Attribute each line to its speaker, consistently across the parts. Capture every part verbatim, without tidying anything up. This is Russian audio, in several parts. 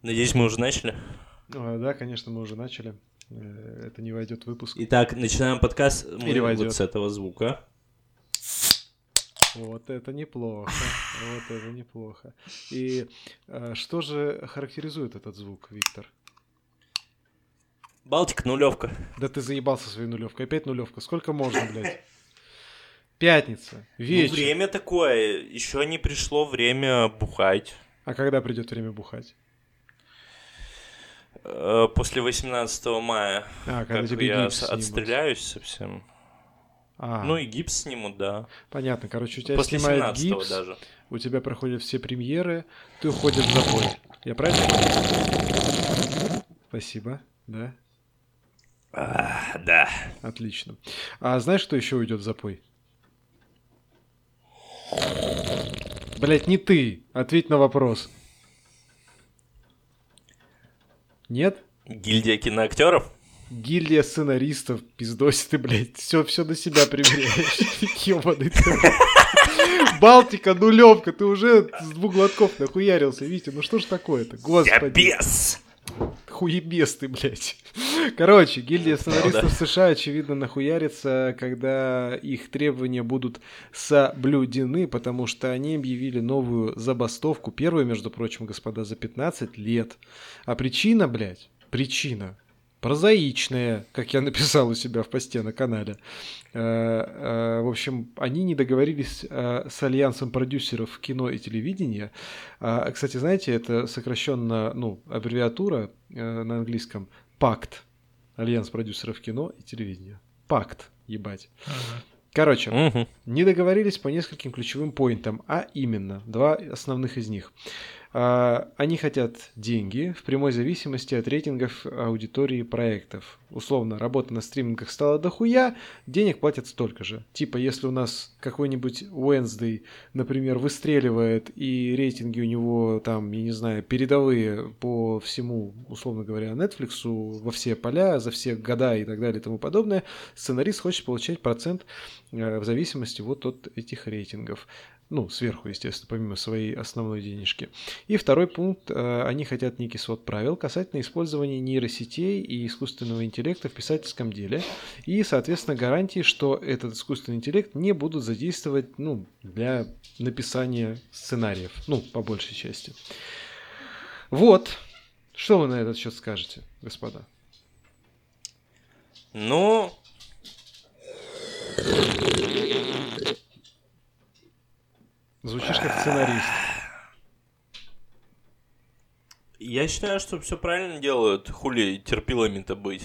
Speaker 1: Надеюсь, мы уже начали.
Speaker 2: А, да, конечно, мы уже начали. Это не войдет в выпуск.
Speaker 1: Итак, начинаем подкаст мы
Speaker 2: Или войдет.
Speaker 1: Вот с этого звука.
Speaker 2: Вот это неплохо. Вот это неплохо. И а, что же характеризует этот звук, Виктор?
Speaker 1: Балтика, нулевка.
Speaker 2: Да ты заебался своей нулевкой. Опять нулевка. Сколько можно, блядь? Пятница, вечер.
Speaker 1: Ну, время такое. Еще не пришло время бухать.
Speaker 2: А когда придет время бухать?
Speaker 1: Э, После восемнадцатого мая.
Speaker 2: А, когда
Speaker 1: как
Speaker 2: тебе
Speaker 1: я
Speaker 2: гипс
Speaker 1: с-
Speaker 2: снимут.
Speaker 1: отстреляюсь совсем.
Speaker 2: А,
Speaker 1: Ну и гипс снимут, да.
Speaker 2: понятно. Короче, у тебя
Speaker 1: После
Speaker 2: снимают
Speaker 1: семнадцатого
Speaker 2: гипс,
Speaker 1: даже.
Speaker 2: у тебя проходят все премьеры, ты уходишь в запой. Я правильно понял? Спасибо, да?
Speaker 1: А, да.
Speaker 2: Отлично. А знаешь, кто еще уйдет в запой? Блять, не ты. Ответь на вопрос. Нет?
Speaker 1: Гильдия киноактеров?
Speaker 2: Гильдия сценаристов, пиздось ты, блядь, все, все на себя примеряешь. Ёбаный ты. Балтика, нулевка, ты уже с двух глотков нахуярился, Витя, ну что ж такое-то, господи.
Speaker 1: Капец!
Speaker 2: Хуебес ты, блядь. Короче, гильдия сценаристов
Speaker 1: Правда.
Speaker 2: США, очевидно, нахуярится, когда их требования будут соблюдены, потому что они объявили новую забастовку, первую, между прочим, господа, за пятнадцать лет. А причина, блядь, причина прозаичная, как я написал у себя в посте на канале. Э, э, В общем, они не договорились э, с альянсом продюсеров кино и телевидения. А, Кстати, знаете, это сокращенно, ну, аббревиатура э, на английском пакт. Альянс продюсеров кино и телевидения. Пакт, ебать. Короче,
Speaker 1: Мгм.
Speaker 2: не договорились по нескольким ключевым поинтам, а именно два основных из них. А, Они хотят деньги в прямой зависимости от рейтингов аудитории проектов. Условно, работа на стримингах стала дохуя, денег платят столько же. Типа, если у нас какой-нибудь Wednesday, например, выстреливает, и рейтинги у него там, я не знаю, передовые по всему, условно говоря, Netflix, во все поля, за все года и так далее и тому подобное, сценарист хочет получать процент э, в зависимости вот от этих рейтингов. Ну, сверху, естественно, помимо своей основной денежки. И второй пункт. э, Они хотят некий свод правил касательно использования нейросетей и искусственного интеллекта в писательском деле. И, соответственно, гарантии, что этот искусственный интеллект не будут задействовать, ну, для написания сценариев. Ну, по большей части. Вот. Что вы на этот счет скажете, господа?
Speaker 1: Ну,
Speaker 2: Звучишь как сценарист.
Speaker 1: я считаю, что все правильно делают. Хули терпилами-то быть.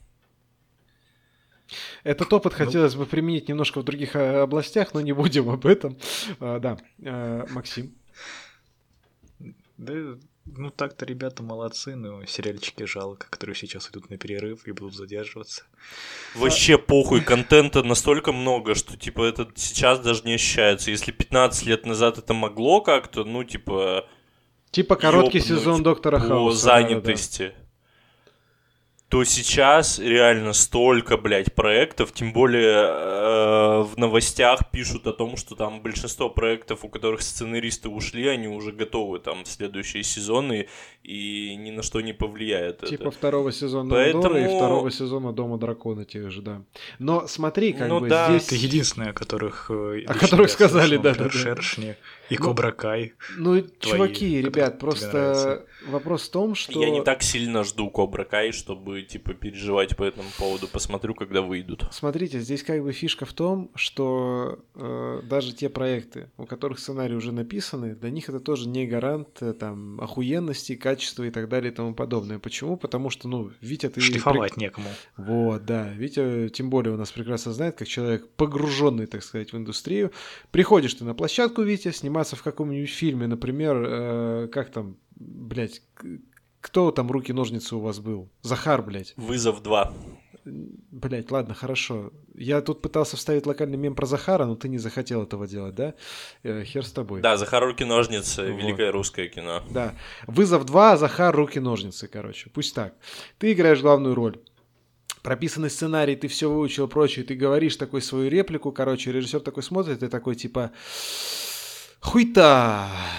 Speaker 2: Этот опыт хотелось бы применить немножко в других э, областях, но не будем об этом. А, да, Э, Максим.
Speaker 3: Да, ну так-то ребята молодцы, но сериальчики жалко, которые сейчас идут на перерыв и будут задерживаться.
Speaker 1: Вообще похуй, контента настолько много, что типа это сейчас даже не ощущается. Если пятнадцать лет назад это могло как-то, ну типа
Speaker 2: Типа короткий
Speaker 1: ёбнуть
Speaker 2: сезон Доктора
Speaker 1: по
Speaker 2: Хауса. да-да-да.
Speaker 1: занятости, то сейчас реально столько, блядь, проектов, тем более э, в новостях пишут о том, что там большинство проектов, у которых сценаристы ушли, они уже готовы там в следующие сезоны и ни на что не повлияет
Speaker 2: Типа
Speaker 1: это.
Speaker 2: второго сезона
Speaker 1: Поэтому-
Speaker 2: Андора и второго сезона Дома Дракона тех же, да. Но смотри, как
Speaker 1: Ну
Speaker 2: бы
Speaker 1: да.
Speaker 2: здесь...
Speaker 3: Это единственное, о которых... э,
Speaker 2: О
Speaker 3: лично
Speaker 2: которых
Speaker 3: я
Speaker 2: сказали,
Speaker 3: слышал,
Speaker 2: да-да-да.
Speaker 3: например, Шершни и
Speaker 2: Ну,
Speaker 3: Кобра Кай.
Speaker 2: Ну, чуваки,
Speaker 3: которые
Speaker 2: ребят,
Speaker 3: тебе
Speaker 2: просто
Speaker 3: нравятся.
Speaker 2: вопрос в том, что...
Speaker 1: Я не так сильно жду Кобра Кай, чтобы типа переживать по этому поводу. Посмотрю, когда выйдут.
Speaker 2: Смотрите, здесь как бы фишка в том, что э, даже те проекты, у которых сценарии уже написаны, для них это тоже не гарант э, там охуенности, качества и так далее и тому подобное. Почему? Потому что, ну, Витя, ты...
Speaker 3: Шлифовать некому.
Speaker 2: Вот, да. Витя, тем более, у нас прекрасно знает, как человек, погруженный, так сказать, в индустрию. Приходишь ты на площадку, Витя, сниматься в каком-нибудь фильме, например, э, как там, блядь, к- кто там руки-ножницы у вас был? Захар, блядь.
Speaker 1: Вызов два.
Speaker 2: Блядь, ладно, хорошо. Я тут пытался вставить локальный мем про Захара, но ты не захотел этого делать, да? Э, хер с тобой.
Speaker 1: Да, Захар руки-ножницы,
Speaker 2: Вот.
Speaker 1: великое русское кино.
Speaker 2: Да. Вызов два, Захар, руки-ножницы, короче. Пусть так. Ты играешь главную роль. Прописанный сценарий, ты все выучил, прочее, ты говоришь такой свою реплику, короче, режиссер такой смотрит, и такой типа хуйта,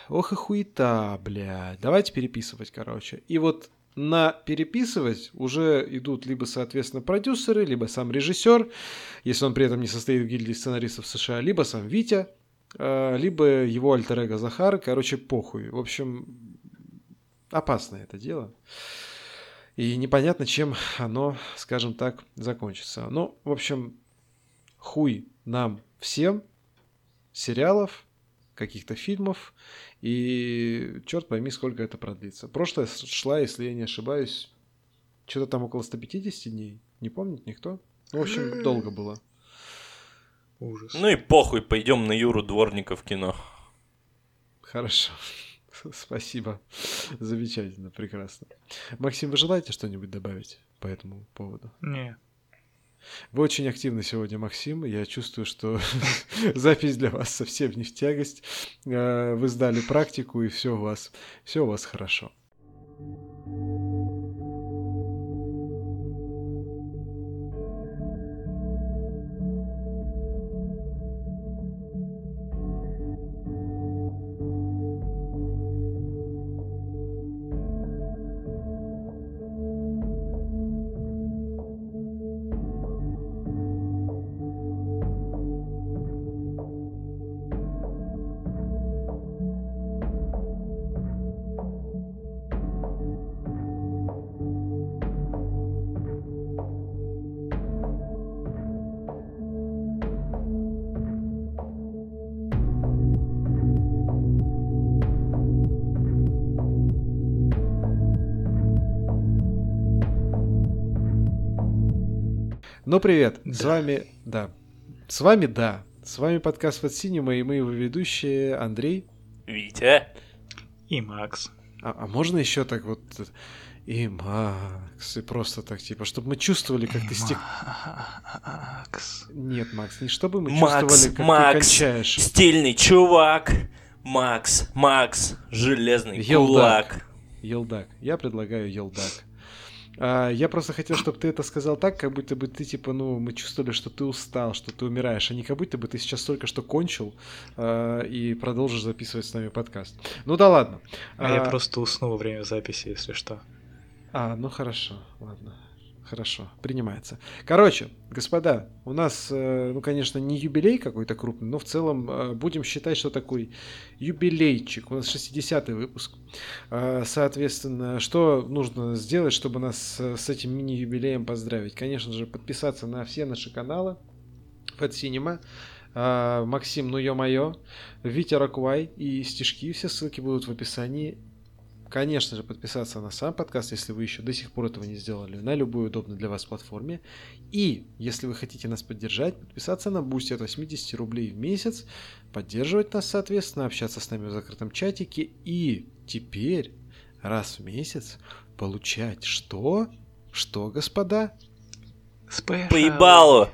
Speaker 2: ох и хуета, блядь. Давайте переписывать, короче. И вот на переписывать уже идут либо, соответственно, продюсеры, либо сам режиссер, если он при этом не состоит в гильдии сценаристов США, либо сам Витя, либо его альтер-эго Захар. Короче, похуй. В общем, опасное это дело. И непонятно, чем оно, скажем так, закончится. Ну, в общем, хуй нам всем сериалов, каких-то фильмов, и черт пойми, сколько это продлится. Прошлая шла, если я не ошибаюсь, что-то там около сто пятьдесят дней. Не помнит никто? Ну, в общем, долго было.
Speaker 3: Ужас.
Speaker 1: Ну и похуй, пойдем на Юру Дворника в кино.
Speaker 2: Хорошо. Спасибо. Замечательно, прекрасно. Максим, вы желаете что-нибудь добавить по этому поводу?
Speaker 3: Не.
Speaker 2: Вы очень активны сегодня, Максим. Я чувствую, что запись для вас совсем не в тягость. Вы сдали практику, и все у вас, все у вас хорошо. Ну, привет, да. С вами, да, с вами, да, с вами подкаст Fat Cinema, и мы его ведущие Андрей,
Speaker 1: Витя
Speaker 3: и Макс.
Speaker 2: А, а можно еще так вот и Макс, и просто так, типа, чтобы мы чувствовали, как ты стек...
Speaker 3: Макс.
Speaker 2: Нет, Макс, не чтобы мы
Speaker 1: Макс,
Speaker 2: чувствовали, как
Speaker 1: Макс,
Speaker 2: ты кончаешь.
Speaker 1: Стильный чувак. Макс, Макс, железный
Speaker 2: Елдак.
Speaker 1: кулак.
Speaker 2: Елдак. Я предлагаю елдак. А, я просто хотел, чтобы ты это сказал так, как будто бы ты, типа, ну, мы чувствовали, что ты устал, что ты умираешь, а не как будто бы ты сейчас только что кончил а, и продолжишь записывать с нами подкаст. Ну да ладно.
Speaker 3: А, а я просто усну во время записи, если что.
Speaker 2: А, ну хорошо, ладно. Хорошо, принимается. Короче, господа, у нас, ну, конечно, не юбилей какой-то крупный, но в целом будем считать, что такой юбилейчик. У нас шестидесятый выпуск. Соответственно, что нужно сделать, чтобы нас с этим мини-юбилеем поздравить? Конечно же, подписаться на все наши каналы. Fat Cinema, Максим, ну ё-моё, Витя Ракуай и стишки. Все ссылки будут в описании. Конечно же, подписаться на сам подкаст, если вы еще до сих пор этого не сделали, на любой удобной для вас платформе. И, если вы хотите нас поддержать, подписаться на Boosty от восемьдесят рублей в месяц, поддерживать нас, соответственно, общаться с нами в закрытом чатике и теперь раз в месяц получать что? Что, господа?
Speaker 3: Спешл.
Speaker 1: Поебалу!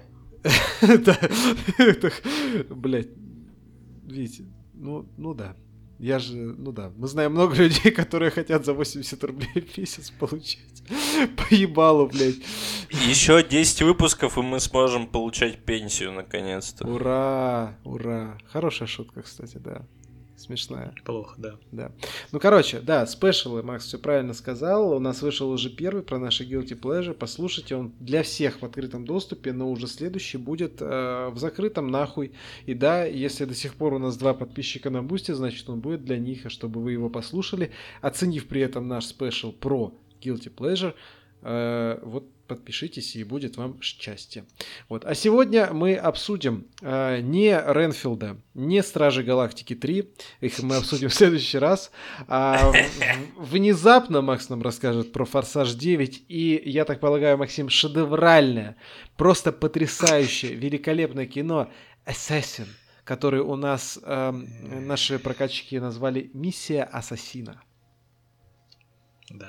Speaker 2: Блять, видите, ну да. Я же, ну да, мы знаем много людей, которые хотят за восемьдесят рублей в месяц получать. Поебалу, блядь.
Speaker 1: Еще десять выпусков, и мы сможем получать пенсию, наконец-то.
Speaker 2: Ура, ура. Хорошая шутка, кстати, да. Смешная.
Speaker 3: Плохо, да.
Speaker 2: Да. Ну, короче, да, спешалы, Макс все правильно сказал. У нас вышел уже первый про наши Guilty Pleasure. Послушайте, он для всех в открытом доступе, но уже следующий будет э, в закрытом нахуй. И да, если до сих пор у нас два подписчика на Бусте, значит он будет для них, чтобы вы его послушали, оценив при этом наш спешл про Guilty Pleasure. Э, вот подпишитесь, и будет вам счастье. Вот. А сегодня мы обсудим э, не Ренфилда, не Стражи Галактики три, их мы обсудим в следующий раз. А в- внезапно Макс нам расскажет про Форсаж девять, и, я так полагаю, Максим, шедевральное, просто потрясающее, великолепное кино Assassin, который у нас э, наши прокатчики назвали «Миссия Ассасина».
Speaker 3: Да.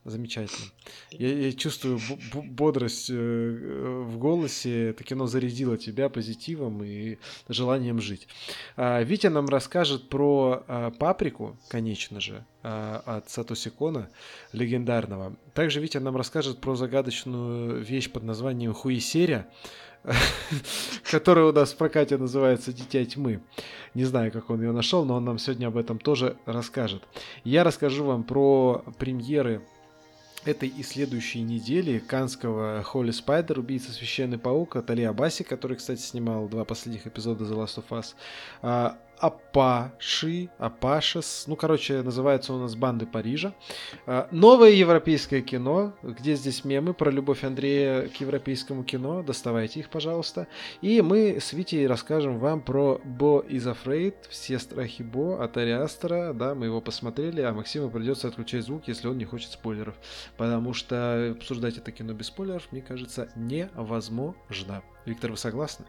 Speaker 2: Замечательно. Я, я чувствую б- бодрость э, в голосе. Это кино зарядило тебя позитивом и желанием жить. А, Витя нам расскажет про а, «Паприку», конечно же, а, от Сатоси Коно, легендарного. Также Витя нам расскажет про загадочную вещь под названием «Хуесеря», которая у нас в прокате называется «Дитя тьмы». Не знаю, как он ее нашел, но он нам сегодня об этом тоже расскажет. Я расскажу вам про премьеры этой и следующей недели каннского Холли Спайдер, убийца священный паук, от Али Абаси, который, кстати, снимал два последних эпизода The Last of Us. А, Апаши, Апашес, ну, короче, называется у нас «Банды Парижа». А, новое европейское кино, где здесь мемы про любовь Андрея к европейскому кино, доставайте их, пожалуйста. И мы с Витей расскажем вам про Bo is Afraid, все страхи Бо от Ари Астера, да, мы его посмотрели, а Максиму придется отключать звук, если он не хочет спойлеров, потому что обсуждать это кино без спойлеров, мне кажется, невозможно. Виктор, вы согласны?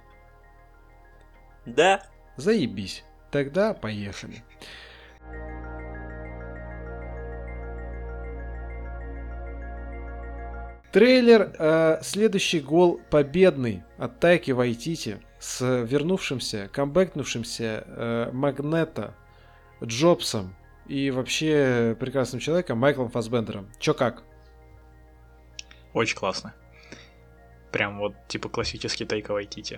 Speaker 1: Да.
Speaker 2: Заебись. Тогда поехали. Трейлер э, «Следующий гол победный» от Тайки Вайтити с вернувшимся, камбэкнувшимся э, Магнето, Джобсом и вообще прекрасным человеком Майклом Фассбендером. Чё как?
Speaker 3: Очень классно. Прям вот типа классический Тайка Вайтити.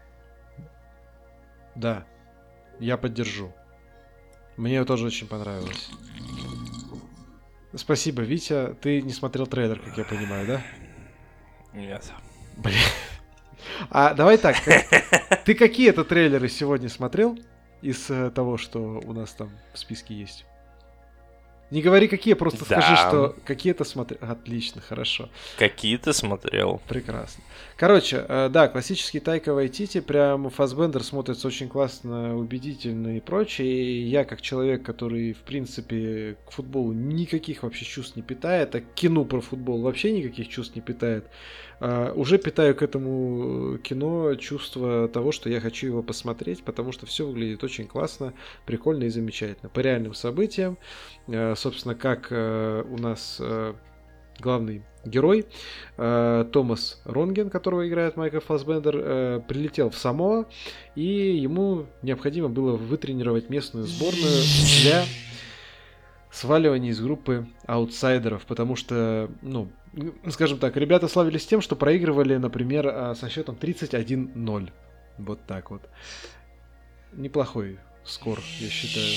Speaker 2: Да, я поддержу. Мне тоже очень понравилось. Спасибо, Витя. Ты не смотрел трейлер, как я понимаю, да?
Speaker 1: Нет.
Speaker 2: Блин. А давай так. Ты какие-то трейлеры сегодня смотрел из того, что у нас там в списке есть? Не говори какие, просто
Speaker 1: Да.
Speaker 2: скажи, что какие-то смотрел. Отлично, хорошо.
Speaker 1: Какие-то смотрел.
Speaker 2: Прекрасно. Короче, э, да, классический Тайка Вайтити, прям Фассбендер смотрится очень классно, убедительно и прочее. И я, как человек, который, в принципе, к футболу никаких вообще чувств не питает, а к кино про футбол вообще никаких чувств не питает, э, уже питаю к этому кино чувство того, что я хочу его посмотреть, потому что все выглядит очень классно, прикольно и замечательно. По реальным событиям, э, собственно, как э, у нас э, главный герой э, Томас Ронген, которого играет Майкл Фассбендер, э, прилетел в Самоа, и ему необходимо было вытренировать местную сборную для сваливания из группы аутсайдеров, потому что, ну, скажем так, ребята славились тем, что проигрывали, например, со счетом тридцать один ноль. Вот так вот. Неплохой скор, я считаю.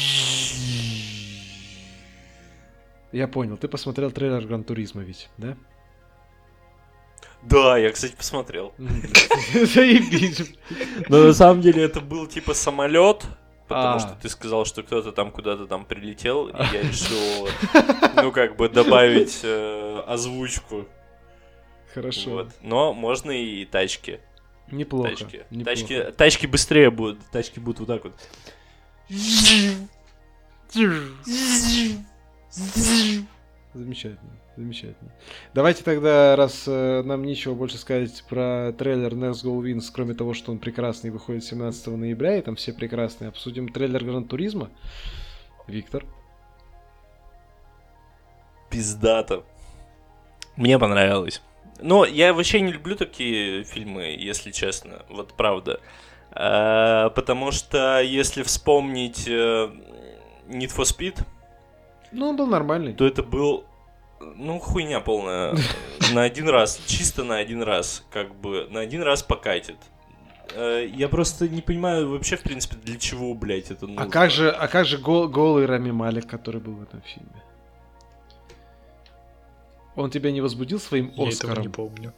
Speaker 2: Я понял, ты посмотрел трейлер Гран Туризмо ведь, да?
Speaker 1: Да, я, кстати, посмотрел.
Speaker 2: Заебись.
Speaker 1: Но на самом деле это был типа самолет, потому
Speaker 2: А.
Speaker 1: что ты сказал, что кто-то там куда-то там прилетел, и я решил, ну, как бы добавить э, озвучку.
Speaker 2: Хорошо.
Speaker 1: Вот. Но можно и тачки.
Speaker 2: Неплохо.
Speaker 1: Тачки.
Speaker 2: неплохо.
Speaker 1: Тачки. Тачки быстрее будут. Тачки будут вот так вот.
Speaker 2: Замечательно, замечательно. Давайте тогда, раз э, нам нечего больше сказать про трейлер Next Go Wins, кроме того, что он прекрасный, выходит семнадцатого ноября, и там все прекрасные, обсудим трейлер Гран Туризмо. Виктор.
Speaker 1: Пиздато. Мне понравилось. Но я вообще не люблю такие фильмы, если честно. Вот правда. А, потому что если вспомнить э, Need for Speed,
Speaker 2: Ну, он был нормальный.
Speaker 1: то это был, ну, хуйня полная. На один раз, чисто на один раз, как бы, на один раз покатит. Э, Я просто не понимаю вообще, в принципе, для чего, блядь, это нужно.
Speaker 2: А как же, а как же гол- голый Рами Малек, который был в этом фильме? Он тебя не возбудил своим
Speaker 3: Я этого
Speaker 2: Оскаром?
Speaker 3: не помню.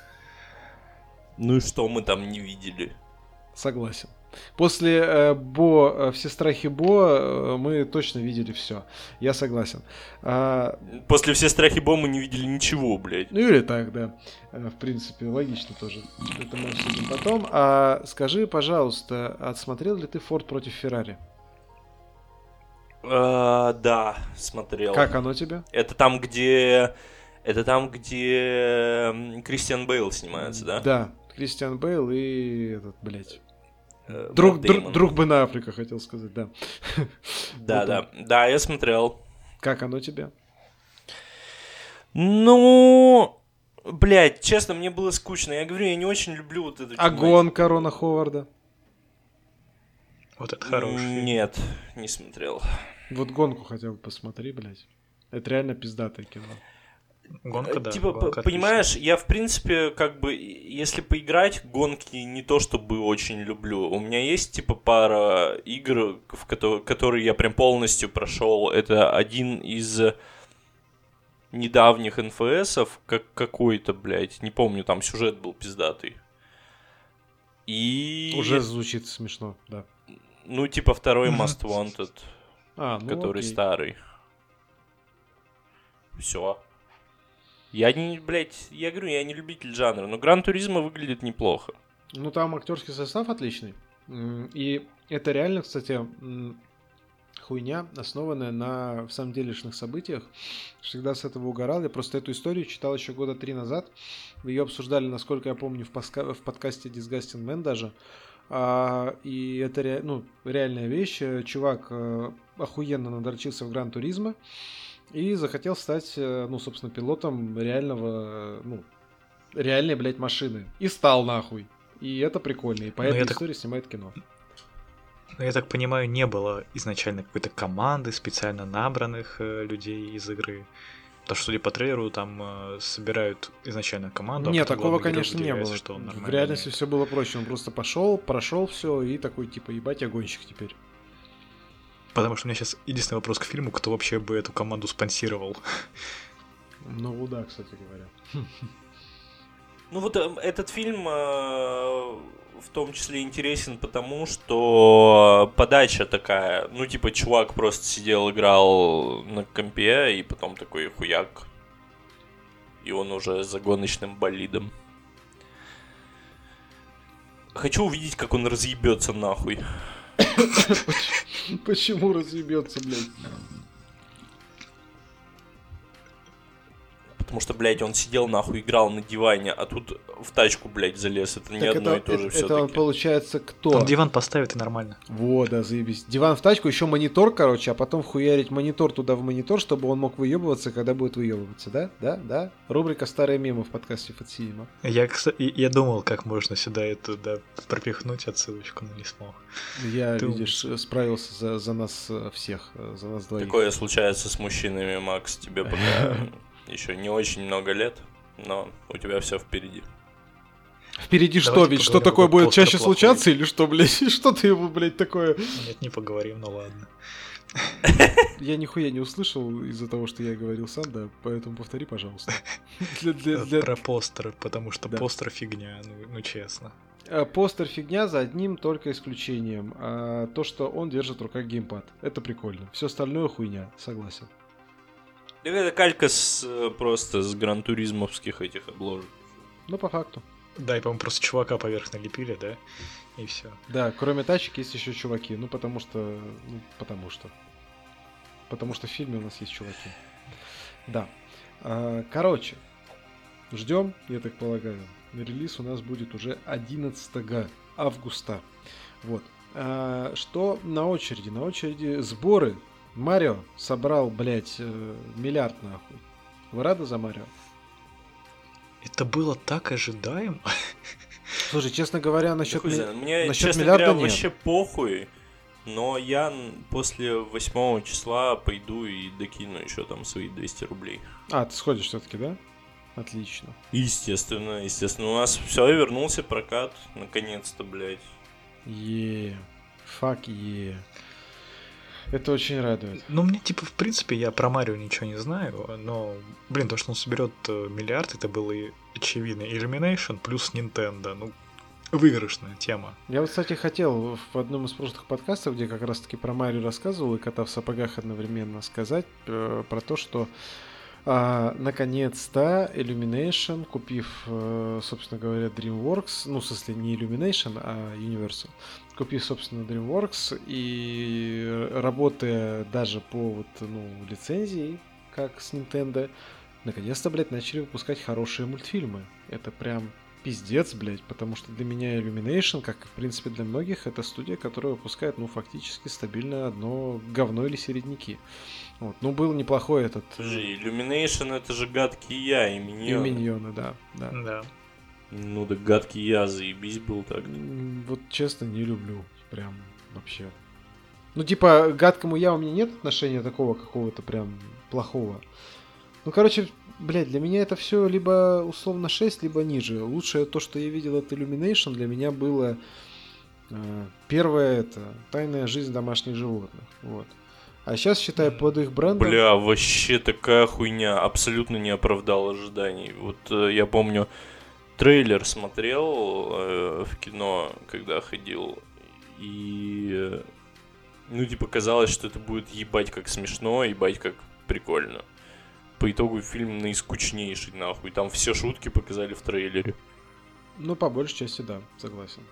Speaker 1: Ну и что мы там не видели?
Speaker 2: Согласен. После э, Бо, э, все страхи Бо э, мы точно видели все. Я согласен. А,
Speaker 1: После «Все страхи Бо» мы не видели ничего, блядь.
Speaker 2: ну или так, да. Э, в принципе, логично тоже. Это мы обсудим потом. А скажи, пожалуйста, отсмотрел ли ты «Форд против Феррари»?
Speaker 1: А, да, смотрел.
Speaker 2: Как оно тебе?
Speaker 1: Это там, где... Это там, где м, Кристиан Бейл снимается, да?
Speaker 2: Да, Кристиан Бейл и этот, блядь.
Speaker 1: Э,
Speaker 2: Друг,
Speaker 1: Мэтт
Speaker 2: друг,
Speaker 1: Дэймон.
Speaker 2: друг Бен Аффлека, хотел сказать, да.
Speaker 1: Да,
Speaker 2: Вот
Speaker 1: да.
Speaker 2: он.
Speaker 1: Да, я смотрел.
Speaker 2: Как оно тебе?
Speaker 1: Ну, блядь, честно, мне было скучно. Я говорю, я не очень люблю вот эту
Speaker 2: А
Speaker 1: тематику.
Speaker 2: гонка Рона Ховарда?
Speaker 3: Вот это хороший фильм.
Speaker 1: Нет, не смотрел.
Speaker 2: Вот гонку хотя бы посмотри, блядь. Это реально пиздатое кино.
Speaker 3: Гонка, да.
Speaker 1: Типа,
Speaker 3: гонка
Speaker 1: понимаешь,
Speaker 3: отличная.
Speaker 1: я в принципе, как бы, если поиграть, гонки не то чтобы очень люблю. У меня есть, типа, пара игр, в которые, которые я прям полностью прошел. Это один из недавних эн эф эсов, как какой-то, блядь, не помню, там сюжет был пиздатый. И...
Speaker 2: Уже звучит смешно, да.
Speaker 1: Ну, типа, второй Most Wanted,
Speaker 2: А, ну
Speaker 1: который
Speaker 2: окей.
Speaker 1: старый. Все. Я не, блядь, я говорю, я не любитель жанра, но Гран Туризмо выглядит неплохо.
Speaker 2: Ну, там актерский состав отличный. М, И это реально, кстати, м, хуйня, основанная на, в самом делешных событиях. Всегда с этого угорал. Я просто эту историю читал еще года три назад. Ее обсуждали, насколько я помню, в, паска- в подкасте Disgusting Man даже. А, и это ре- ну, реальная вещь. Э, Чувак э, охуенно надрочился в Гран Туризмо и захотел стать, э, ну, собственно, пилотом реального, э, ну, реальной, блядь, машины. И стал нахуй. И это прикольно. И по
Speaker 3: Ну,
Speaker 2: этой
Speaker 3: я так-
Speaker 2: истории снимает кино.
Speaker 3: Ну, я так понимаю, не было изначально какой-то команды специально набранных э, людей из игры. Потому что, судя по трейлеру, там э, собирают изначально команду. а
Speaker 2: Нет,
Speaker 3: потом
Speaker 2: такого,
Speaker 3: главный герой
Speaker 2: конечно, не
Speaker 3: удивляется,
Speaker 2: было.
Speaker 3: что он
Speaker 2: В
Speaker 3: нормально
Speaker 2: реальности
Speaker 3: умеет.
Speaker 2: все было проще. Он просто пошел, прошел все и такой, типа, ебать, я гонщик теперь.
Speaker 3: Потому что у меня сейчас единственный вопрос к фильму, кто вообще бы эту команду спонсировал.
Speaker 2: Ну да, кстати говоря.
Speaker 1: Ну вот э, этот фильм э, в том числе интересен потому, что подача такая, ну типа чувак просто сидел, играл на компе, и потом такой хуяк, и он уже за гоночным болидом. Хочу увидеть, как он разъебется нахуй.
Speaker 2: Почему разъебется, блядь?
Speaker 1: Потому что, блядь, он сидел нахуй, играл на диване, а тут в тачку, блядь, залез. Это не
Speaker 2: Так
Speaker 1: одно
Speaker 2: это,
Speaker 1: и то же
Speaker 2: это, это он,
Speaker 1: все-таки.
Speaker 2: получается, кто?
Speaker 3: Он диван поставит и нормально.
Speaker 2: Вот, да, заебись. Диван в тачку, еще монитор, короче, а потом вхуярить монитор туда в монитор, чтобы он мог выебываться, когда будет выебываться, да? Да? Да? Рубрика «Старые мемы» в подкасте Фатсима.
Speaker 3: Я, кстати, я думал, как можно сюда эту, да, пропихнуть отсылочку, но не смог.
Speaker 2: Я,
Speaker 3: Ты
Speaker 2: видишь, справился за, за нас э, всех, э, за нас двоих.
Speaker 1: Такое случается с мужчинами, Макс. Тебе пока еще не очень много лет, но у тебя все впереди.
Speaker 2: Впереди что,
Speaker 3: Давайте
Speaker 2: ведь что
Speaker 3: поговорим,
Speaker 2: такое
Speaker 3: какой
Speaker 2: будет
Speaker 3: постер
Speaker 2: чаще
Speaker 3: плохой.
Speaker 2: случаться или что, блядь? Что ты его, блядь, такое?
Speaker 3: Нет, не поговорим, ну ладно.
Speaker 2: Я нихуя не услышал из-за того, что я говорил сам, да, поэтому повтори, пожалуйста. Для- для- для-
Speaker 3: Про постер, потому что
Speaker 2: Да.
Speaker 3: постер фигня, ну, ну честно.
Speaker 2: А, Постер фигня за одним только исключением. А, то, что он держит в руках геймпад. Это прикольно. Все остальное хуйня, согласен.
Speaker 1: Так это калька с, э, просто с гран-туризмовских этих обложек.
Speaker 2: Ну, по факту.
Speaker 3: Да, и, по-моему, просто чувака поверх налепили, да? И все.
Speaker 2: Да, кроме тачек есть еще чуваки. Ну, потому что... Ну, потому что. Потому что в фильме у нас есть чуваки. Да. А, короче. Ждем, я так полагаю. Релиз у нас будет уже одиннадцатого августа. Вот. А, что на очереди? На очереди сборы. Марио собрал, блядь, э, миллиард нахуй. Вы рады за Марио?
Speaker 3: Это было так ожидаемо.
Speaker 2: Слушай, честно говоря,
Speaker 1: Да
Speaker 2: насчет,
Speaker 1: хуй
Speaker 2: ми-
Speaker 1: знает. Мне,
Speaker 2: насчет
Speaker 1: честно
Speaker 2: миллиарда
Speaker 1: говоря,
Speaker 2: нет.
Speaker 1: вообще похуй. Но я н- после восьмого числа пойду и докину еще там свои двести рублей.
Speaker 2: А, ты сходишь все-таки, да? Отлично.
Speaker 1: Естественно, естественно. У нас все, вернулся прокат. Наконец-то, блядь.
Speaker 2: Е, фак е. Это очень радует.
Speaker 3: Ну, мне, типа, в принципе, я про Марио ничего не знаю, но, блин, то, что он соберет э, миллиард, это было и очевидно. Illumination плюс Nintendo, ну, выигрышная тема.
Speaker 2: Я вот, кстати, хотел в одном из прошлых подкастов, где как раз-таки про Марио рассказывал и кота в сапогах одновременно сказать э, про то, что а, наконец-то Illumination, купив, э, собственно говоря, DreamWorks, ну, в смысле, не Illumination, а Universal, купив, собственно, DreamWorks и работая даже по вот, ну, лицензии, как с Nintendo, наконец-то, блядь, начали выпускать хорошие мультфильмы. Это прям пиздец, блядь, потому что для меня Illumination, как и, в принципе, для многих, это студия, которая выпускает, ну, фактически стабильно одно говно или середняки. Вот. Ну, был неплохой этот...
Speaker 1: Слушай, Illumination — это же гадкий я и
Speaker 2: И
Speaker 1: миньоны.
Speaker 2: миньоны, да, да.
Speaker 3: Да.
Speaker 1: Ну да гадкий я, заебись был так.
Speaker 2: М, Вот честно, не люблю. Прям вообще. Ну, типа, к гадкому я у меня нет отношения такого какого-то прям плохого. Ну, короче, блядь, для меня это все либо условно шесть, либо ниже. Лучшее то, что я видел от Illumination, для меня было э, первое это «Тайная жизнь домашних животных». Вот. А сейчас, считай, под их брендом...
Speaker 1: Бля, вообще такая хуйня, абсолютно не оправдал ожиданий. Вот э, я помню, трейлер смотрел э, в кино, когда ходил, и э, ну типа казалось, что это будет ебать как смешно, ебать как прикольно. По итогу фильм наискучнейший, нахуй. Там все шутки показали в трейлере.
Speaker 2: Ну, по большей части, да, согласен.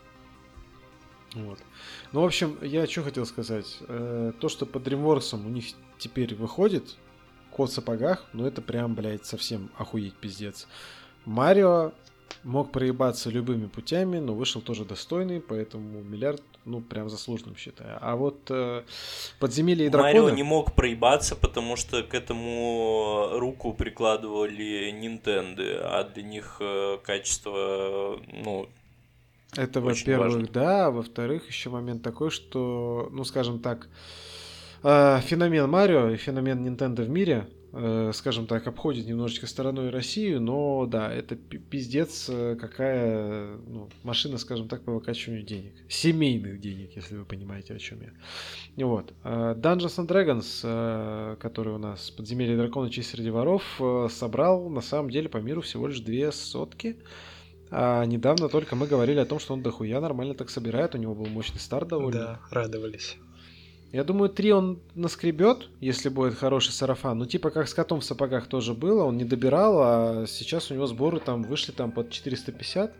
Speaker 2: Вот. Ну, в общем, я что хотел сказать. Э, то, что по DreamWorks у них теперь выходит кот в сапогах, ну это прям, блядь, совсем охуеть пиздец. Марио мог проебаться любыми путями, но вышел тоже достойный, поэтому миллиард, ну, прям заслуженным считаю. А вот э, «Подземелье и драконы»...
Speaker 1: Марио не мог проебаться, потому что к этому руку прикладывали Nintendo, а для них э, качество, ну,
Speaker 2: Это,
Speaker 1: очень
Speaker 2: во-первых,
Speaker 1: важно.
Speaker 2: да, а во-вторых, еще момент такой, что, ну, скажем так, э, феномен Марио и феномен Nintendo в мире, э, скажем так, обходит немножечко стороной Россию, но, да, это пи- пиздец э, какая, ну, машина, скажем так, по выкачиванию денег. Семейных денег, если вы понимаете, о чем я. Вот. Э, Dungeons and Dragons, э, который у нас «Подземелье и драконы. Честь среди воров», э, собрал, на самом деле, по миру всего лишь две сотки. А недавно только мы говорили о том, что он дохуя нормально так собирает, у него был мощный старт довольно.
Speaker 3: Да, радовались.
Speaker 2: Я думаю, три он наскребет, если будет хороший сарафан. Ну, типа, как с котом в сапогах тоже было, он не добирал, а сейчас у него сборы там вышли там под четыреста пятьдесят.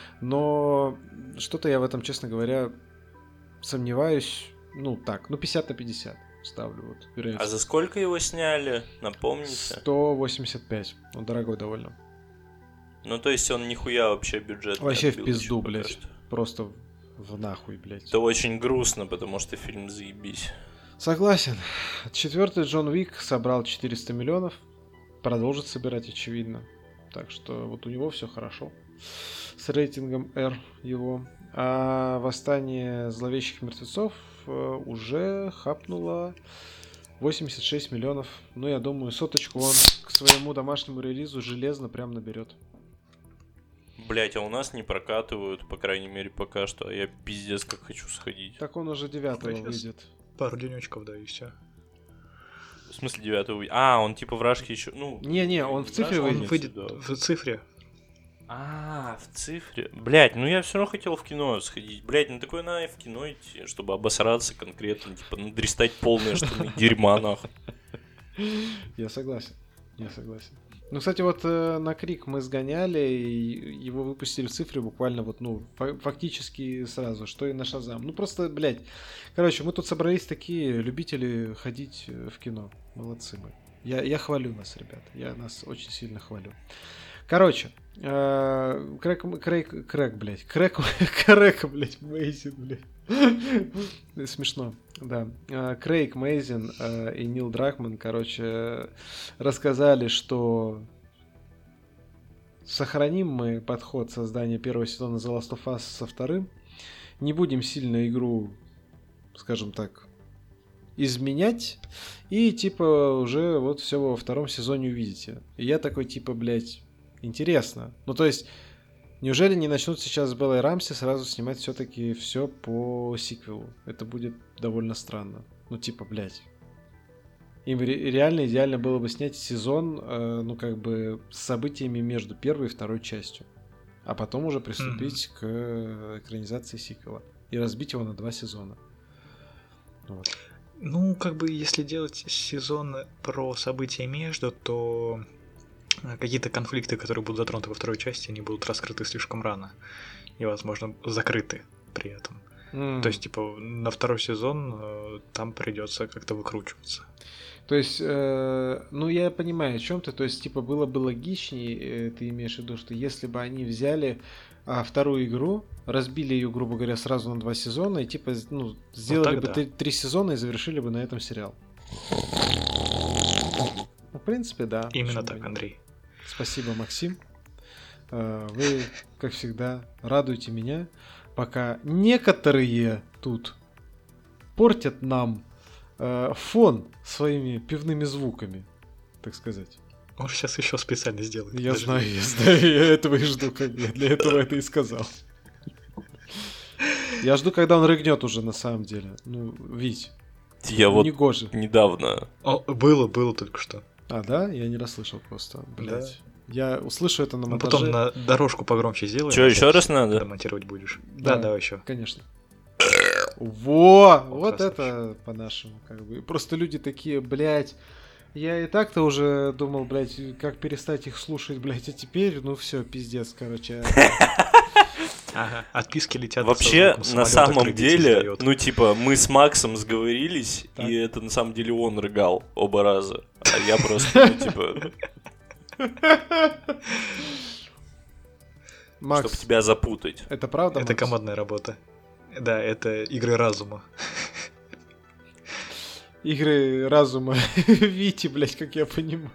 Speaker 2: Но что-то я в этом, честно говоря, сомневаюсь. Ну, так, ну, пятьдесят на пятьдесят ставлю. Вот,
Speaker 1: А
Speaker 2: вероятно.
Speaker 1: за сколько его сняли? Напомните.
Speaker 2: сто восемьдесят пять. Он дорогой довольно.
Speaker 1: Ну, то есть он нихуя вообще бюджет не
Speaker 2: Вообще в
Speaker 1: отбил
Speaker 2: пизду,
Speaker 1: ещё пока
Speaker 2: блядь.
Speaker 1: что.
Speaker 2: Просто в нахуй, блядь.
Speaker 1: Это очень грустно, потому что фильм заебись.
Speaker 2: Согласен. Четвертый Джон Уик собрал четыреста миллионов. Продолжит собирать, очевидно. Так что вот у него все хорошо. С рейтингом R его. А «Восстание зловещих мертвецов» э, уже хапнуло восемьдесят шесть миллионов. Ну, я думаю, соточку он к своему домашнему релизу железно прям наберет.
Speaker 1: Блять, а у нас не прокатывают, по крайней мере, пока что. А я пиздец как хочу сходить.
Speaker 2: Так он уже девятого
Speaker 3: Ну, сейчас.
Speaker 2: выйдет.
Speaker 3: Пару денечков, да, и все.
Speaker 1: В смысле девятого? А, он типа вражки еще. Ну.
Speaker 2: Не-не, он в цифре
Speaker 1: Вражки
Speaker 3: Он
Speaker 2: выйдет.
Speaker 1: имеется
Speaker 3: выйдет
Speaker 1: в виду.
Speaker 3: в цифре.
Speaker 1: А, в цифре. Блять, ну я все равно хотел в кино сходить. Блять, ну такое надо и в кино идти, чтобы обосраться конкретно, типа надрестать полные штаны дерьма, нахуй.
Speaker 2: Я согласен. Я согласен. Ну, кстати, вот э, на Крик мы сгоняли, и его выпустили в цифре буквально вот, ну, фа- фактически сразу, что и на Шазам. Ну, просто, блядь. Короче, мы тут собрались такие любители ходить э, в кино. Молодцы мы. Я, я хвалю нас, ребят. Я нас очень сильно хвалю. Короче, э, Крэк, Крэк, Крэк, блядь. Крэк, Крэк, блядь, Мейзин, блядь. Смешно, да. Э, Крейг Мейзин э, и Нил Дракман, короче, рассказали, что сохраним мы подход создания первого сезона The Last of Us со вторым. Не будем сильно игру, скажем так, изменять. И, типа, уже вот все во втором сезоне увидите. И я такой, типа, блядь, интересно. Ну, то есть, неужели не начнут сейчас с Беллой Рамси сразу снимать все-таки все по сиквелу? Это будет довольно странно. Ну, типа, блядь. Им ре- реально идеально было бы снять сезон, э, ну, как бы, с событиями между первой и второй частью. А потом уже приступить к экранизации сиквела. И разбить его на два сезона. Вот.
Speaker 3: Ну, как бы, если делать сезон про события между, то какие-то конфликты, которые будут затронуты во второй части, они будут раскрыты слишком рано. И, возможно, закрыты при этом.
Speaker 2: М.
Speaker 3: То есть, типа, на второй сезон э, там придется как-то выкручиваться.
Speaker 2: То есть, э, ну я понимаю, о чем ты. То есть, типа, было бы логичнее, э, ты имеешь в виду, что если бы они взяли а, вторую игру, разбили ее, грубо говоря, сразу на два сезона и типа, ну, сделали
Speaker 3: так
Speaker 2: бы
Speaker 3: да.
Speaker 2: три, три сезона и завершили бы на этом сериал. Ну, в принципе, да.
Speaker 3: Именно
Speaker 2: почему бы
Speaker 3: так,
Speaker 2: нет.
Speaker 3: Андрей.
Speaker 2: Спасибо, Максим. Э, Вы, как всегда, радуете меня, пока некоторые тут портят нам э, фон своими пивными звуками, так сказать.
Speaker 3: Он сейчас еще специально сделает.
Speaker 2: Я
Speaker 3: Подожди.
Speaker 2: знаю, я знаю, я этого и жду, как я для этого это и сказал. Я жду, когда он рыгнет уже на самом деле. Ну, Вить,
Speaker 1: Я
Speaker 2: ну,
Speaker 1: вот
Speaker 2: не гоже.
Speaker 1: недавно...
Speaker 3: О, было, было только что.
Speaker 2: А, да? Я не расслышал просто, блять. Я услышу это на
Speaker 3: Ну,
Speaker 2: монтаже.
Speaker 3: потом на дорожку погромче сделаем.
Speaker 1: Чё, еще
Speaker 3: опять
Speaker 1: раз надо?
Speaker 3: Домонтировать будешь.
Speaker 2: Да.
Speaker 3: Да, давай еще.
Speaker 2: Конечно. Во!
Speaker 3: О,
Speaker 2: Вот
Speaker 3: красавчик.
Speaker 2: это по-нашему, как бы. Просто люди такие, блядь. Я и так-то уже думал, блядь, как перестать их слушать, блядь, а теперь, ну все, пиздец, короче.
Speaker 3: Ага, отписки летят.
Speaker 1: Вообще,
Speaker 3: со звуком
Speaker 1: на
Speaker 3: самолета,
Speaker 1: самом
Speaker 3: который Витя
Speaker 1: деле,
Speaker 3: издает.
Speaker 1: ну, типа, мы с Максом сговорились,
Speaker 2: Так.
Speaker 1: и это на самом деле он рыгал оба раза. А я просто, ну, типа,
Speaker 2: Макс,
Speaker 1: чтобы тебя запутать.
Speaker 2: это правда,
Speaker 3: Это
Speaker 2: Макс?
Speaker 3: командная работа. Да, это игры разума.
Speaker 2: Игры разума Вити, блядь, как я понимаю.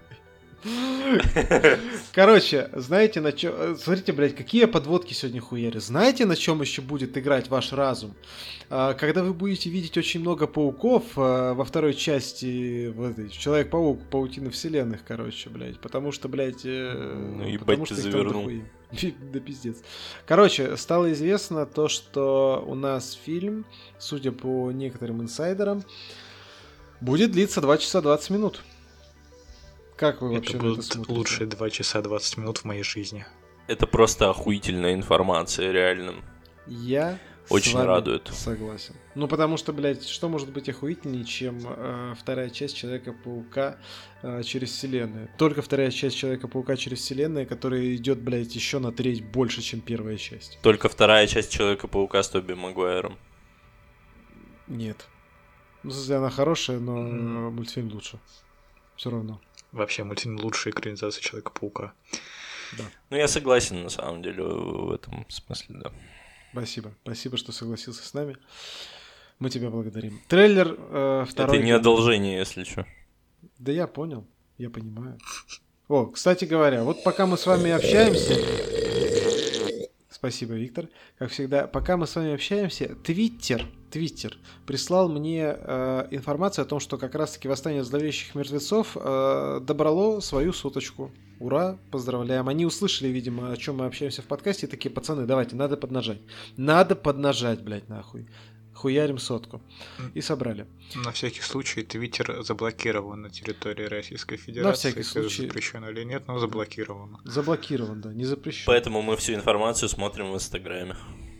Speaker 2: Короче, знаете, на чем... Смотрите, блядь, какие подводки сегодня хуяри. Знаете, на чем еще будет играть ваш разум? А, Когда вы будете видеть очень много пауков а, во второй части в этой, Человек-паук, паутины вселенных, короче, блядь. Потому что, блядь... э,
Speaker 1: Ну, ебать
Speaker 2: потому
Speaker 1: ты
Speaker 2: что их там
Speaker 1: завернул.
Speaker 2: дохуя. Да пиздец. Короче, стало известно то, что у нас фильм, судя по некоторым инсайдерам, будет длиться два часа двадцать минут. Как вы вообще
Speaker 3: Это
Speaker 2: на это
Speaker 3: будут
Speaker 2: смотрите?
Speaker 3: лучшие два часа двадцать минут в моей жизни.
Speaker 1: Это просто охуительная информация, реально.
Speaker 2: Я
Speaker 1: Очень
Speaker 2: с вами
Speaker 1: радует.
Speaker 2: согласен. Ну, потому что, блядь, что может быть охуительнее, чем э, вторая часть Человека-паука э, через вселенную? Только вторая часть Человека-паука через вселенную, которая идет, блядь, еще на треть больше, чем первая часть.
Speaker 1: Только вторая часть Человека-паука с Тоби Магуайром.
Speaker 2: Нет. Ну, в смысле, она хорошая, но
Speaker 3: М.
Speaker 2: мультфильм лучше. Все равно.
Speaker 3: Вообще, мультфильм лучшая экранизация Человека-паука.
Speaker 1: Ну, я согласен, на самом деле, в этом смысле, да.
Speaker 2: Спасибо. Спасибо, что согласился с нами. Мы тебя благодарим. Трейлер э, второй.
Speaker 1: Это не одолжение, если что.
Speaker 2: Да я понял, я понимаю. О, кстати говоря, вот пока мы с вами общаемся... Спасибо, Виктор. Как всегда, пока мы с вами общаемся, Твиттер, Твиттер прислал мне э, информацию о том, что как раз-таки Восстание зловещих мертвецов э, добрало свою соточку. Ура, поздравляем. Они услышали, видимо, о чем мы общаемся в подкасте, и такие, пацаны, давайте, надо поднажать. Надо поднажать, блядь, нахуй. Хуярим сотку. И собрали.
Speaker 3: На всякий случай, Твиттер заблокирован на территории Российской Федерации.
Speaker 2: На всякий
Speaker 3: Это
Speaker 2: случай.
Speaker 3: запрещено или нет, но заблокировано.
Speaker 2: Заблокирован, да, не запрещен.
Speaker 1: Поэтому мы всю информацию смотрим в Инстаграме.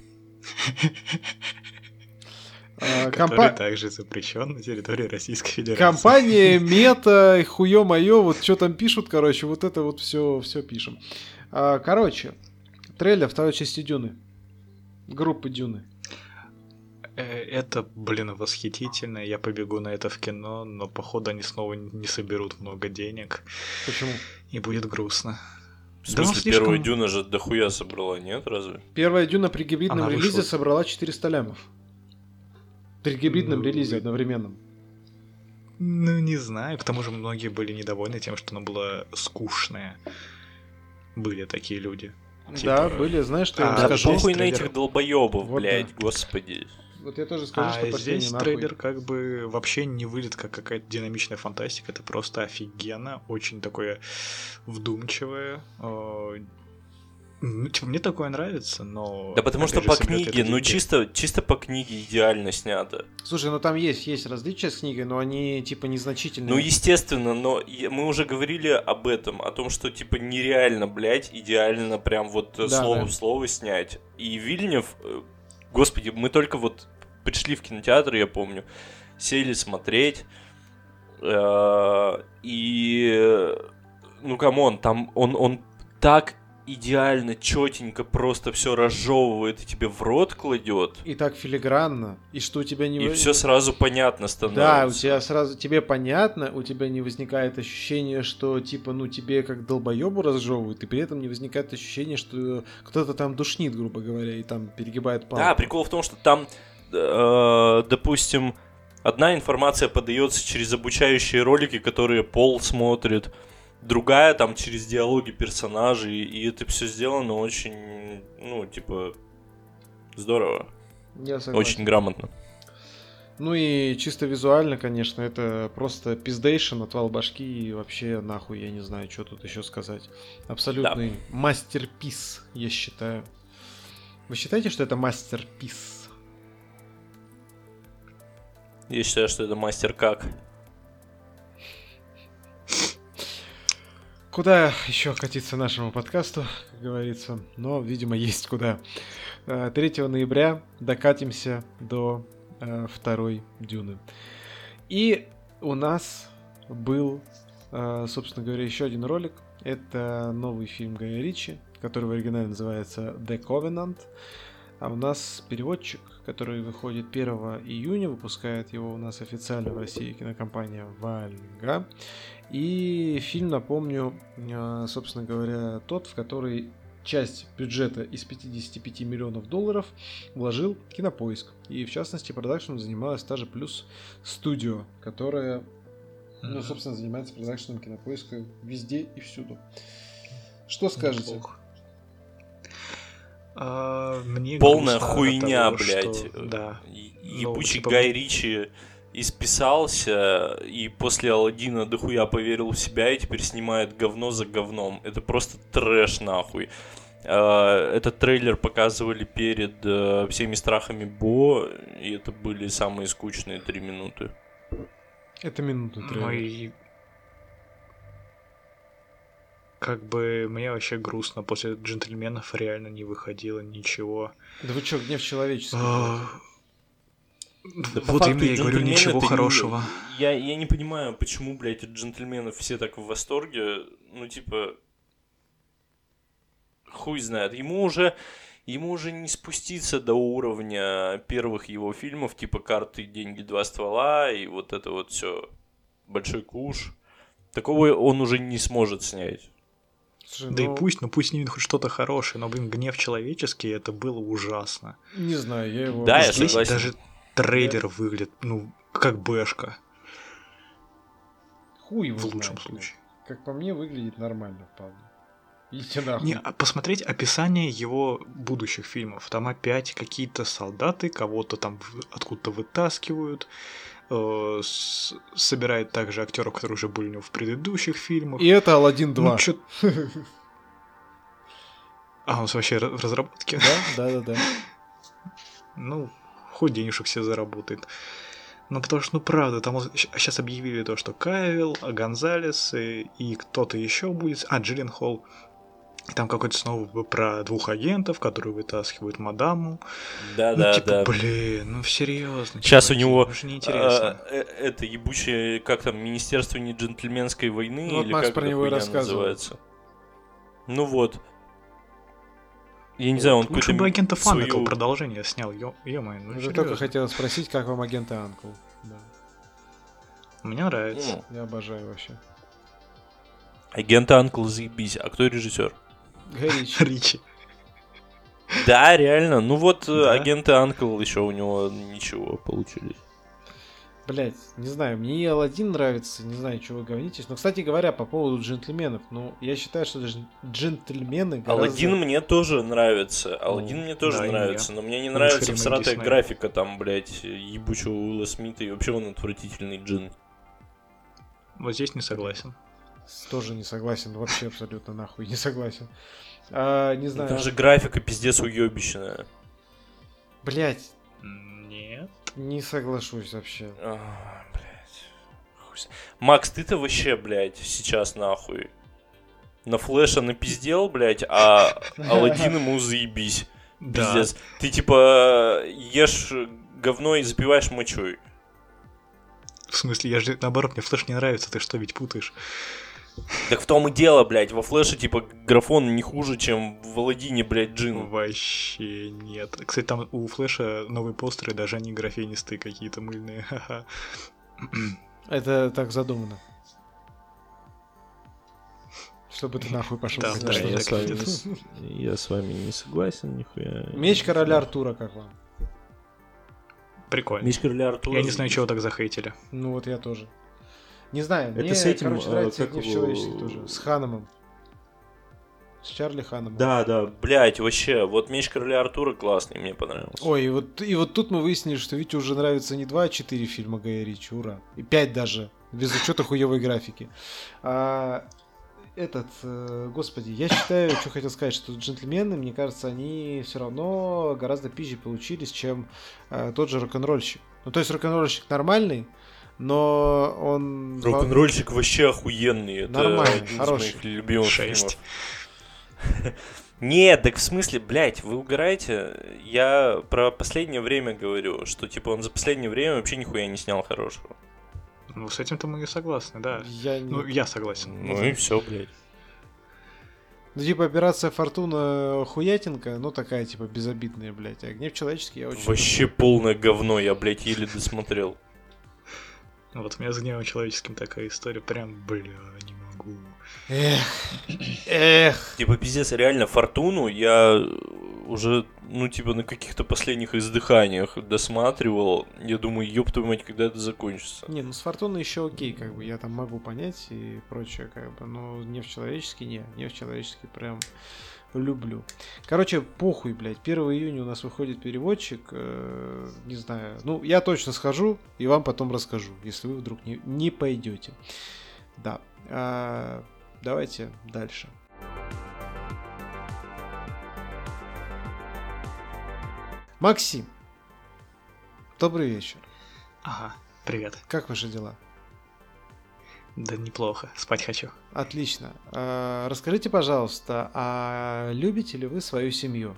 Speaker 2: А,
Speaker 3: Который
Speaker 2: компа-
Speaker 3: также запрещен на территории Российской Федерации.
Speaker 2: Компания, мета, хуё моё, вот что там пишут, короче, вот это вот все, все пишем. А, короче, трейлер второй части Дюны. Группы Дюны.
Speaker 3: Э, Это, блин, восхитительно. Я побегу на это в кино, но походу они снова не соберут много денег.
Speaker 2: Почему?
Speaker 3: И будет грустно.
Speaker 1: В
Speaker 3: Да он
Speaker 1: смысле,
Speaker 3: слишком-
Speaker 1: первая Дюна же дохуя собрала, нет, разве?
Speaker 2: Первая Дюна при гибридном
Speaker 3: Она
Speaker 2: релизе
Speaker 3: вышла-
Speaker 2: собрала четыреста лямов. При гибридном
Speaker 3: Ну,
Speaker 2: релизе одновременном.
Speaker 3: Ну, не знаю. К тому же многие были недовольны тем, что она была скучная. Были такие люди.
Speaker 2: Да,
Speaker 3: Типа,
Speaker 2: были, знаешь, что я
Speaker 3: а,
Speaker 2: им
Speaker 1: Да
Speaker 2: скажу?
Speaker 1: похуй на
Speaker 3: трейлер.
Speaker 1: этих долбоебов,
Speaker 2: Вот
Speaker 1: блядь,
Speaker 2: да.
Speaker 1: господи.
Speaker 2: Вот я тоже скажу,
Speaker 3: А
Speaker 2: что последний
Speaker 3: здесь
Speaker 2: нахуй.
Speaker 3: трейлер как бы вообще не выглядит как какая-то динамичная фантастика. Это просто офигенно. Очень такое вдумчивое. э, Ну, типа, мне такое нравится, но...
Speaker 1: Да потому
Speaker 3: опять
Speaker 1: что
Speaker 3: же,
Speaker 1: по
Speaker 3: соберет ли
Speaker 1: книге,
Speaker 3: это
Speaker 1: ну
Speaker 3: деньги?
Speaker 1: чисто, чисто по книге идеально снято.
Speaker 2: Слушай, ну там есть, есть различия с книгой, но они типа незначительные.
Speaker 1: Ну, естественно, но я- мы уже говорили об этом, о том, что, типа, нереально, блядь, идеально прям вот э,
Speaker 2: Да,
Speaker 1: слово
Speaker 2: да.
Speaker 1: в слово снять. И Вильнев, э, господи, мы только вот пришли в кинотеатр, я помню, сели смотреть, э, и, э, ну, камон, там он, он так идеально, четенько, просто все разжевывает и тебе в рот кладет.
Speaker 2: И так филигранно, и что у тебя не...
Speaker 1: И все сразу понятно становится.
Speaker 2: Да, у тебя сразу, тебе понятно, у тебя не возникает ощущение, что, типа, ну, тебе как долбоебу разжевывают, и при этом не возникает ощущение, что кто-то там душнит, грубо говоря, и там перегибает палку.
Speaker 1: Да, прикол в том, что там, э, допустим, одна информация подается через обучающие ролики, которые Пол смотрит, другая там через диалоги персонажей, и это все сделано очень, ну, типа, здорово.
Speaker 2: Я согласен.
Speaker 1: Очень грамотно.
Speaker 2: Ну и чисто визуально, конечно, это просто пиздейшн, отвал башки, и вообще нахуй, я не знаю, что тут еще сказать. Абсолютный да. мастерпис, я считаю. Вы считаете, что это мастерпис?
Speaker 1: Я считаю, что это мастер как.
Speaker 2: Куда еще катиться нашему подкасту, как говорится, но, видимо, есть куда. третьего ноября докатимся до э, второй Дюны. И у нас был, э, собственно говоря, еще один ролик. Это новый фильм Гая Ричи, который в оригинале называется The Covenant. А у нас переводчик, который выходит первого июня, выпускает его у нас официально в России кинокомпания Вальга. И фильм, напомню, собственно говоря, тот, в который часть бюджета из пятьдесят пять миллионов долларов вложил Кинопоиск. И, в частности, продакшеном занималась та же Плюс Студио, которая, ну, собственно, занимается продакшеном Кинопоиска везде и всюду. Что скажете?
Speaker 3: Неплохо. А, мне
Speaker 1: полная хуйня,
Speaker 3: того,
Speaker 1: блядь.
Speaker 3: Что... Да.
Speaker 1: Ебучий
Speaker 3: ну, типа...
Speaker 1: Гай Ричи исписался и после Аладдина дохуя поверил в себя и теперь снимает говно за говном. Это просто трэш, нахуй. Этот трейлер показывали перед всеми страхами Бо, и это были самые скучные три минуты.
Speaker 2: Это минутный трейлер.
Speaker 3: Мой... Как бы мне вообще грустно, после «Джентльменов» реально не выходило ничего.
Speaker 2: Да вы чё, гнев человеческий?
Speaker 1: Да
Speaker 3: вот им я и говорю, ничего хорошего.
Speaker 1: Не... Я, я не понимаю, почему, блядь, от «Джентльменов» все так в восторге. Ну, типа... Хуй знает. Ему уже... Ему уже не спуститься до уровня первых его фильмов, типа «Карты, деньги, два ствола» и вот это вот все «Большой куш». Такого он уже не сможет снять.
Speaker 3: Слушай, да ну... и пусть, ну пусть снимет хоть что-то хорошее, но, блин, «Гнев человеческий» это было ужасно.
Speaker 2: Не знаю, я его...
Speaker 1: Да, я
Speaker 3: Здесь
Speaker 1: согласен.
Speaker 3: даже трейлер я... выглядит, ну, как бэшка.
Speaker 2: Хуй его
Speaker 3: в лучшем
Speaker 2: знает,
Speaker 3: случае.
Speaker 2: Как по мне, выглядит нормально вполне. Идите нахуй.
Speaker 3: Не, а посмотреть описание его будущих фильмов. Там опять какие-то солдаты, кого-то там откуда-то вытаскивают. Э, с- собирает также актеров, которые уже были у него в предыдущих фильмах.
Speaker 2: И это Аладдин два.
Speaker 3: Ну, чё... А, он вообще в разработке?
Speaker 2: Да, да, да, да.
Speaker 3: Ну, хоть денежек все заработает. Ну, потому что, ну, правда, там сейчас объявили то, что Кавилл, Гонзалес и, и кто-то еще будет. А, Джилленхол. Там какой-то снова про двух агентов, которые вытаскивают мадаму.
Speaker 1: Да,
Speaker 3: ну,
Speaker 1: да,
Speaker 3: типа,
Speaker 1: да.
Speaker 3: блин, ну серьезно.
Speaker 1: Сейчас
Speaker 3: чуваки,
Speaker 1: у него
Speaker 3: уже неинтересно.
Speaker 1: а, это ебучее, как там, Министерство не джентльменской войны,
Speaker 2: Ну,
Speaker 1: или
Speaker 2: Макс
Speaker 1: как
Speaker 2: про
Speaker 1: эта
Speaker 2: него и
Speaker 1: хуйня
Speaker 2: рассказывал.
Speaker 1: называется. Ну вот. Я не знаю, он
Speaker 3: Лучше
Speaker 1: какой-то
Speaker 3: бы агента
Speaker 1: свою...
Speaker 3: Фаннекл продолжение снял, ё- ё-моё, ну
Speaker 2: Я
Speaker 3: серьезно.
Speaker 2: только хотел спросить, как вам агент Анкл. Да.
Speaker 3: Мне нравится.
Speaker 1: Ну,
Speaker 2: Я обожаю вообще.
Speaker 1: агент Анкл, заебись. А кто режиссер?
Speaker 2: Гай Ричи.
Speaker 3: Ричи.
Speaker 1: Да, реально. Ну вот
Speaker 3: Да.
Speaker 1: агенты Анкл еще у него ничего получились.
Speaker 2: Блять, не знаю, мне и Аладдин нравится, не знаю, что вы говорите. Но, кстати говоря, по поводу джентльменов, ну, я считаю, что даже джентльмены гораздо...
Speaker 1: Аладдин мне тоже нравится. Аладдин
Speaker 2: Ну,
Speaker 1: мне тоже
Speaker 3: да, и
Speaker 1: нравится,
Speaker 3: мне.
Speaker 1: но мне не
Speaker 3: Ну,
Speaker 1: нравится
Speaker 3: Шеремет
Speaker 1: всратая
Speaker 3: Дисней.
Speaker 1: графика там, блядь, ебучего Уилла Смита, и вообще он отвратительный джин.
Speaker 3: Вот здесь не согласен.
Speaker 2: Тоже не согласен, вообще абсолютно нахуй не согласен. А, не знаю.
Speaker 1: Там же графика пиздец уебищная.
Speaker 2: Блять,
Speaker 3: Нет.
Speaker 2: не соглашусь вообще.
Speaker 1: А, блядь. Хуй с- Макс, ты-то вообще, блядь, сейчас нахуй. На флеша напиздел, блядь, а Аладдин ему заебись.
Speaker 3: Да.
Speaker 1: Пиздец. Ты типа ешь говно и запиваешь мочой.
Speaker 3: В смысле, я же наоборот, мне флеш не нравится, ты что, ведь путаешь?
Speaker 1: Так в том и дело, блядь, во флеше, типа, графон не хуже, чем в Аладдине, блядь, джин.
Speaker 3: Вообще нет. Кстати, там у Флэша новые постеры, даже они графенистые какие-то мыльные. Ха-ха.
Speaker 2: Это так задумано. Чтобы ты нахуй пошел.
Speaker 3: Да,
Speaker 2: когда
Speaker 3: да,
Speaker 2: что
Speaker 3: я
Speaker 1: я,
Speaker 2: так
Speaker 1: с вами
Speaker 2: видит.
Speaker 1: не, с- я с вами не согласен, нихуя.
Speaker 2: Меч короля Артура, как вам?
Speaker 3: Прикольно.
Speaker 1: Меч короля Артура.
Speaker 3: Я не знаю, чего так захейтили.
Speaker 2: Ну вот я тоже. Не знаю,
Speaker 1: Это
Speaker 2: мне,
Speaker 1: с этим,
Speaker 2: короче,
Speaker 1: э,
Speaker 2: нравится
Speaker 1: как
Speaker 2: «Гнев
Speaker 1: его-
Speaker 2: человеческий» тоже. С Ханомом. С Чарли Ханомом.
Speaker 1: Да, да, блядь, вообще, вот меч короля Артура классный, мне понравился.
Speaker 2: Ой, и вот, и вот тут мы выяснили, что Вите уже нравится не два, а четыре фильма Гая Ричи, ура. И пять даже, без учета хуевой графики. А, этот, э, господи, я считаю, что хотел сказать, что джентльмены, мне кажется, они все равно гораздо пизже получились, чем э, тот же рок-н-ролльщик. Ну, то есть рок-н-ролльщик нормальный, но он...
Speaker 1: Рок-н-ролльщик вообще охуенный. Это
Speaker 2: Нормальный,
Speaker 1: один
Speaker 2: хороший.
Speaker 1: из моих любимых
Speaker 3: Шесть.
Speaker 1: фильмов. Нет, так в смысле, блядь, вы угораете? Я про последнее время говорю, что типа он за последнее время вообще нихуя не снял хорошего.
Speaker 3: Ну, с этим-то мы и согласны, да.
Speaker 2: Я не...
Speaker 3: Ну, я согласен.
Speaker 1: Ну и все, блядь.
Speaker 2: Ну, типа, «Операция Фортуна» хуятинка, ну, такая, типа, безобидная, блядь. А «Гнев человеческий» я очень...
Speaker 1: Вообще полное говно, я, блядь, еле досмотрел.
Speaker 3: Вот у меня с гневом человеческим такая история, прям, бля, не могу.
Speaker 2: Эх, эх.
Speaker 1: Типа, пиздец, реально, Фортуну я уже, ну, типа, на каких-то последних издыханиях досматривал. Я думаю, ёб твою мать, когда это закончится.
Speaker 2: Не, ну с Фортуной еще окей, как бы, я там могу понять и прочее, как бы, но «Гнев человеческий» не, «Гнев человеческий» прям люблю. Короче, похуй, блядь, первого июня у нас выходит переводчик, э, не знаю, ну, я точно схожу и вам потом расскажу, если вы вдруг не, не пойдете. Да, а, давайте дальше. Максим, добрый вечер.
Speaker 3: Ага, привет.
Speaker 2: Как ваши дела?
Speaker 3: Да неплохо, спать хочу.
Speaker 2: Отлично. А, расскажите, пожалуйста, а любите ли вы свою семью?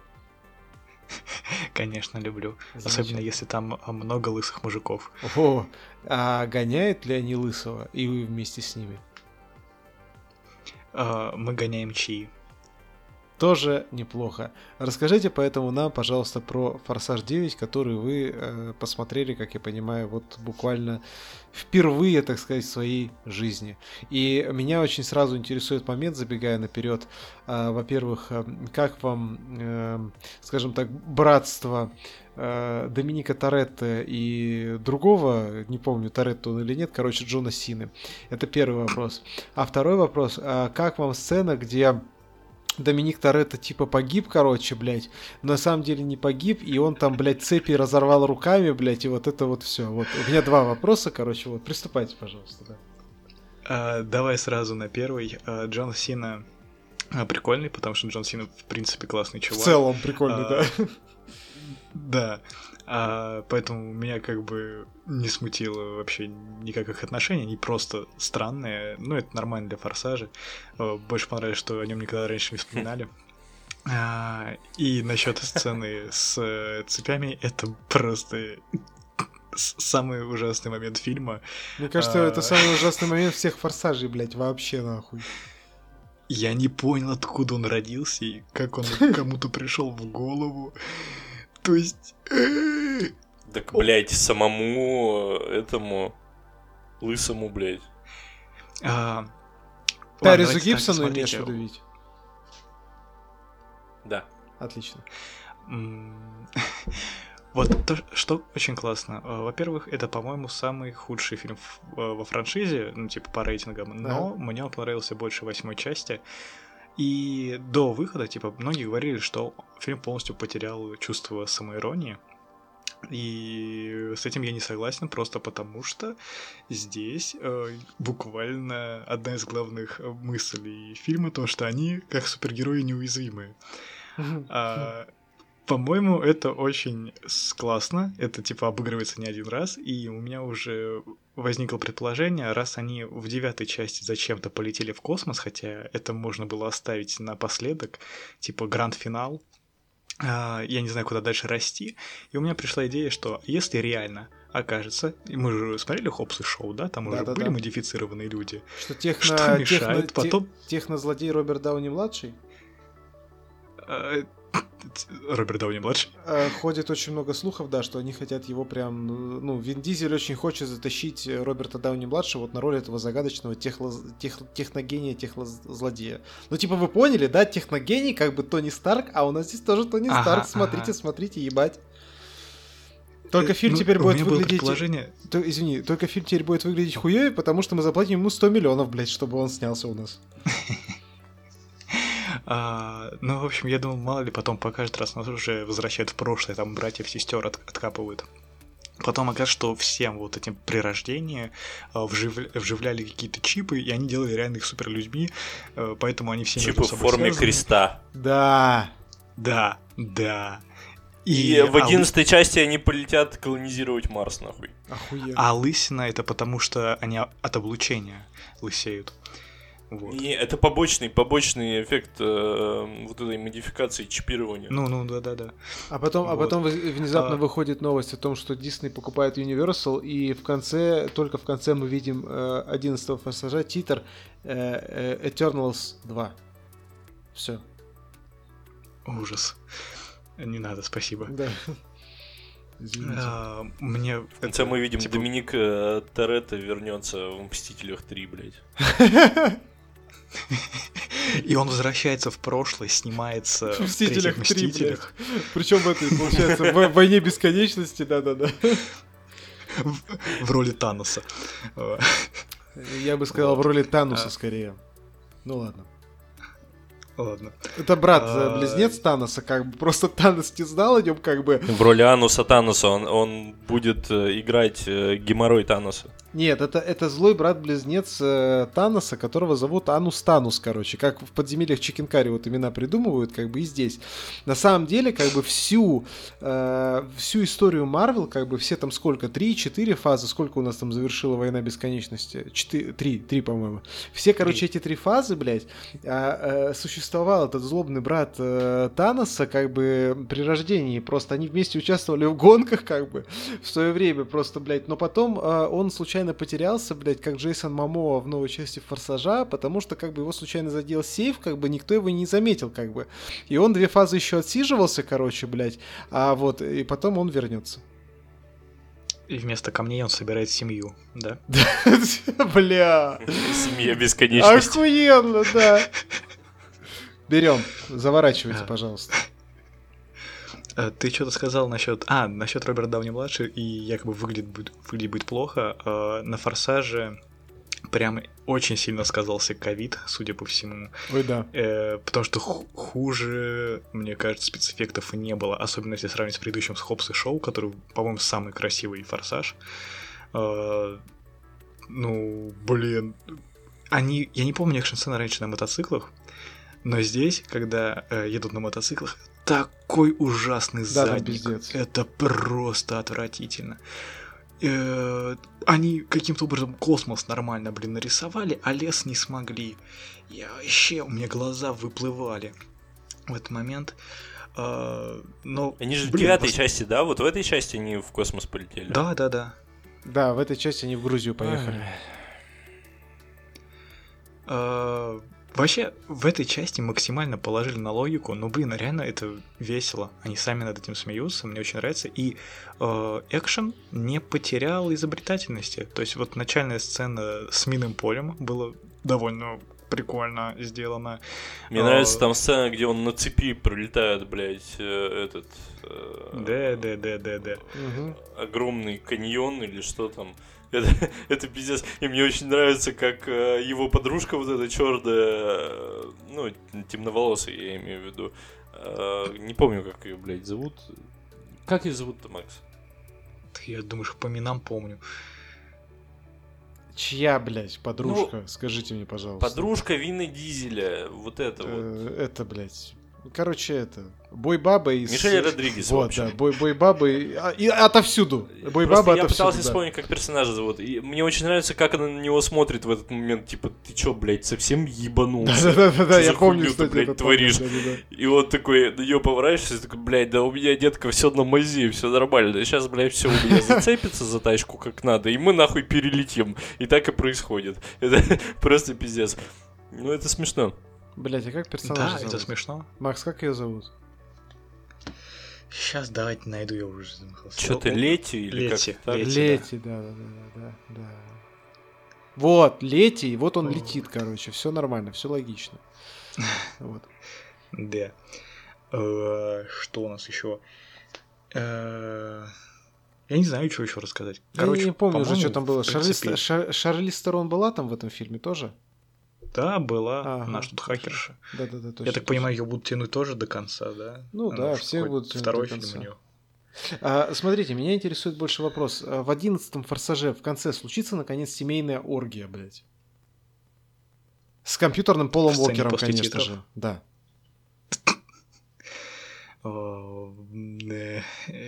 Speaker 3: Конечно, люблю. Особенно
Speaker 2: Замечательно.
Speaker 3: если там а, много лысых мужиков.
Speaker 2: О, а гоняют ли они лысого, и вы вместе с ними?
Speaker 3: А, мы гоняем чаи.
Speaker 2: Тоже неплохо. Расскажите поэтому нам, пожалуйста, про «Форсаж девять», который вы э, посмотрели, как я понимаю, вот буквально впервые, так сказать, в своей жизни. И меня очень сразу интересует момент, забегая наперед. Э, во-первых, э, как вам, э, скажем так, братство э, Доминика Торетто и другого, не помню, Торетто он или нет, короче, Джона Сины. Это первый вопрос. А второй вопрос, э, как вам сцена, где Доминик Торетто типа погиб, короче, блядь, но на самом деле не погиб, и он там, блядь, цепи разорвал руками, блядь, и вот это вот все. Вот у меня два вопроса, короче, вот приступайте, пожалуйста, да.
Speaker 3: А, давай сразу на первый. А, Джон Сина а, прикольный, потому что Джон Сина, в принципе, классный
Speaker 2: В
Speaker 3: чувак.
Speaker 2: целом прикольно,
Speaker 3: А,
Speaker 2: да.
Speaker 3: Да. А, поэтому меня как бы не смутило вообще никак их отношения, они просто странные, ну это нормально для «Форсажа». А, больше понравилось, что о нем никогда раньше не вспоминали. А, и насчет сцены с э, цепями, это просто с- самый ужасный момент фильма.
Speaker 2: Мне кажется,
Speaker 3: а-
Speaker 2: это самый ужасный момент всех «Форсажей», блядь, вообще нахуй.
Speaker 3: Я не понял, откуда он родился и как он кому-то пришел в голову. То есть... э,
Speaker 1: Так, блядь, самому этому лысому, блядь.
Speaker 3: а, ладно,
Speaker 2: Тарису
Speaker 3: давайте так,
Speaker 2: Гибсону имеешь в
Speaker 3: смотрите.
Speaker 2: виду, Вить?
Speaker 1: Да.
Speaker 2: Отлично.
Speaker 3: М, Вот то, что очень классно. Э, Во-первых, это, по-моему, самый худший фильм в- э, во франшизе, ну, типа, по рейтингам, но мне он понравился больше восьмой части. И до выхода, типа, многие говорили, что фильм полностью потерял чувство самоиронии. И с этим я не согласен, просто потому что здесь э, буквально одна из главных э, мыслей фильма то, что они, как супергерои, неуязвимые. А, по-моему, это очень с- классно. Это типа обыгрывается не один раз. И у меня уже возникло предположение, раз они в девятой части зачем-то полетели в космос, хотя это можно было оставить напоследок, типа гранд-финал, а, я не знаю, куда дальше расти, и у меня пришла идея, что если реально окажется, и мы же смотрели Хоббс и Шоу, да, там уже
Speaker 2: Да-да-да.
Speaker 3: были модифицированные люди,
Speaker 2: Что техно...
Speaker 3: что мешает
Speaker 2: техно-
Speaker 3: потом...
Speaker 2: те- технозлодей Роберт Дауни-младший
Speaker 3: а, Роберт Дауни-младший?
Speaker 2: э, ходит очень много слухов, да, что они хотят его прям... Ну, Вин Дизель очень хочет затащить Роберта Дауни-младшего вот на роль этого загадочного техло... тех... техногения, технозлодея. Ну, типа, вы поняли, да? Техногений как бы Тони Старк, а у нас здесь тоже Тони
Speaker 3: Ага,
Speaker 2: Старк. Смотрите,
Speaker 3: ага.
Speaker 2: смотрите, ебать. Только фильм
Speaker 3: Ну,
Speaker 2: теперь
Speaker 3: у
Speaker 2: будет
Speaker 3: меня было
Speaker 2: выглядеть...
Speaker 3: предположение...
Speaker 2: То- извини, только фильм теперь будет выглядеть хуёвее, потому что мы заплатим ему сто миллионов, блядь, чтобы он снялся у нас.
Speaker 3: А, ну, в общем, я думал, мало ли потом покажет, раз нас уже возвращают в прошлое, там братьев-сестер от- откапывают. Потом окажется, что всем вот этим при рождении а, вжив- вживляли какие-то чипы, и они делали реально их суперлюдьми, а, поэтому они все
Speaker 1: Чипы
Speaker 3: между
Speaker 1: в
Speaker 3: собой
Speaker 1: форме
Speaker 3: связаны.
Speaker 2: Да.
Speaker 1: креста.
Speaker 3: Да, да.
Speaker 1: И, в
Speaker 3: а,
Speaker 1: одиннадцатой части они полетят колонизировать Марс, нахуй.
Speaker 2: Охуенно.
Speaker 3: а лысина это потому, что они от облучения лысеют. Вот.
Speaker 1: И это побочный, побочный эффект э, вот этой модификации, чипирования.
Speaker 3: Ну, ну, да-да-да.
Speaker 2: А потом, а
Speaker 3: Вот.
Speaker 2: потом вы- внезапно
Speaker 3: А.
Speaker 2: выходит новость о том, что Disney покупает Universal, и в конце, только в конце мы видим э, одиннадцатого форсажа титр э, э, Eternals два. Все.
Speaker 3: Ужас. Не надо, спасибо.
Speaker 2: Да. Извините.
Speaker 3: А, мне...
Speaker 1: В конце мы видим,
Speaker 3: типа,
Speaker 1: Доминик э, Торетто вернется в Мстителях три, блядь.
Speaker 3: И он возвращается в прошлое, снимается
Speaker 2: В
Speaker 3: в
Speaker 2: Мстителях
Speaker 3: третьих
Speaker 2: три,
Speaker 3: Мстителях.
Speaker 2: Причем в этой, получается, в войне бесконечности, да-да-да.
Speaker 3: В, в роли Таноса. А,
Speaker 2: Я бы сказал, в
Speaker 3: Вот.
Speaker 2: роли Тануса
Speaker 3: А.
Speaker 2: скорее. Ну ладно.
Speaker 3: Ладно.
Speaker 2: Это брат,
Speaker 3: А.
Speaker 2: близнец Таноса, как бы. Просто Танос не знал о нем, как бы.
Speaker 1: В роли Ануса Таноса он, он будет э, играть э, геморрой Таноса.
Speaker 2: Нет, это, это злой брат-близнец э, Таноса, которого зовут Анус Танус, короче. Как в подземельях Чикенкари вот имена придумывают, как бы и здесь. На самом деле, как бы всю, э, всю историю Марвел, как бы все там сколько, три-четыре фазы, сколько у нас там завершила Война Бесконечности? Четыре, три, три, по-моему. Все, короче, эти три фазы, блядь, э, э, существовал этот злобный брат э, Таноса, как бы при рождении. Просто они вместе участвовали в гонках, как бы, в свое время просто, блядь. Но потом э, он случайно потерялся, блядь, как Джейсон Момоа в новой части Форсажа, потому что, как бы, его случайно задел сейф, как бы, никто его не заметил, как бы. И он две фазы еще отсиживался, короче, блядь, а вот, и потом он вернется.
Speaker 3: И вместо камней он собирает семью, да?
Speaker 2: Бля.
Speaker 1: Семья бесконечности.
Speaker 2: Охуенно, да. Берем, заворачивайте,
Speaker 3: А.
Speaker 2: пожалуйста.
Speaker 3: А, Ты что-то сказал насчет... А, насчет Роберта Дауни-младшего, и якобы выглядит будет, выглядит будет плохо. А, На «Форсаже» прям очень сильно сказался ковид, судя по всему.
Speaker 2: Ой, да.
Speaker 3: Э, потому что ху- хуже, мне кажется, спецэффектов и не было. Особенно если сравнить с предыдущим, с Хоббс и Шоу, который, по-моему, самый красивый «Форсаж». А, ну, блин. Они... Я не помню экшн-сцены раньше на мотоциклах, но здесь, когда э, едут на мотоциклах, такой ужасный
Speaker 2: Да, там
Speaker 3: задник.
Speaker 2: пиздец.
Speaker 3: Это просто отвратительно. Э, Они каким-то образом космос нормально, блин, нарисовали, а лес не смогли. Я вообще, у меня глаза выплывали в этот момент. Э, Но,
Speaker 1: Они же в
Speaker 3: блин,
Speaker 1: девятой
Speaker 3: вос-
Speaker 1: части, да? Вот в этой части они в космос полетели.
Speaker 3: Да, да, да.
Speaker 2: Да, в этой части они в Грузию поехали.
Speaker 3: Э, Вообще, в этой части максимально положили на логику, но, блин, реально это весело. Они сами над этим смеются, мне очень нравится. И э, экшен не потерял изобретательности. То есть вот начальная сцена с минным полем была довольно прикольно сделана.
Speaker 1: Мне
Speaker 3: А,
Speaker 1: нравится там сцена, где он на цепи пролетает, блядь, э, этот... э,
Speaker 3: Да, да, да, да, да.
Speaker 2: Мгм.
Speaker 1: огромный каньон или что там. Это, это пиздец. И мне очень нравится, как э, его подружка вот эта черная, э, ну, темноволосая, я имею в виду. Э, не помню, как ее, блядь, зовут. Как ее зовут-то, Макс?
Speaker 3: Я думаю, что по именам помню.
Speaker 2: Чья, блядь, подружка? Скажите мне, пожалуйста.
Speaker 1: Подружка Вина Дизеля, вот это вот.
Speaker 2: Э, Это, блядь, Короче, это... Бой-баба из...
Speaker 1: Мишель Родригес,
Speaker 2: вот,
Speaker 1: в общем.
Speaker 2: да, бой- бой-бабы и, и отовсюду. Бой-баба
Speaker 1: Просто я
Speaker 2: отовсюду,
Speaker 1: пытался
Speaker 2: да.
Speaker 1: вспомнить, как персонажа зовут. И мне очень нравится, как она на него смотрит в этот момент. Типа, ты чё, блядь, совсем ебанулся?
Speaker 2: Да-да-да,
Speaker 1: Что
Speaker 2: я
Speaker 1: за
Speaker 2: помню,
Speaker 1: хуйню
Speaker 2: что
Speaker 1: ты, блядь,
Speaker 2: это
Speaker 1: творишь?
Speaker 2: помню, да-да-да.
Speaker 1: И вот такой, на неё поворачиваешься, и такой, блядь, да у меня, детка, все на мази, все нормально. Сейчас, блядь, все у меня зацепится за тачку как надо, и мы нахуй перелетим. И так и происходит. Это просто пиздец. Ну, это смешно.
Speaker 2: Блять, а как персонаж
Speaker 3: Да,
Speaker 2: зовут?
Speaker 3: это смешно.
Speaker 2: Макс, как ее зовут?
Speaker 3: Сейчас давайте найду, я уже замахался.
Speaker 1: Что-то
Speaker 3: О,
Speaker 1: Лети или
Speaker 3: Лети,
Speaker 1: как-то так?
Speaker 3: Лети.
Speaker 2: Лети, да, да, да, да, да. Вот, Лети, и вот он летит, короче, все нормально, все логично. Вот.
Speaker 3: Да. Э, Что у нас еще? Э, Я не знаю, что еще рассказать.
Speaker 2: Я не помню уже,
Speaker 3: по-моему,
Speaker 2: что там было.
Speaker 3: в принципе,
Speaker 2: Шарлиз- Шар- Шарлиз Терон была там в этом фильме тоже?
Speaker 3: Да, была.
Speaker 2: Ага,
Speaker 3: Наш тут хакерша.
Speaker 2: Да-да-да, точно.
Speaker 3: Я так
Speaker 2: точно.
Speaker 3: понимаю, ее будут тянуть тоже до конца, да?
Speaker 2: Ну
Speaker 3: Она
Speaker 2: да,
Speaker 3: уж
Speaker 2: все
Speaker 3: какой-то
Speaker 2: будут тянуть
Speaker 3: Второй
Speaker 2: до
Speaker 3: фильм
Speaker 2: конца.
Speaker 3: у нее.
Speaker 2: А, смотрите, меня интересует больше вопрос. А в одиннадцатом «Форсаже» в конце случится, наконец, семейная оргия, блядь? С компьютерным Полом
Speaker 3: В сцене
Speaker 2: Уокером,
Speaker 3: после
Speaker 2: конечно
Speaker 3: титров?
Speaker 2: же. Да.
Speaker 3: О, э,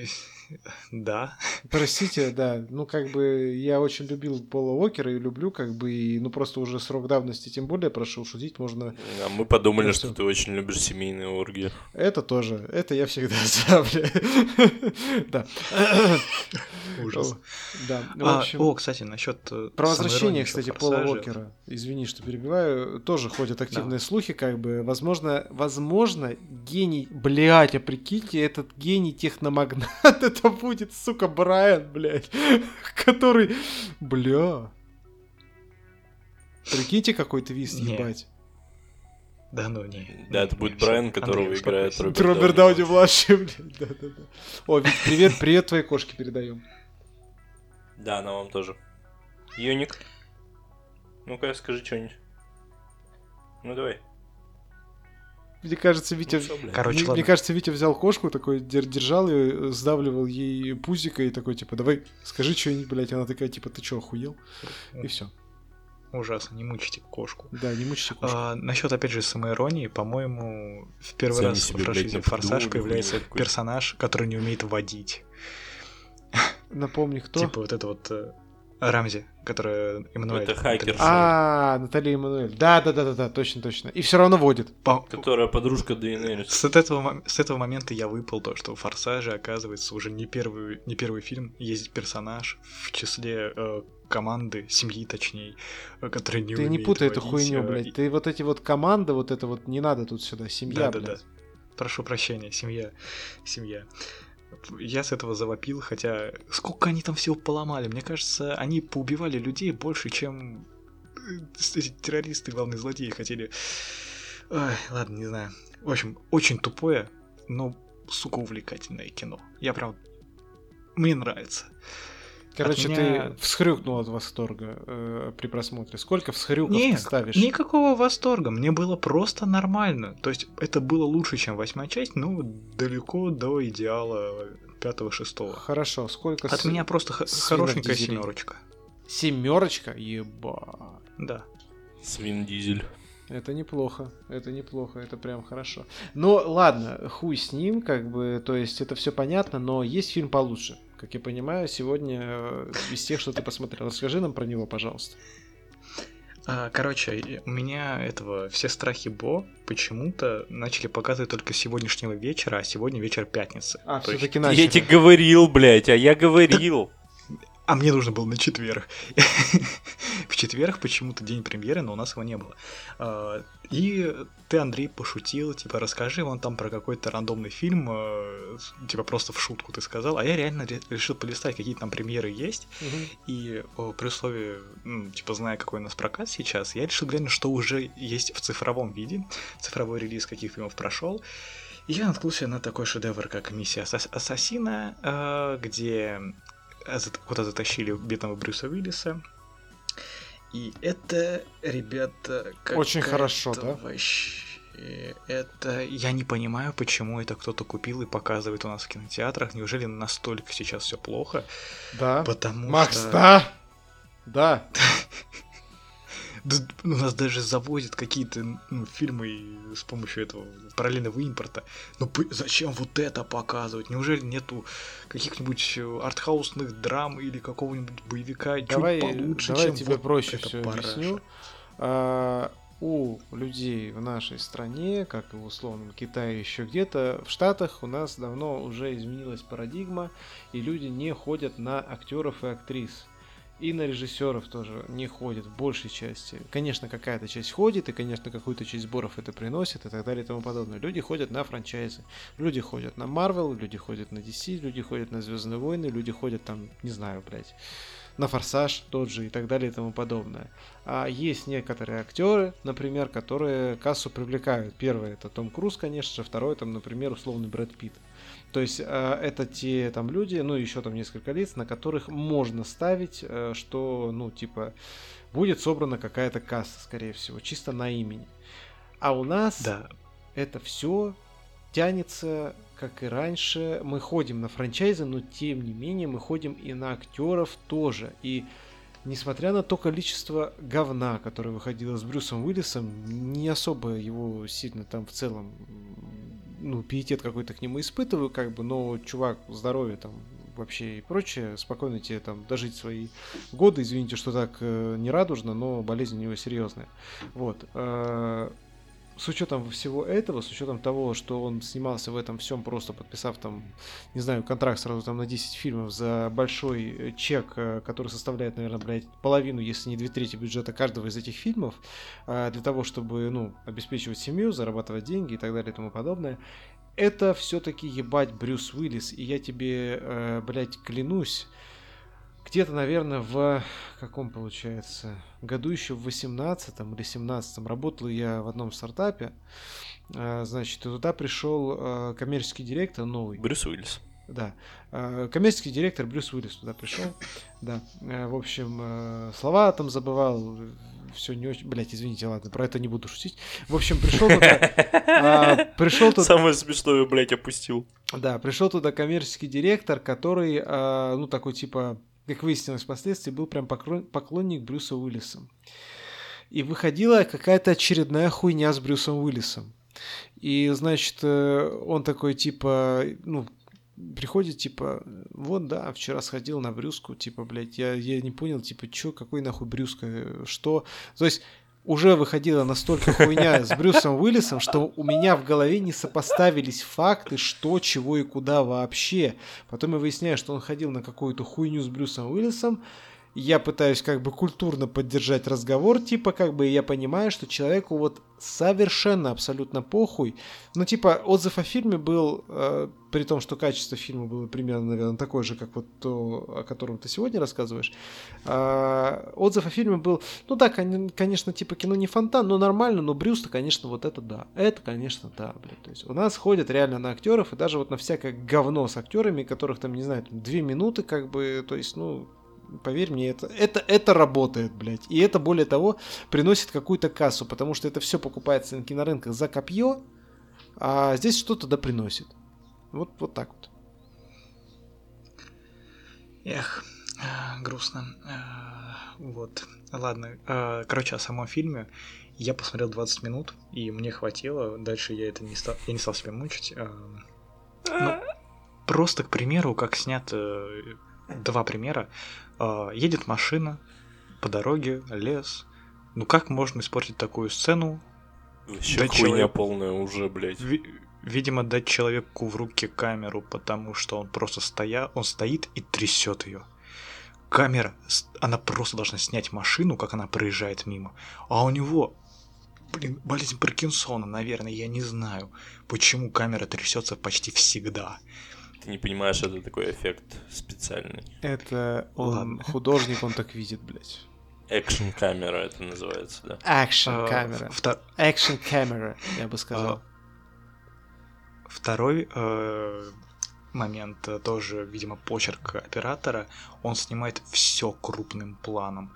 Speaker 3: Да.
Speaker 2: Простите, да. Ну, как бы, я очень любил Пола Уокера и люблю, как бы, и, ну, просто уже срок давности, тем более, прошу шутить, можно...
Speaker 1: А мы подумали,
Speaker 2: Ну,
Speaker 1: что
Speaker 2: всё.
Speaker 1: ты очень любишь семейные оргии.
Speaker 2: Это тоже, это я всегда за, бля. Да.
Speaker 3: Ужас.
Speaker 2: Да, в
Speaker 3: А,
Speaker 2: общем...
Speaker 3: О, кстати, насчет
Speaker 2: Про возвращение, кстати, Пола Уокера, извини, что перебиваю, тоже ходят активные
Speaker 3: Да.
Speaker 2: слухи, как бы, возможно, возможно, гений, блядь, а прикиньте, этот гений техномагнат, это будет, сука, Брайан, блядь, который, бля, прикиньте, какой твист,
Speaker 3: Не.
Speaker 2: ебать.
Speaker 3: Да ну не.
Speaker 1: Да,
Speaker 3: не,
Speaker 1: это
Speaker 3: не,
Speaker 1: будет
Speaker 3: всё.
Speaker 1: Брайан, которого
Speaker 3: Андрей,
Speaker 1: играет
Speaker 3: успокойся.
Speaker 1: Роберт
Speaker 2: Роберт
Speaker 1: Дауни.
Speaker 2: Дауни младший, блядь, да-да-да. О, Вить, привет, привет твоей кошке передаем.
Speaker 1: Да, она вам тоже. Юник. Ну-ка, скажи что-нибудь. Ну давай.
Speaker 2: Мне кажется, Витя...
Speaker 1: Ну, всё, блядь.
Speaker 3: Короче,
Speaker 2: Мне,
Speaker 3: ладно.
Speaker 2: мне кажется, Витя взял кошку, такой дер- держал ее, сдавливал ей пузико и такой, типа, давай, скажи что-нибудь, блядь. Она такая, типа, ты что, охуел? И все.
Speaker 3: Ужасно, не мучите кошку.
Speaker 2: Да, не мучите кошку.
Speaker 3: А, насчет, опять же, самоиронии, по-моему, в первый
Speaker 1: Сами
Speaker 3: раз
Speaker 1: себе,
Speaker 3: в
Speaker 1: блядь,
Speaker 3: франшизе
Speaker 1: напридумывали
Speaker 3: «Форсаж» появляется
Speaker 1: хуйню какую-то.
Speaker 3: персонаж, который не умеет водить.
Speaker 2: Напомни, кто?
Speaker 3: Типа вот это вот э, Рамзи, которая Эммануэль.
Speaker 1: Это хакер.
Speaker 2: А, Наталья Эммануэль. Да, да, да, да, да, точно, точно. И все равно водит.
Speaker 3: По-
Speaker 1: Которая подружка Дейенерис.
Speaker 3: С этого, мом- с этого момента я выпал то, что в «Форсаже», оказывается, уже не первый, не первый фильм, есть персонаж в числе э, команды, семьи точнее, э, которая не
Speaker 2: Ты
Speaker 3: умеет
Speaker 2: не путай эту
Speaker 3: водить,
Speaker 2: хуйню,
Speaker 3: э,
Speaker 2: блядь.
Speaker 3: и-
Speaker 2: Ты вот эти вот команды, вот это вот, не надо тут сюда. Семья,
Speaker 3: Да-да-да.
Speaker 2: блядь.
Speaker 3: Прошу прощения, семья. Семья. Я с этого завопил, хотя сколько они там всего поломали. Мне кажется, они поубивали людей больше, чем э, эти террористы, главные злодеи, хотели... Ой, ладно, не знаю. В общем, очень тупое, но, сука, увлекательное кино. Я прям... Мне нравится.
Speaker 2: Короче,
Speaker 3: От меня-
Speaker 2: ты всхрюкнул от восторга э, при просмотре. Сколько всхрюков
Speaker 3: Нет,
Speaker 2: ты ставишь?
Speaker 3: никакого восторга. Мне было просто нормально. То есть это было лучше, чем восьмая часть, но далеко до идеала пятого-шестого.
Speaker 2: Хорошо, сколько...
Speaker 3: От
Speaker 2: с-
Speaker 3: меня просто х-
Speaker 2: свинок
Speaker 3: хорошенькая
Speaker 2: дизелей?
Speaker 3: семерочка.
Speaker 2: Семерочка? Еба.
Speaker 3: Да.
Speaker 1: Свин Дизель.
Speaker 2: Это неплохо, это неплохо, это прям хорошо. Ну, ладно, хуй с ним, как бы, то есть это все понятно, но есть фильм получше. Как я понимаю, сегодня э, из тех, что ты посмотрел. Расскажи нам про него, пожалуйста.
Speaker 3: А, короче, у меня этого все страхи Бо почему-то начали показывать только с сегодняшнего вечера, а сегодня вечер пятницы.
Speaker 2: А,
Speaker 3: То есть-
Speaker 2: все-таки
Speaker 1: Я
Speaker 2: начали.
Speaker 1: тебе говорил, блядь, а я говорил.
Speaker 3: А мне нужно было на четверг. В четверг почему-то день премьеры, но у нас его не было. А, И ты, Андрей, пошутил, типа, расскажи вон там про какой-то рандомный фильм, э, типа, просто в шутку ты сказал, а я реально ре- решил полистать, какие там премьеры есть,
Speaker 2: Мгм.
Speaker 3: и о, при условии, ну, типа, зная, какой у нас прокат сейчас, я решил глянуть, что уже есть в цифровом виде, цифровой релиз каких фильмов прошел, и я наткнулся на такой шедевр, как «Миссия Асас- Ассасина», э, где за- куда затащили бедного Брюса Уиллиса. И это, ребята,
Speaker 2: Очень хорошо,
Speaker 3: какая-то
Speaker 2: да?
Speaker 3: Вообще, это... Я не понимаю, почему это кто-то купил и показывает у нас в кинотеатрах. Неужели настолько сейчас все плохо?
Speaker 2: Да.
Speaker 3: Потому
Speaker 2: Макс,
Speaker 3: что...
Speaker 2: да. Да.
Speaker 3: Да, у нас даже завозят какие-то ну, фильмы с помощью этого параллельного импорта. Но п- зачем вот это показывать? Неужели нету каких-нибудь артхаусных драм или какого-нибудь боевика
Speaker 2: Давай,
Speaker 3: чуть получше,
Speaker 2: давай
Speaker 3: чем
Speaker 2: тебе
Speaker 3: вот
Speaker 2: проще
Speaker 3: это
Speaker 2: все
Speaker 3: параша?
Speaker 2: объясню. А, у людей в нашей стране, как и в условном Китае, еще где-то, в Штатах у нас давно уже изменилась парадигма, и люди не ходят на актеров и актрис. И на режиссеров тоже не ходят в большей части. Конечно, какая-то часть ходит, и, конечно, какую-то часть сборов это приносит, и так далее, и тому подобное. Люди ходят на франчайзы. Люди ходят на Marvel, люди ходят на ди си, люди ходят на Звездные войны, люди ходят там, не знаю, блядь, на Форсаж тот же и так далее и тому подобное. А есть некоторые актеры, например, которые кассу привлекают. Первый это Том Круз, конечно же, второй там, например, условный Брэд Питт. То есть э, это те там люди, ну еще там несколько лиц, на которых можно ставить, э, что, ну типа, будет собрана какая-то касса, скорее всего, чисто на имени. А у нас
Speaker 3: Да.
Speaker 2: это все тянется, как и раньше. Мы ходим на франчайзы, но тем не менее мы ходим и на актеров тоже. И несмотря на то количество говна, которое выходило с Брюсом Уиллисом, не особо его сильно там в целом, ну, пиетет какой-то к нему испытываю, как бы, но чувак, здоровье там вообще и прочее, спокойно тебе там дожить свои годы, извините, что так э, не радужно, но болезнь у него серьезная. Вот. Э, с учетом всего этого, с учетом того, что он снимался в этом всем, просто подписав там, не знаю, контракт сразу там на десять фильмов за большой чек, который составляет, наверное, блядь, половину, если не две трети бюджета каждого из этих фильмов, для того, чтобы, ну, обеспечивать семью, зарабатывать деньги и так далее и тому подобное. Это все-таки ебать Брюс Уиллис, и я тебе, блядь, клянусь, где-то, наверное, в каком, получается, году еще в восемнадцатом или семнадцатом работал я в одном стартапе. Значит, и туда пришел коммерческий директор новый.
Speaker 1: Брюс Уиллис.
Speaker 2: Да. Коммерческий директор Брюс Уиллис туда пришел. Да. В общем, слова там забывал. Все не очень... Блять, извините, ладно, про это не буду шутить. В общем, пришел туда... Пришел туда...
Speaker 1: Самое смешное, блять, опустил.
Speaker 2: Да, пришел туда коммерческий директор, который, ну, такой, типа... как выяснилось впоследствии, был прям поклонник Брюса Уиллиса. И выходила какая-то очередная хуйня с Брюсом Уиллисом. И, значит, он такой, типа, ну, приходит, типа, вот, да, вчера сходил на Брюску, типа, блядь, я, я не понял, типа, чё, какой нахуй Брюска, что? То есть уже выходила настолько хуйня с Брюсом Уиллисом, что у меня в голове не сопоставились факты, что, чего и куда вообще. Потом я выясняю, что он ходил на какую-то хуйню с Брюсом Уиллисом. Я пытаюсь как бы культурно поддержать разговор, типа, как бы, и я понимаю, что человеку вот совершенно абсолютно похуй. Ну, типа, отзыв о фильме был, э, при том, что качество фильма было примерно, наверное, такое же, как вот то, о котором ты сегодня рассказываешь. Э, отзыв о фильме был, ну да, конечно, типа, кино не фонтан, но нормально, но Брюс-то, конечно, вот это да. Это, конечно, да, блядь. То есть у нас ходят реально на актеров, и даже вот на всякое говно с актерами, которых там, не знаю, там, две минуты, как бы, то есть, ну... Поверь мне, это, это, это работает, блядь. И это, более того, приносит какую-то кассу, потому что это все покупается на кинорынках за копье, а здесь что-то да приносит. Вот, вот так вот.
Speaker 3: Эх, грустно. Вот. Ладно. Короче, о самом фильме. Я посмотрел двадцать минут, и мне хватило. Дальше я это не стал, я не стал себя мучить. Ну, просто, к примеру, как снят... Два примера. Едет машина, по дороге, лес. Ну как можно испортить такую сцену?
Speaker 1: Вообще хуйня человек... полная уже, блядь.
Speaker 3: Ви- видимо, дать человеку в руки камеру, потому что он просто стоя... он стоит и трясет ее. Камера, она просто должна снять машину, как она проезжает мимо. А у него, блин, болезнь Паркинсона, наверное, я не знаю, почему камера трясется почти всегда.
Speaker 1: Ты не понимаешь, это такой эффект специальный.
Speaker 2: Это он Ладно. Художник, он так видит, блядь.
Speaker 1: Экшн-камера это называется, да.
Speaker 2: Экшн-камера. Экшн-камера, я бы сказал.
Speaker 3: Второй э, момент, тоже, видимо, почерк оператора. Он снимает все крупным планом.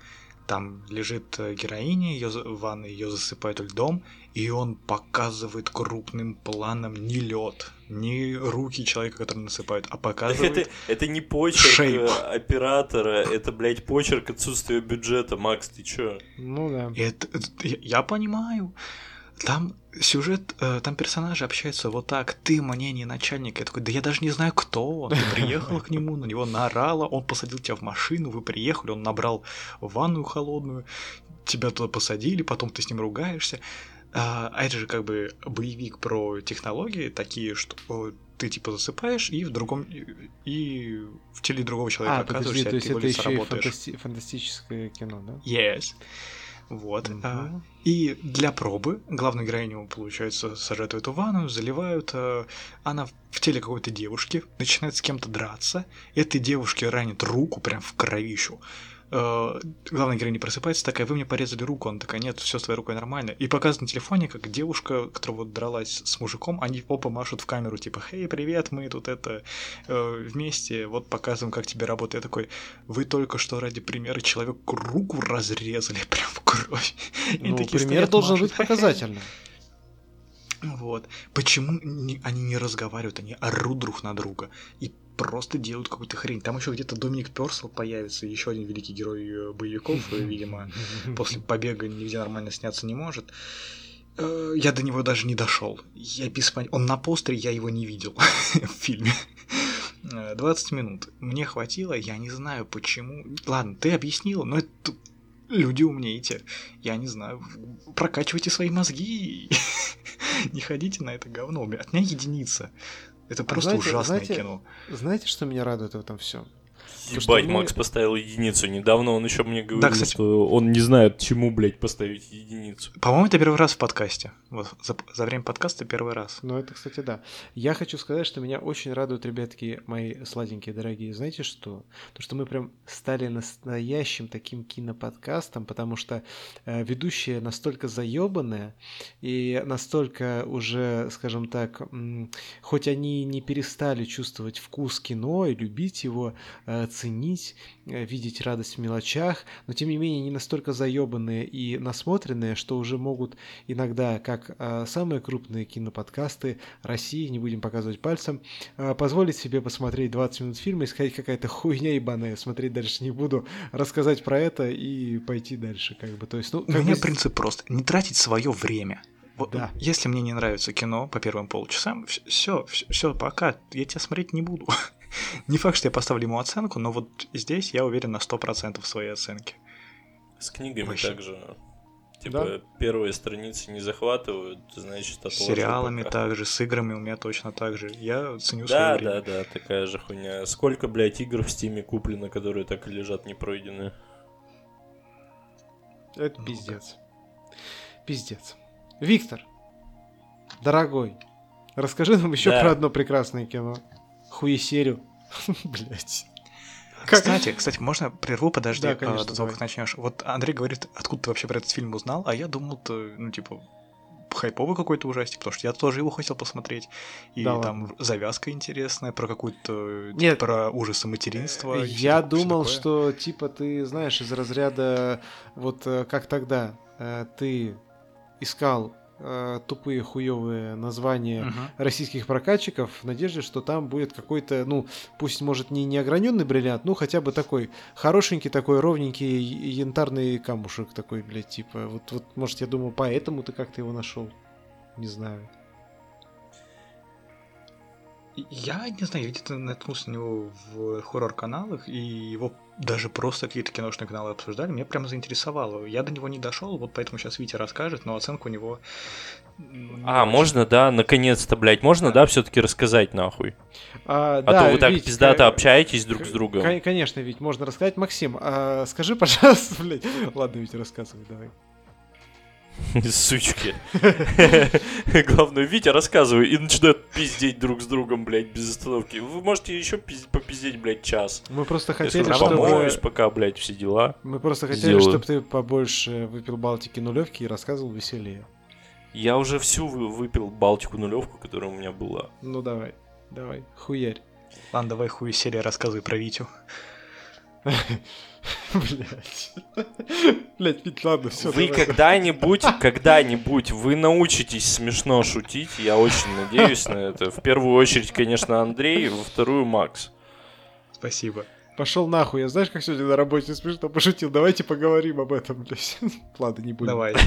Speaker 3: там лежит героиня, её в ванной, ее засыпают льдом, и он показывает крупным планом не лед, не руки человека, который насыпает, а показывает
Speaker 1: это, это не почерк
Speaker 3: шейп.
Speaker 1: оператора, это, блядь, почерк отсутствия бюджета. Макс, ты чё?
Speaker 2: Ну да.
Speaker 3: Это, это, я, я понимаю. Там сюжет, э, там персонажи общаются вот так. Ты мне не начальник. Я такой, да я даже не знаю, кто он. Ты приехала к нему, на него наорала, он посадил тебя в машину, вы приехали, он набрал ванную холодную, тебя туда посадили, потом ты с ним ругаешься. А, а это же как бы боевик про технологии такие, что ты типа засыпаешь и в другом и в теле другого человека
Speaker 2: А,
Speaker 3: оказываешься,
Speaker 2: подожди, то есть
Speaker 3: от
Speaker 2: это еще и
Speaker 3: работаешь.
Speaker 2: фантасти- фантастическое кино, да?
Speaker 3: Yes. Вот.
Speaker 2: Мгм.
Speaker 3: А, и для пробы главную героиню, получается, сажают в эту ванну, заливают. а, Она в теле какой-то девушки, начинает с кем-то драться. Этой девушке ранит руку прям в кровищу. А, Главная героиня просыпается, такая, вы мне порезали руку. Она такая, нет, все с твоей рукой нормально. И показывает на телефоне, как девушка, которая вот дралась с мужиком, они оба машут в камеру, типа, хей, привет, мы тут это э, вместе, вот показываем, как тебе работает. Я такой, вы только что ради примера человеку руку разрезали прям в кровь. И
Speaker 2: Ну,
Speaker 3: такие
Speaker 2: пример
Speaker 3: стоят,
Speaker 2: должен
Speaker 3: машут.
Speaker 2: быть показательным.
Speaker 3: Вот. Почему не- они не разговаривают, они орут друг на друга и просто делают какую-то хрень. Там еще где-то Доминик Персел появится, еще один великий герой э, боевиков, и, видимо, после побега нигде нормально сняться не может. Э, Я до него даже не дошел. Я без пон- Он на постере, я его не видел в фильме. Э, двадцать минут. Мне хватило, я не знаю почему. Ладно, ты объяснила, но это люди умнеете. Я не знаю. Прокачивайте свои мозги. Не ходите на это говно. От меня единица. Это
Speaker 2: А
Speaker 3: просто
Speaker 2: знаете-
Speaker 3: ужасное
Speaker 2: знаете-
Speaker 3: кино.
Speaker 2: Знаете, что меня радует в этом всем? То,
Speaker 1: Ебать,
Speaker 2: что мы-
Speaker 1: Макс поставил единицу. Недавно он еще мне говорил,
Speaker 3: Да, кстати.
Speaker 1: что он не знает, чему, блядь, поставить единицу.
Speaker 3: По-моему, это первый раз в подкасте. Вот за, за время подкаста первый раз.
Speaker 2: Ну, это, кстати, да. Я хочу сказать, что меня очень радуют, ребятки, мои сладенькие, дорогие. Знаете что? То, что мы прям стали настоящим таким киноподкастом, потому что э, ведущие настолько заебанные и настолько уже, скажем так, м, хоть они не перестали чувствовать вкус кино и любить его, э, ценить, э, видеть радость в мелочах, но тем не менее они настолько заебанные и насмотренные, что уже могут иногда, как э, самые крупные киноподкасты России, не будем показывать пальцем, э, позволить себе посмотреть двадцать минут фильма и сказать, какая-то хуйня ебаная, смотреть дальше не буду, рассказать про это и пойти дальше, как бы, то есть, ну,
Speaker 3: У
Speaker 2: как
Speaker 3: меня
Speaker 2: бы...
Speaker 3: принцип прост. Не тратить свое время. Вот,
Speaker 2: Да.
Speaker 3: Если мне не нравится кино по первым полчасам, все, все, пока, я тебя смотреть не буду. Не факт, что я поставлю ему оценку, но вот здесь я уверен на сто процентов в своей оценке.
Speaker 1: С книгами
Speaker 3: Вообще.
Speaker 1: также. Типа,
Speaker 2: Да.
Speaker 1: первые страницы не захватывают, значит,
Speaker 3: С
Speaker 1: отложу
Speaker 3: сериалами
Speaker 1: пока.
Speaker 3: также, с играми у меня точно так же. Я ценю
Speaker 1: Да,
Speaker 3: свое время.
Speaker 1: да, да, такая же хуйня. Сколько, блядь, игр в Стиме куплено, которые так и лежат непройденные?
Speaker 2: Это
Speaker 3: Ну-ка.
Speaker 2: пиздец. Пиздец. Виктор, дорогой, расскажи нам еще
Speaker 1: Да.
Speaker 2: про одно прекрасное кино. Хуесерю. Блять. Как-
Speaker 3: Кстати, кстати, можно прерву, подожди,
Speaker 2: Да,
Speaker 3: а,
Speaker 2: конечно,
Speaker 3: до того,
Speaker 2: давай.
Speaker 3: как начнешь. Вот Андрей говорит, откуда ты вообще про этот фильм узнал, а я думал, то, ну, типа, хайповый какой-то ужастик, потому что я тоже его хотел посмотреть. И
Speaker 2: Да
Speaker 3: там
Speaker 2: ладно.
Speaker 3: завязка интересная про какую-то, типа,
Speaker 2: Нет.
Speaker 3: про ужасы материнства. и всё
Speaker 2: Я
Speaker 3: так- всё
Speaker 2: думал,
Speaker 3: такое.
Speaker 2: что типа ты знаешь из разряда вот э, как тогда э, ты искал э, тупые хуевые названия
Speaker 3: Мгм.
Speaker 2: российских прокатчиков в надежде, что там будет какой-то, ну, пусть, может, не неограненный бриллиант, ну, хотя бы такой хорошенький, такой ровненький я- янтарный камушек такой, блядь, типа. Вот, вот, может, я думал, поэтому ты как-то его нашел. Не знаю.
Speaker 3: Я не знаю, я где-то наткнулся на него в хоррор-каналах, и его даже просто какие-то киношные каналы обсуждали, меня прям заинтересовало. Я до него не дошел, вот поэтому сейчас Витя расскажет, но оценка у него... м,
Speaker 1: А,
Speaker 3: очень.
Speaker 1: можно, да, наконец-то, блядь, можно, да, все-таки рассказать нахуй?
Speaker 2: А,
Speaker 1: А
Speaker 2: да,
Speaker 1: то вы так
Speaker 2: Вить,
Speaker 1: пиздато
Speaker 2: ка-
Speaker 1: общаетесь друг с
Speaker 2: К-
Speaker 1: другом.
Speaker 2: кон- Конечно, ведь можно рассказать. Максим, а скажи, пожалуйста, блядь. Ладно, ведь рассказывай, давай.
Speaker 1: Сучки. Главное, Витя, рассказывай, и начинают пиздеть друг с другом, блядь, без остановки. Вы можете еще пиз- попиздеть, блядь, час.
Speaker 2: Мы просто
Speaker 1: Я
Speaker 2: хотели,
Speaker 1: скоро помоюсь,
Speaker 2: чтобы...
Speaker 1: пока, блядь, все дела.
Speaker 2: Мы просто хотели,
Speaker 1: сделаю.
Speaker 2: чтобы ты побольше выпил Балтики нулевки и рассказывал веселее.
Speaker 1: Я уже всю вы- выпил Балтику нулевку, которая у меня была.
Speaker 2: Ну давай, давай, хуярь.
Speaker 3: Ладно, давай хуй серия рассказывай про Витю.
Speaker 2: Блять. Блять, ведь ладно, все.
Speaker 1: Вы когда-нибудь, когда-нибудь вы научитесь смешно шутить, я очень надеюсь на это. В первую очередь, конечно, Андрей, во вторую Макс.
Speaker 3: Спасибо.
Speaker 2: Пошел нахуй, я знаешь, как сегодня на работе смешно пошутил? Давайте поговорим об этом, блядь. Ладно, не будем.
Speaker 3: Давай.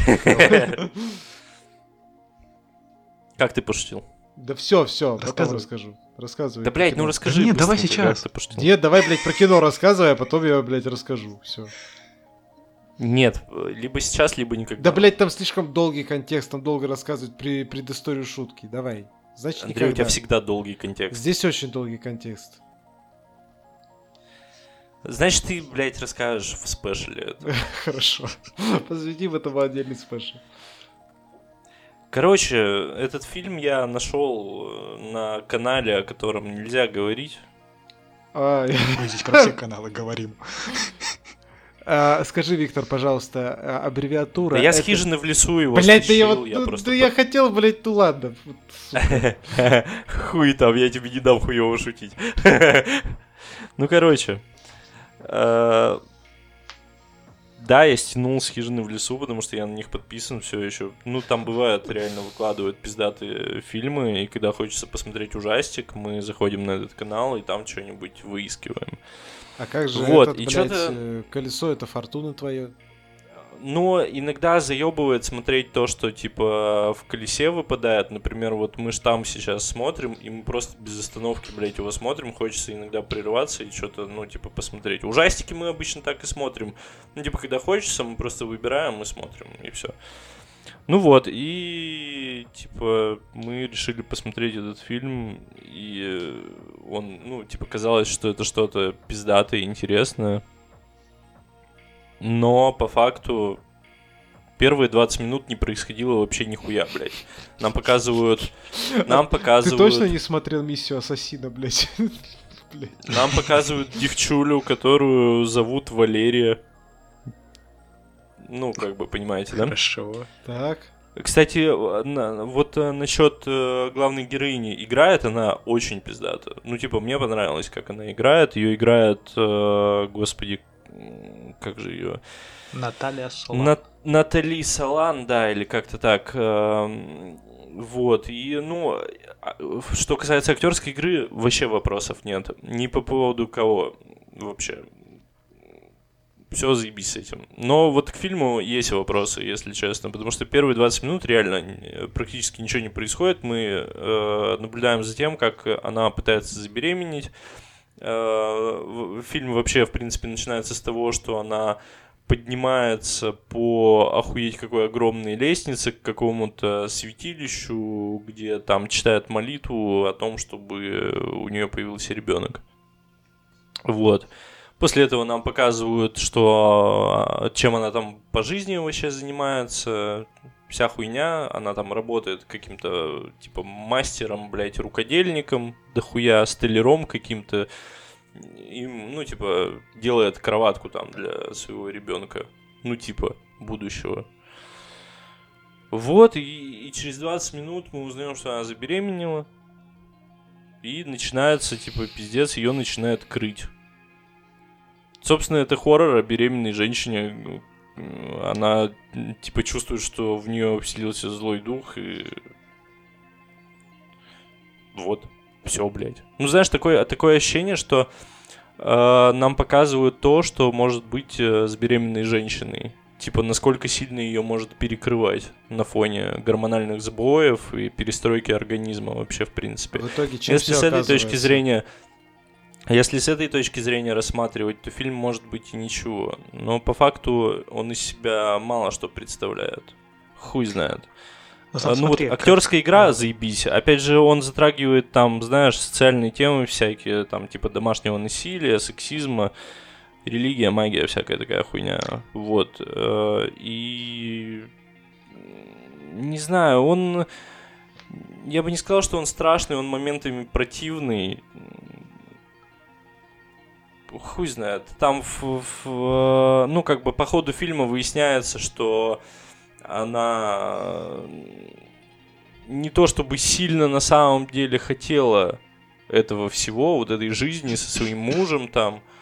Speaker 1: Как ты пошутил?
Speaker 2: Да все, все, потом
Speaker 3: Рассказывай.
Speaker 2: расскажу. Рассказывай.
Speaker 1: Да,
Speaker 2: про
Speaker 1: блядь,
Speaker 2: кино.
Speaker 1: ну расскажи.
Speaker 3: Да нет, давай
Speaker 1: быстренько,
Speaker 3: сейчас.
Speaker 1: как ты пошутил.
Speaker 2: Нет, давай, блядь, про кино рассказывай, а потом я, блядь, расскажу. Все.
Speaker 1: Нет, либо сейчас, либо никогда.
Speaker 2: Да, блядь, там слишком долгий контекст, там долго рассказывать при предысторию шутки. Давай. Значит,
Speaker 1: Андрей,
Speaker 2: никогда.
Speaker 1: у тебя всегда долгий контекст.
Speaker 2: Здесь очень долгий контекст.
Speaker 1: Значит, ты, блядь, расскажешь в спешле это.
Speaker 2: Хорошо. Посвятим этому отдельный спешл.
Speaker 1: Короче, этот фильм я нашел на канале, о котором нельзя говорить.
Speaker 2: А,
Speaker 3: Мы здесь про все каналы говорим.
Speaker 2: а, скажи, Виктор, пожалуйста, а, аббревиатура...
Speaker 1: Да я с
Speaker 2: это-
Speaker 1: хижины в лесу его
Speaker 2: Блядь, да я
Speaker 1: стащил,
Speaker 2: вот...
Speaker 1: я
Speaker 2: ну,
Speaker 1: просто
Speaker 2: да я хотел, блядь, ну ладно. Вот, сука.
Speaker 1: Хуй там, я тебе не дам хуёво шутить. Ну, короче. э, Да, я стянул с хижины в лесу, потому что я на них подписан все еще. Ну, там бывает, реально выкладывают пиздатые фильмы, и когда хочется посмотреть ужастик, мы заходим на этот канал и там что-нибудь выискиваем.
Speaker 2: А как же
Speaker 1: Вот,
Speaker 2: этот,
Speaker 1: и
Speaker 2: блядь,
Speaker 1: чё-то-
Speaker 2: э, колесо, это фортуна твоя?
Speaker 1: Но иногда заебывает смотреть то, что типа в колесе выпадает. Например, вот мы ж там сейчас смотрим, и мы просто без остановки, блядь, его смотрим. Хочется иногда прерваться и что-то, ну, типа, посмотреть. Ужастики мы обычно так и смотрим. Ну, типа, когда хочется, мы просто выбираем и смотрим, и все. Ну вот, и типа мы решили посмотреть этот фильм, и он, ну, типа, казалось, что это что-то пиздатое и интересное. Но по факту первые двадцать минут не происходило вообще нихуя, блядь. Нам показывают... Нам
Speaker 2: Ты
Speaker 1: показывают...
Speaker 2: точно не смотрел «Миссию Ассасина», блядь? Блядь.
Speaker 1: Нам показывают девчулю, которую зовут Валерия. Ну, как бы, понимаете, да?
Speaker 3: Хорошо.
Speaker 2: Так.
Speaker 1: Кстати, на- вот э, насчет э, главной героини. Играет она очень пиздато. Ну, типа, мне понравилось, как она играет. Ее играет, э, господи, м, как же ее...
Speaker 3: Наталья Солан.
Speaker 1: На- Натали Салан, да, или как-то так. эм, Вот. И, ну, а, что касается актерской игры, вообще вопросов нет. Ни по поводу кого вообще. Все заебись с этим. Но вот к фильму есть вопросы, если честно, потому что первые двадцать минут реально э, практически ничего не происходит. Мы э, наблюдаем за тем, как она пытается забеременеть. Э, в- фильм вообще, в принципе, начинается с того, что она поднимается по охуеть какой огромной лестнице к какому-то святилищу, где там читают молитву о том, чтобы у нее появился ребенок. Вот. После этого нам показывают, что чем она там по жизни вообще занимается, вся хуйня, она там работает каким-то типа мастером, блядь, рукодельником, дохуя, столяром каким-то, и, ну, типа, делает кроватку там для своего ребенка, ну, типа, будущего. Вот, и, и через двадцать минут мы узнаем, что она забеременела, и начинается, типа, пиздец, ее начинает крыть. Собственно, это хоррор о беременной женщине. Она, типа, чувствует, что в нее вселился злой дух, и... Вот. Все, блядь. Ну, знаешь, такое, такое ощущение, что э, нам показывают то, что может быть э, с беременной женщиной. Типа, насколько сильно ее может перекрывать на фоне гормональных сбоев и перестройки организма вообще, в принципе.
Speaker 2: В итоге, чем
Speaker 1: Если
Speaker 2: всё
Speaker 1: с этой точки
Speaker 2: оказывается?
Speaker 1: зрения... Если с этой точки зрения рассматривать, то фильм может быть и ничего. Но по факту он из себя мало что представляет. Хуй знает.
Speaker 3: Ну,
Speaker 1: А,
Speaker 3: сам
Speaker 1: ну вот
Speaker 3: смотри, как-
Speaker 1: актерская игра,
Speaker 3: Ага.
Speaker 1: заебись. Опять же, он затрагивает там, знаешь, социальные темы всякие, там типа домашнего насилия, сексизма, религия, магия, всякая такая хуйня. Вот. э, И... Не знаю, он... Я бы не сказал, что он страшный, он моментами противный. Хуй знает. Там, в, в, ну, как бы по ходу фильма выясняется, что она не то чтобы сильно на самом деле хотела этого всего, вот этой жизни со своим мужем там.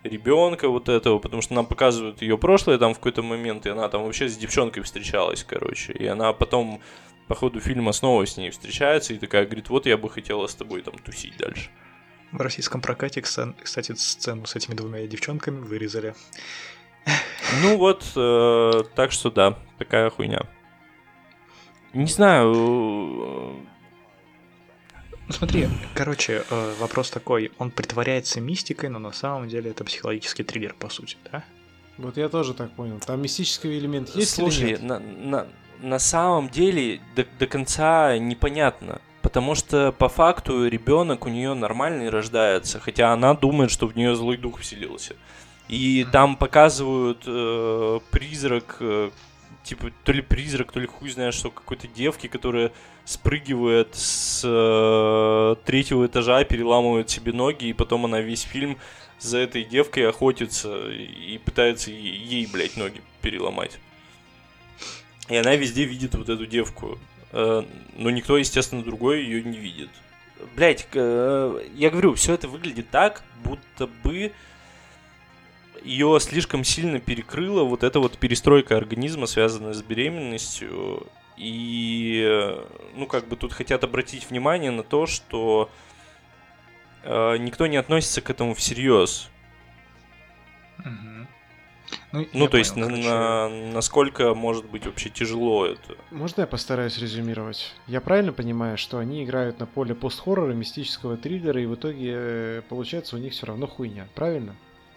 Speaker 1: ребенка вот этого, потому что нам показывают ее прошлое там в какой-то момент, и она там вообще с девчонкой встречалась, короче, и она потом по ходу фильма снова с ней встречается и такая говорит, вот я бы хотела с тобой там тусить дальше.
Speaker 3: В российском прокате, кстати, сцену с этими двумя девчонками вырезали.
Speaker 1: Ну вот, э, так что да, такая хуйня. Не знаю.
Speaker 3: Ну смотри, короче, э, вопрос такой, он притворяется мистикой, но на самом деле это психологический триллер, по сути, да?
Speaker 2: Вот я тоже так понял. Там мистический элемент есть
Speaker 1: Слушай,
Speaker 2: или нет?
Speaker 1: на, на, на самом деле до, до конца непонятно. Потому что по факту ребенок у нее нормальный рождается, хотя она думает, что в нее злой дух вселился. И там показывают э, призрак, э, типа то ли призрак, то ли хуй знает что, какой-то девки, которая спрыгивает с э, третьего этажа, переламывает себе ноги, и потом она весь фильм за этой девкой охотится и пытается ей, ей блядь, ноги переломать. И она везде видит вот эту девку. Но никто, естественно, другой ее не видит. Блять, я говорю, все это выглядит так, будто бы ее слишком сильно перекрыла вот эта вот перестройка организма, связанная с беременностью. И, ну, как бы тут хотят обратить внимание на то, что никто не относится к этому всерьез.
Speaker 3: Угу. Ну,
Speaker 1: ну то есть, на, на, насколько может быть вообще тяжело это?
Speaker 2: Можно я постараюсь резюмировать? Я правильно понимаю, что они играют на поле пост-хоррора, мистического триллера, и в итоге получается у них все равно хуйня, правильно?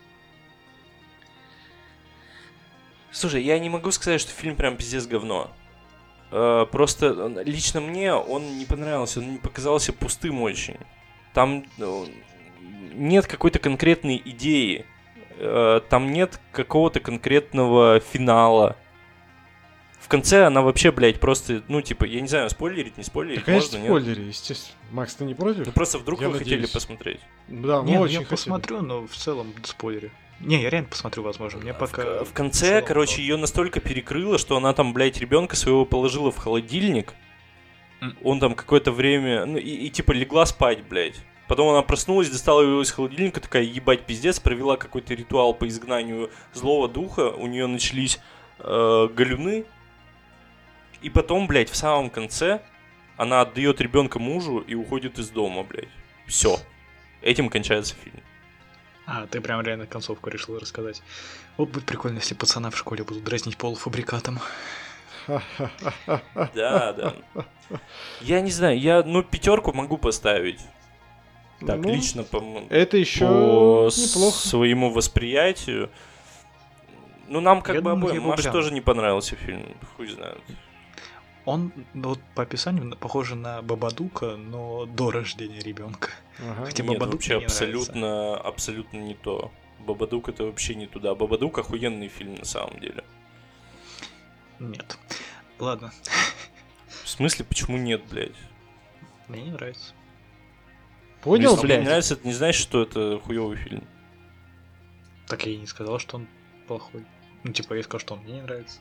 Speaker 1: Слушай, я не могу сказать, что фильм прям пиздец говно. Uh, просто лично мне он не понравился, он не показался пустым очень. Там uh, нет какой-то конкретной идеи. Там нет какого-то конкретного финала. В конце она вообще, блядь, просто, ну, типа, я не знаю, спойлерить, не спойлерить,
Speaker 2: да, конечно,
Speaker 1: можно,
Speaker 2: спойлери,
Speaker 1: нет?
Speaker 2: естественно. Макс, ты не против?
Speaker 1: Ну, просто вдруг
Speaker 2: я
Speaker 1: вы
Speaker 2: надеюсь.
Speaker 1: хотели посмотреть.
Speaker 2: Да, мы
Speaker 3: нет,
Speaker 2: очень
Speaker 3: я
Speaker 2: хотели.
Speaker 3: посмотрю, но в целом спойлеры. Не, я реально посмотрю, возможно, мне пока...
Speaker 1: В, в конце, в короче, ее настолько перекрыло, что она там, блядь, ребенка своего положила в холодильник. Mm. Он там какое-то время, ну, и, и типа легла спать, блядь. Потом она проснулась, достала его из холодильника, такая, ебать, пиздец, провела какой-то ритуал по изгнанию злого духа, у нее начались э, галюны, и потом, блядь, в самом конце она отдает ребенка мужу и уходит из дома, блядь. Все. Этим кончается фильм.
Speaker 3: А, ты прям реально концовку решил рассказать. Вот будет прикольно, если пацана в школе будут дразнить полуфабрикатом.
Speaker 1: Да, да. Я не знаю, я, ну, пятерку могу поставить. Так, ну, лично по,
Speaker 2: это еще
Speaker 1: по
Speaker 2: неплохо.
Speaker 1: Своему восприятию. Ну, нам как я бы обоим, Маше тоже не понравился фильм, хуй знает.
Speaker 3: Он, ну, вот по описанию похож на Бабадука, но до рождения ребенка.
Speaker 1: Ага. Хотя Нет, Бабадук вообще абсолютно, нравится. абсолютно не то. Бабадук это вообще не туда. Бабадук охуенный фильм на самом деле.
Speaker 3: Нет. Ладно.
Speaker 1: В смысле, почему нет, блядь?
Speaker 3: Мне не нравится.
Speaker 2: Понял,
Speaker 1: Если
Speaker 2: блядь?
Speaker 1: Если не нравится, это не значит, что это хуёвый фильм.
Speaker 3: Так я и не сказал, что он плохой. Ну, типа, я сказал, что он мне не нравится.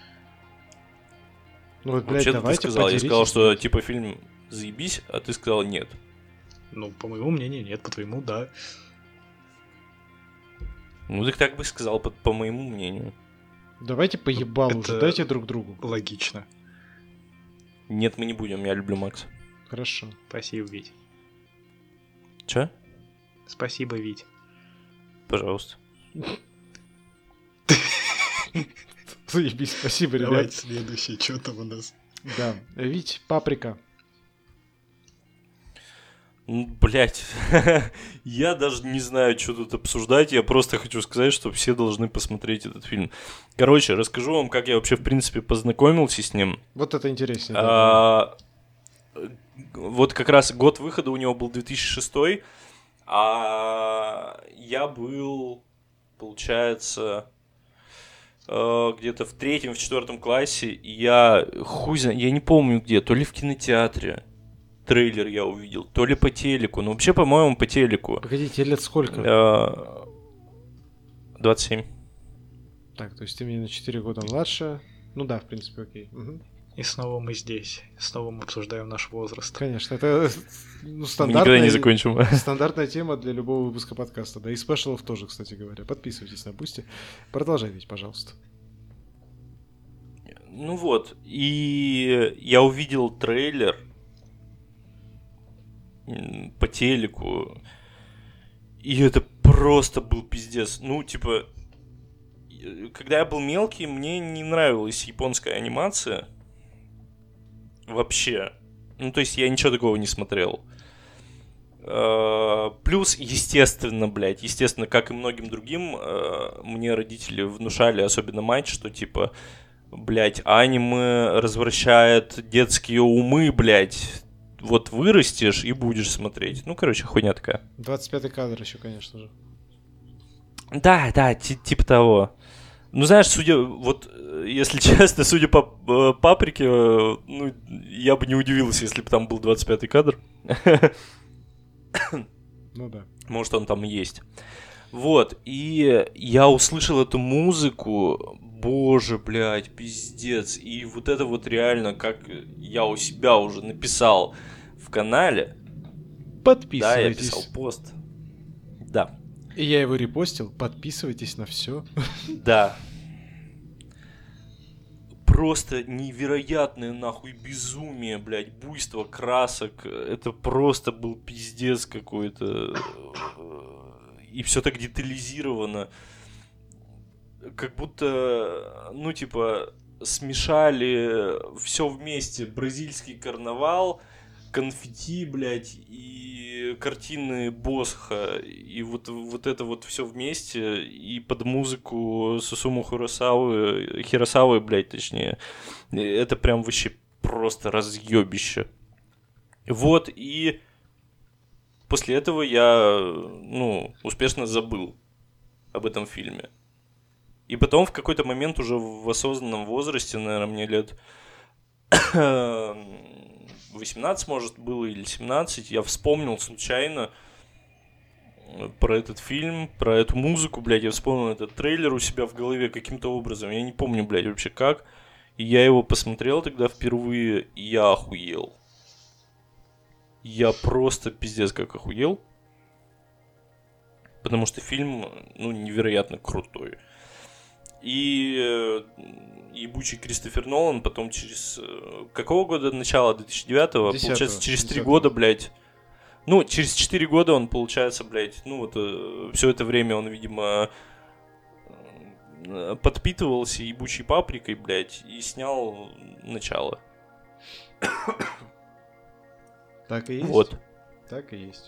Speaker 2: Ну вот, блядь, давайте
Speaker 1: ты сказал. Я сказал, что типа фильм заебись, а ты сказал нет.
Speaker 3: Ну, по моему мнению, нет, по твоему, да.
Speaker 1: Ну, так так бы сказал, по, по моему мнению.
Speaker 2: Давайте поебал
Speaker 3: это
Speaker 2: уже, дайте друг другу.
Speaker 3: Логично.
Speaker 1: Нет, мы не будем, я люблю Макса.
Speaker 2: Хорошо.
Speaker 3: Спасибо, Вить.
Speaker 1: Чё?
Speaker 3: Спасибо, Вить.
Speaker 1: Пожалуйста.
Speaker 2: Заебись, спасибо, ребят.
Speaker 3: Давайте следующий, что там у нас?
Speaker 2: Да, Вить, Паприка.
Speaker 1: Ну, блять, я даже не знаю, что тут обсуждать, я просто хочу сказать, что все должны посмотреть этот фильм. Короче, расскажу вам, как я вообще, в принципе, познакомился с ним.
Speaker 2: Вот это интереснее.
Speaker 1: А, вот как раз год выхода у него был две тысячи шестой, а я был, получается, где-то в третьем, в четвертом классе, и я хуй знает, я не помню где, то ли в кинотеатре. Трейлер я увидел, то ли по телеку, ну вообще, по-моему, по телеку.
Speaker 2: Погоди, тебе лет сколько?
Speaker 1: двадцать семь.
Speaker 2: Так, то есть ты мне на четыре года младше. Ну да, в принципе, окей. Угу.
Speaker 3: И снова мы здесь. Снова мы обсуждаем наш возраст.
Speaker 2: Конечно, это ну,
Speaker 1: Мы
Speaker 2: стандартная,
Speaker 1: никогда не закончим.
Speaker 2: стандартная тема для любого выпуска подкаста. Да, и спешалов тоже, кстати говоря. Подписывайтесь на Бусти. Продолжайте, пожалуйста.
Speaker 1: Ну вот, и я увидел трейлер по телеку, и это просто был пиздец. Ну, типа, когда я был мелкий, мне не нравилась японская анимация вообще. Ну, то есть я ничего такого не смотрел. Плюс, естественно, блядь, естественно, как и многим другим, мне родители внушали, особенно мать, что, типа, блядь, аниме развращает детские умы, блядь. Вот вырастешь и будешь смотреть. Ну, короче, хуйня такая.
Speaker 2: двадцать пятый кадр еще, конечно же.
Speaker 1: Да, да, т- типа того. Ну, знаешь, судя, вот, если честно, судя по э, паприке, э, ну, я бы не удивился, если бы там был двадцать пятый кадр.
Speaker 2: Ну да.
Speaker 1: Может, он там и есть. Вот, и я услышал эту музыку, боже, блядь, пиздец. И вот это вот реально, как я у себя уже написал в канале. Да, я
Speaker 2: Подписывайтесь.
Speaker 1: писал пост. Да.
Speaker 2: И я его репостил. Подписывайтесь на все.
Speaker 1: Да. Просто невероятное, нахуй, безумие, блядь, буйство красок. Это просто был пиздец какой-то. И все так детализировано. Как будто, ну, типа, смешали все вместе. Бразильский карнавал, конфетти, блядь, и картины Босха. И вот, вот это вот все вместе. И под музыку Сусуму Хиросавы, Хиросавы, блядь, точнее. Это прям вообще просто разъебище. Вот, и после этого я, ну, успешно забыл об этом фильме. И потом в какой-то момент уже в осознанном возрасте, наверное, мне лет восемнадцать, может, было, или семнадцать, я вспомнил случайно про этот фильм, про эту музыку, блядь, я вспомнил этот трейлер у себя в голове каким-то образом, я не помню, блядь, вообще как. И я его посмотрел тогда впервые, и я охуел. Я просто пиздец как охуел. Потому что фильм, ну, невероятно крутой. И э, ебучий Кристофер Нолан потом через... Э, какого года? Начало две тысячи девятого?
Speaker 2: десятого.
Speaker 1: Получается, через три
Speaker 2: десятого.
Speaker 1: года, блядь. Ну, через четыре года он, получается, блядь, ну, вот э, все это время он, видимо, э, подпитывался ебучей паприкой, блядь, и снял начало.
Speaker 2: Так и есть.
Speaker 1: Вот.
Speaker 2: Так и есть.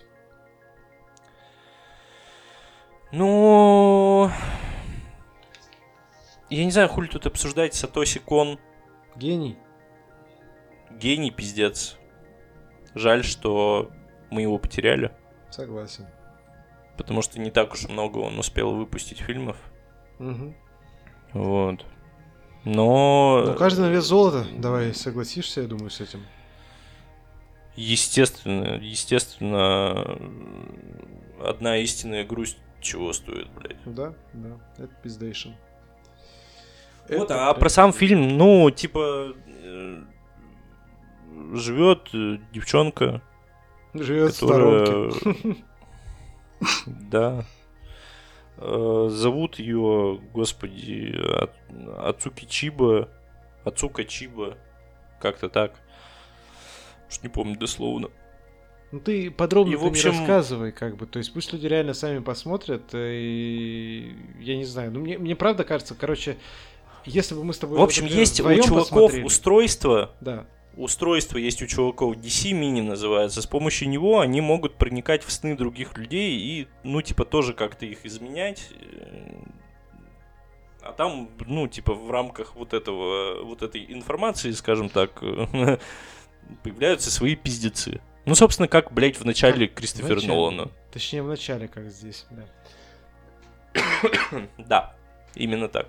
Speaker 1: Ну... Я не знаю, хули тут обсуждать. Сатоси Кон.
Speaker 2: Гений.
Speaker 1: Гений, пиздец. Жаль, что мы его потеряли.
Speaker 2: Согласен.
Speaker 1: Потому что не так уж много он успел выпустить фильмов.
Speaker 2: Угу.
Speaker 1: Вот. Но...
Speaker 2: Ну, каждый на вес золота. Давай, согласишься, я думаю, с этим.
Speaker 1: Естественно, естественно, одна истинная грусть чего стоит, блядь.
Speaker 2: Да, да. Это пиздейшн.
Speaker 1: Вот,
Speaker 2: Это-
Speaker 1: а про сам фильм, ну, типа, э, живет э, девчонка,
Speaker 2: Живет в сторонке.
Speaker 1: которая... Да. Э, Зовут ее, господи, А- Ацуки Чиба. Ацука Чиба. Как-то так. Уж не помню дословно.
Speaker 2: Ну ты подробно
Speaker 1: И, в общем-
Speaker 2: не рассказывай, как бы. То есть пусть люди реально сами посмотрят. И я не знаю. Ну мне, мне правда кажется, короче, если бы мы с тобой.
Speaker 1: В общем,
Speaker 2: например,
Speaker 1: есть у
Speaker 2: вдвоем
Speaker 1: чуваков
Speaker 2: посмотрели-
Speaker 1: устройство.
Speaker 2: Да.
Speaker 1: Устройство есть у чуваков, ди си Mini называется. С помощью него они могут проникать в сны других людей и, ну, типа, тоже как-то их изменять. А там, ну, типа, в рамках вот этого, вот этой информации, скажем так, появляются свои пиздецы. Ну, собственно, как, блядь, в начале
Speaker 2: Как
Speaker 1: Кристофера
Speaker 2: в начале.
Speaker 1: Нолана.
Speaker 2: Точнее, в начале, как здесь, да.
Speaker 1: Да, именно так.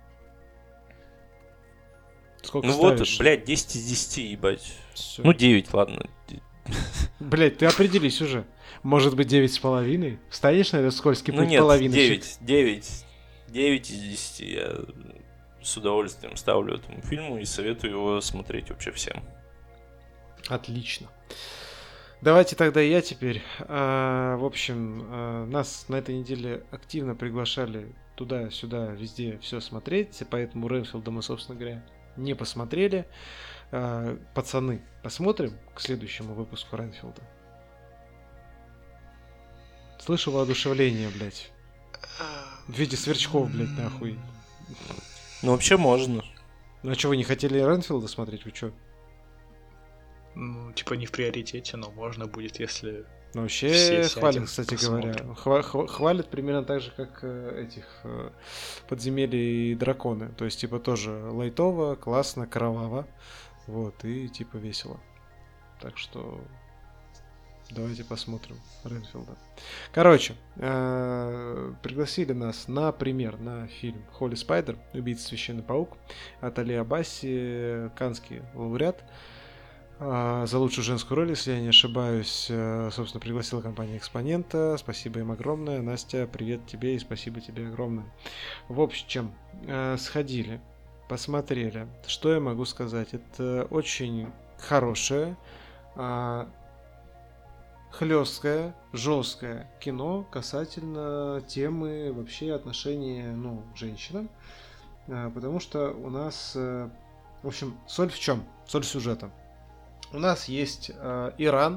Speaker 2: Сколько
Speaker 1: Ну вот,
Speaker 2: ставишь?
Speaker 1: блядь, десять из десяти, ебать.
Speaker 2: Всё.
Speaker 1: Ну, девять, ладно.
Speaker 2: Блядь, ты определись уже. Может быть, девять с половиной? Встанешь на этот скользкий
Speaker 1: Ну
Speaker 2: путь
Speaker 1: нет,
Speaker 2: половиночек?
Speaker 1: девять, девять, девять из десяти. Я с удовольствием ставлю этому фильму и советую его смотреть вообще всем.
Speaker 2: Отлично. Давайте тогда я теперь. А, в общем, а, нас на этой неделе активно приглашали туда-сюда, везде все смотреть, поэтому Ренфилда мы, собственно говоря, не посмотрели. А, пацаны, посмотрим к следующему выпуску Ренфилда? Слышу воодушевление, блядь. В виде сверчков, блядь, нахуй.
Speaker 1: Ну, вообще можно.
Speaker 2: Ну, а что, вы не хотели Ренфилда смотреть? Вы чё?
Speaker 3: Ну, типа не в приоритете, но можно будет, если...
Speaker 2: Ну, вообще
Speaker 3: все
Speaker 2: хвалят,
Speaker 3: сядем,
Speaker 2: кстати
Speaker 3: посмотрим.
Speaker 2: говоря. Хва- хва- хвалят примерно так же, как э, этих э, подземелья и драконы. То есть, типа, тоже лайтово, классно, кроваво. Вот, и типа весело. Так что давайте посмотрим Ренфилда. Короче, э, пригласили нас, например, на фильм «Холли Спайдер. Убийца священный паук» от Али Абаси, каннский лауреат. А, за лучшую женскую роль, если я не ошибаюсь, э, собственно, пригласила компания «Экспонента». Спасибо им огромное. Настя, привет тебе и спасибо тебе огромное. В общем, э, сходили, посмотрели. Что я могу сказать? Это очень хорошее, а, хлесткое, жесткое кино касательно темы вообще отношения, ну, к женщинам. А, потому что у нас, э, в общем, соль в чем? Соль сюжета. У нас есть э, Иран,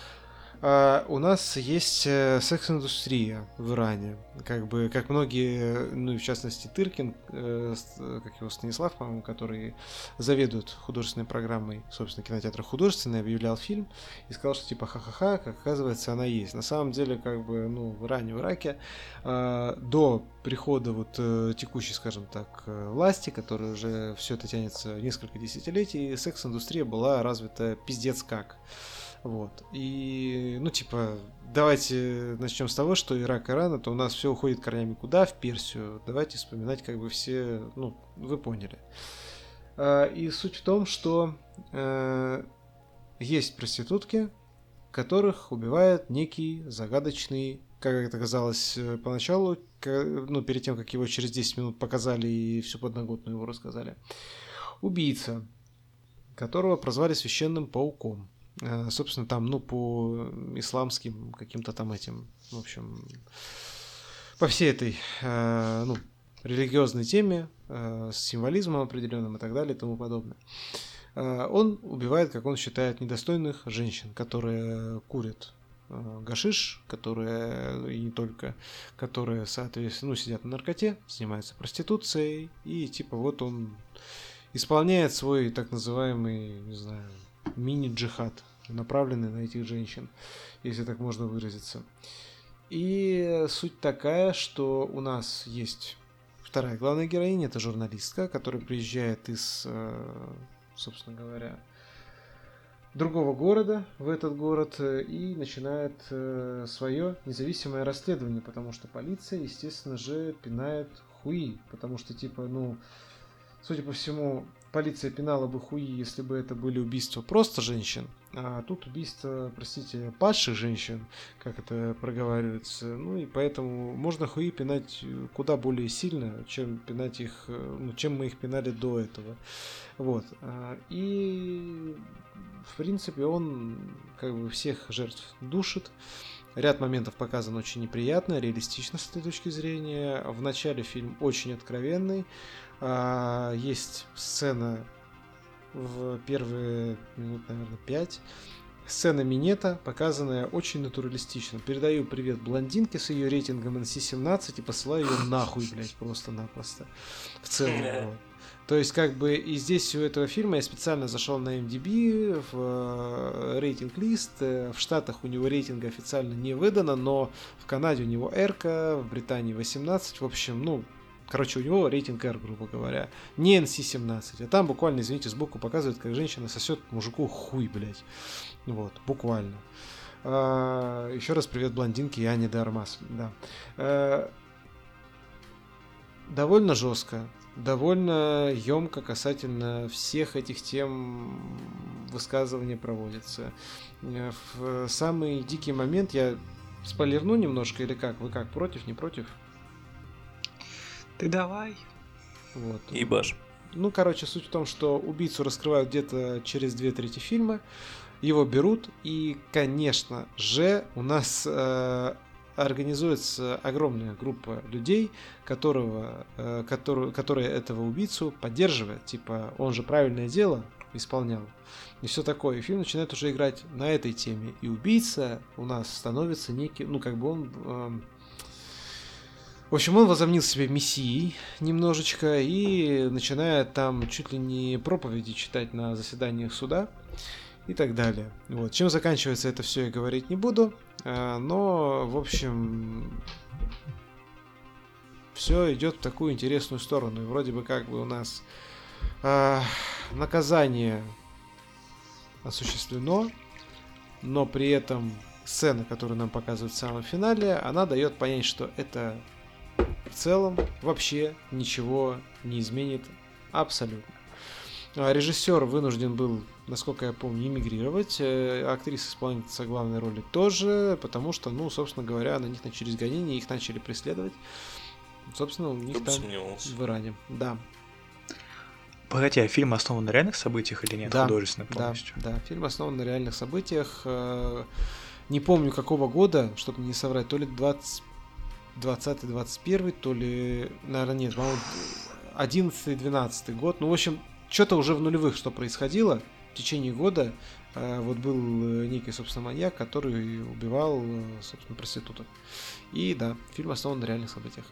Speaker 2: э, у нас есть э, секс-индустрия в Иране. Как бы, как многие, ну и в частности Тыркин, э, как его Станислав, по-моему, который заведует художественной программой, собственно, кинотеатра художественный, объявлял фильм и сказал, что типа ха-ха-ха, как оказывается, она есть. На самом деле, как бы, ну, в Иране, в Ираке э, до прихода вот э, текущей, скажем так, э, власти, которая уже все это тянется несколько десятилетий, секс-индустрия была развита пиздец как. Вот. И, ну, типа, давайте начнем с того, что Ирак, Иран, это у нас все уходит корнями куда? В Персию. Давайте вспоминать, как бы все, ну, вы поняли. А, и суть в том, что э, есть проститутки, которых убивает некий загадочный, как это казалось поначалу, ну, перед тем, как его через десять минут показали и всю подноготную его рассказали, убийца, которого прозвали священным пауком. Собственно, там, ну, по исламским каким-то там этим, в общем, по всей этой, ну, религиозной теме, с символизмом определенным и так далее и тому подобное. Он убивает, как он считает, недостойных женщин, которые курят гашиш, которые, и не только, которые, соответственно, ну, сидят на наркоте, занимаются проституцией, и типа вот он исполняет свой так называемый, не знаю, мини-джихад, направленный на этих женщин, если так можно выразиться. И суть такая, что у нас есть вторая главная героиня, это журналистка, которая приезжает из, собственно говоря, другого города в этот город и начинает свое независимое расследование, потому что полиция, естественно же, пинает хуи, потому что, типа, ну, судя по всему, полиция пинала бы хуи, если бы это были убийства просто женщин, а тут убийства, простите, падших женщин, как это проговаривается, ну и поэтому можно хуи пинать куда более сильно, чем пинать их, ну, чем мы их пинали до этого. Вот. И в принципе он как бы всех жертв душит. Ряд моментов показан очень неприятно, реалистично с этой точки зрения. В начале фильм очень откровенный. Есть сцена в первые минут, наверное, пять. Сцена минета, показанная очень натуралистично. Передаю привет блондинке с ее рейтингом эн си семнадцать и посылаю ее нахуй, блядь, просто-напросто. В целом. То есть, как бы, и здесь у этого фильма я специально зашел на эм ди би, в рейтинг-лист. В Штатах у него рейтинга официально не выдано, но в Канаде у него R-ка, в Британии восемнадцать. В общем, ну, короче, у него рейтинг R, грубо говоря. Не эн си семнадцать. А там буквально, извините, сбоку показывают, как женщина сосет мужику хуй, блядь. Вот, буквально. А, еще раз привет блондинке и Ане де Армас. Да. А, довольно жестко. Довольно емко касательно всех этих тем высказывания проводится. В самый дикий момент я спойлерну немножко или как? Вы как, против, не против?
Speaker 3: Ты давай.
Speaker 2: Вот.
Speaker 1: Ебаш.
Speaker 2: Ну, короче, суть в том, что убийцу раскрывают где-то через две трети фильма, его берут, и, конечно же, у нас э, организуется огромная группа людей, которого, э, который, которые этого убийцу поддерживают. Типа, он же правильное дело исполнял. И все такое. И фильм начинает уже играть на этой теме. И убийца у нас становится некий, ну, как бы он... Э, В общем, он возомнил себя мессией немножечко и начинает там чуть ли не проповеди читать на заседаниях суда и так далее. Вот. Чем заканчивается это все, я говорить не буду, но, в общем, все идет в такую интересную сторону. И вроде бы как бы у нас э, наказание осуществлено, но при этом сцена, которую нам показывают в самом финале, она дает понять, что это в целом вообще ничего не изменит абсолютно. Режиссер вынужден был, насколько я помню, эмигрировать. Актриса-исполнительница главной роли тоже, потому что, ну, собственно говоря, на них начались гонения, их начали преследовать. Собственно, у них там в Иране. Да.
Speaker 3: Погоди, а фильм основан на реальных событиях или нет?
Speaker 2: Да,
Speaker 3: Художественный полностью?
Speaker 2: Да, да, фильм основан на реальных событиях. Не помню какого года, чтобы не соврать, то ли двадцатый двадцать первый, то ли, наверное, нет, по-моему, одиннадцатый двенадцатый год. Ну, в общем, что-то уже в нулевых, что происходило. В течение года э, вот был некий, собственно, маньяк, который убивал, собственно, проституток. И да, фильм основан на реальных событиях.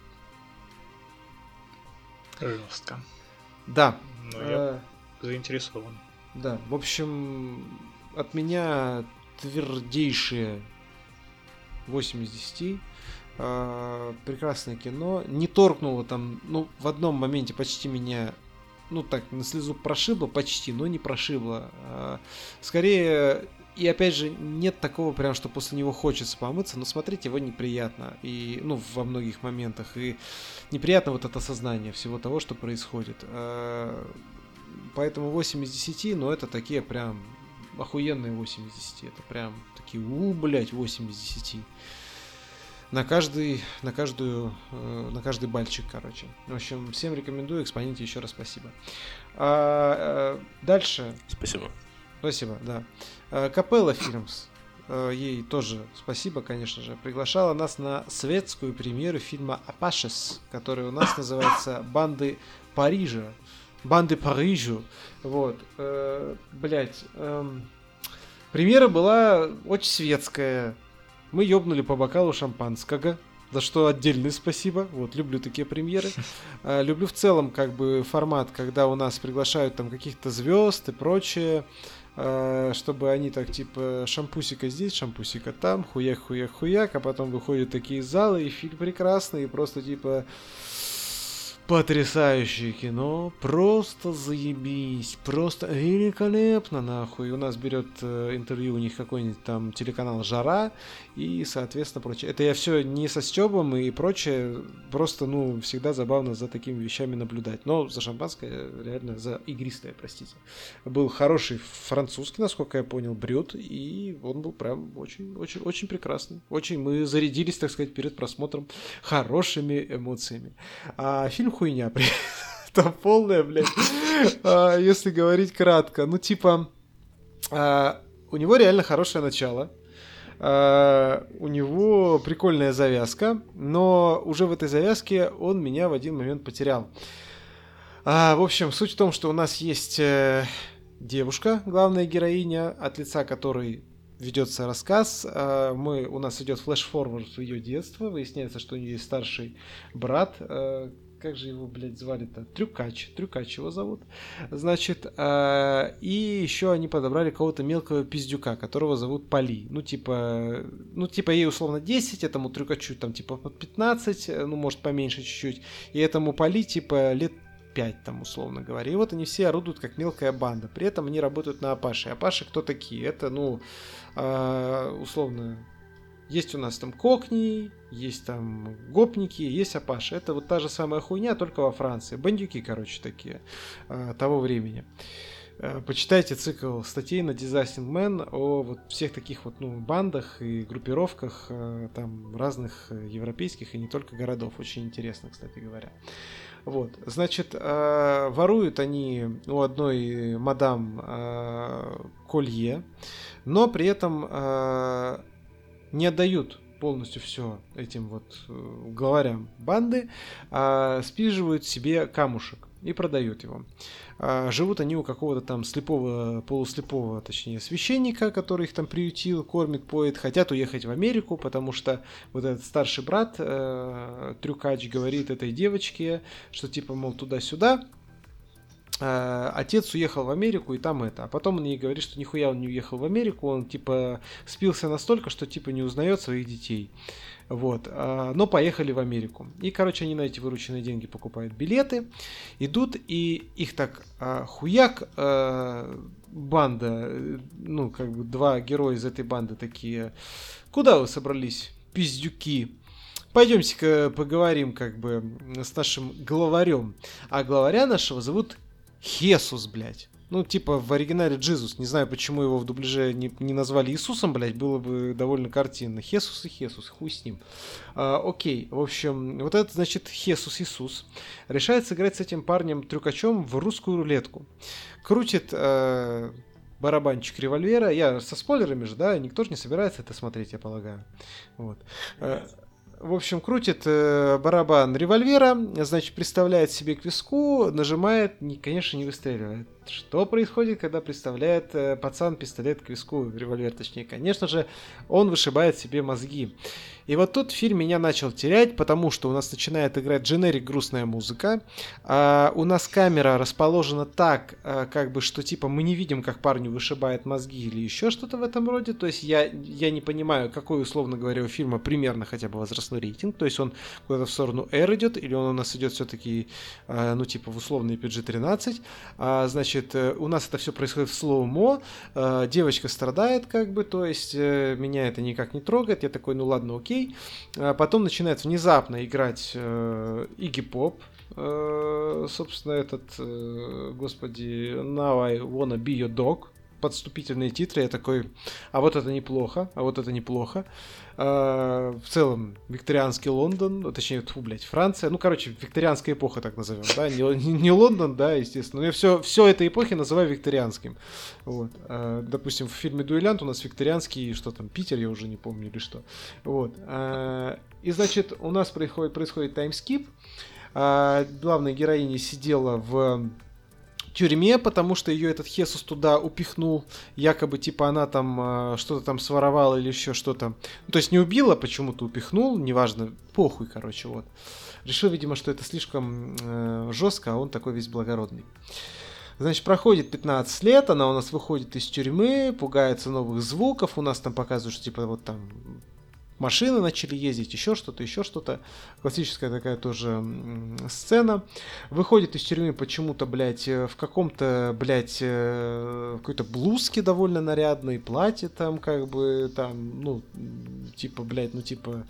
Speaker 3: Жестко.
Speaker 2: Да.
Speaker 3: Ну, я э, заинтересован.
Speaker 2: Да, в общем, от меня твердейшие восемь из десяти. Uh, прекрасное кино. Не торкнуло там, ну, в одном моменте почти меня, ну, так, на слезу прошибло, почти, но не прошибло. Uh, скорее, и опять же, нет такого прям, что после него хочется помыться, но смотреть его неприятно. И, ну, во многих моментах. И неприятно вот это осознание всего того, что происходит. Uh, поэтому восемь из десяти, но это такие прям охуенные восемь из десяти. Это прям такие, у, блять, восемь из десяти. На каждый, на каждую, э, на каждый бальчик, короче. В общем, всем рекомендую, Экспоненте еще раз спасибо. А, а, дальше.
Speaker 1: Спасибо.
Speaker 2: Спасибо, да. А, Капелла Фильмс. А, ей тоже спасибо, конечно же. Приглашала нас на светскую премьеру фильма «Апашес», который у нас называется «Банды Парижа». «Банды Парижу». Вот. Э, блять. Э, премьера была очень светская. Мы ёбнули по бокалу шампанского, за что отдельное спасибо. Вот, люблю такие премьеры. А, люблю в целом, как бы, формат, когда у нас приглашают там каких-то звезд и прочее, а, чтобы они так, типа, шампусика здесь, шампусика там, хуяк-хуяк-хуяк, а потом выходят такие залы, и фильм прекрасный, и просто, типа... Потрясающее кино, просто заебись, просто великолепно, нахуй. И у нас берет э, интервью у них какой-нибудь там телеканал «Жара» и, соответственно, прочее. Это я все не со стёбом и прочее, просто, ну, всегда забавно за такими вещами наблюдать. Но за шампанское, реально, за игристое, простите. Был хороший французский, насколько я понял, брют, и он был прям очень-очень очень прекрасный. Очень мы зарядились, так сказать, перед просмотром хорошими эмоциями. А фильм хуйня, там полная, блядь, а, если говорить кратко. Ну, типа, а, у него реально хорошее начало, а, у него прикольная завязка, но уже в этой завязке он меня в один момент потерял. А, в общем, суть в том, что у нас есть э, девушка, главная героиня, от лица которой ведется рассказ. А, мы, у нас идет флэш-форвард в ее детство, выясняется, что у нее есть старший брат. А, как же его, блядь, звали-то? Трюкач. Трюкач его зовут. Значит, э, и еще они подобрали какого-то мелкого пиздюка, которого зовут Поли. Ну, типа, ну, типа, ей условно десять, этому Трюкачу там, типа, под пятнадцать, ну, может, поменьше чуть-чуть. И этому Поли, типа, лет пять, там, условно говоря. И вот они все орудуют как мелкая банда. При этом они работают на Апаше. Апаши кто такие? Это, ну, э, условно... Есть у нас там кокни, есть там гопники, есть апаши. Это вот та же самая хуйня, только во Франции. Бандюки, короче, такие, того времени. почитайте цикл статей на Disgusting Man о вот всех таких вот, ну, бандах и группировках там разных европейских и не только городов. Очень интересно, кстати говоря. Вот, значит, воруют они у одной мадам колье, но при этом не отдают полностью все этим вот главарям банды, а спиживают себе камушек и продают его. А живут они у какого-то там слепого, полуслепого, точнее, священника, который их там приютил, кормит, поет. Хотят уехать в Америку, потому что вот этот старший брат, э, трюкач, говорит этой девочке, что типа, мол, туда-сюда. Отец уехал в Америку, и там это. А потом он ей говорит, что нихуя он не уехал в Америку, он типа спился настолько, что типа не узнает своих детей. Вот. Но поехали в Америку. И, короче, они на эти вырученные деньги покупают билеты, идут, и их так хуяк, банда, ну, как бы два героя из этой банды такие: куда вы собрались, пиздюки? Пойдемте-ка поговорим как бы с нашим главарем. А главаря нашего зовут Хесус, блядь. Ну, типа в оригинале Джизус. Не знаю, почему его в дубляже не, не назвали Иисусом, блядь. Было бы довольно картинно. Хесус и Хесус, хуй с ним. А, окей, в общем, вот этот, значит, Хесус Иисус решает сыграть с этим парнем-трюкачом в русскую рулетку. Крутит а, барабанчик револьвера. Я со спойлерами же, да, никто же не собирается это смотреть, я полагаю. Вот. В общем, крутит э, барабан револьвера, значит, приставляет себе к виску, нажимает, не, конечно, не выстреливает. Что происходит, когда приставляет э, пацан пистолет к виску, револьвер точнее? Конечно же, он вышибает себе мозги. И вот тут фильм меня начал терять, потому что у нас начинает играть дженерик грустная музыка, а у нас камера расположена так, а, как бы, что типа мы не видим, как парню вышибает мозги или еще что-то в этом роде. То есть я, я не понимаю, какой, условно говоря, у фильма примерно хотя бы возрастной рейтинг. То есть он куда-то в сторону R идет, или он у нас идет все-таки, а, ну типа в условный пи джи тринадцать. А, значит, у нас это все происходит в слоумо, а, девочка страдает как бы, то есть а, меня это никак не трогает. Я такой, ну ладно, окей. А потом начинает внезапно играть э, Iggy Pop, э, собственно, этот, э, господи, Now I Wanna Be Your Dog, подступительные титры, я такой, а вот это неплохо, а вот это неплохо. А, в целом, викторианский Лондон, точнее, тьфу, блядь, Франция, ну, короче, викторианская эпоха, так назовем, да, не, не Лондон, да, естественно, но я все, все этой эпохи называю викторианским. Вот. А, допустим, в фильме «Дуэлянт» у нас викторианский, что там, Питер, я уже не помню, или что. Вот. А, и, значит, у нас происходит, происходит таймскип, а, главная героиня сидела в тюрьме, потому что ее этот Хесус туда упихнул, якобы, типа, она там э, что-то там своровала или еще что-то. Ну, то есть не убила, почему-то упихнул, неважно, похуй, короче, вот. Решил, видимо, что это слишком э, жестко, а он такой весь благородный. Значит, проходит пятнадцать лет, она у нас выходит из тюрьмы, пугается новых звуков, у нас там показывают, что, типа, вот там машины начали ездить, еще что-то, еще что-то. Классическая такая тоже м- сцена. Выходит из тюрьмы почему-то, блядь, в каком-то, блядь, э- какой-то блузке довольно нарядной, платье там, как бы, там, ну, типа, блядь, ну, типа...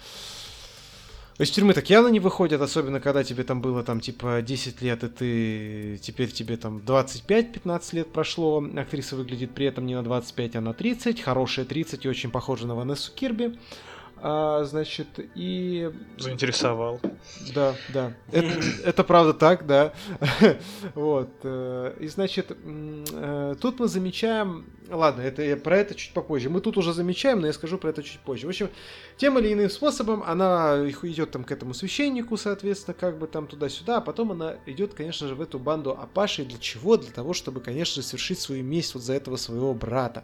Speaker 2: Из тюрьмы так явно не выходят, особенно когда тебе там было, там, типа, десять лет, и ты... Теперь тебе там двадцать пять пятнадцать лет прошло. Актриса выглядит при этом не на двадцать пять, а на тридцать. Хорошая тридцать и очень похожа на Ванессу Кирби. А, значит, и...
Speaker 3: Заинтересовал.
Speaker 2: Да, да. Это, это правда так, да. Вот. И, значит, тут мы замечаем... Ладно, это, я про это чуть попозже. Мы тут уже замечаем, но я скажу про это чуть позже. В общем, тем или иным способом она идет там к этому священнику, соответственно, как бы там туда-сюда, а потом она идет, конечно же, в эту банду Апаши. Для чего? Для того, чтобы, конечно же, совершить свою месть вот за этого своего брата.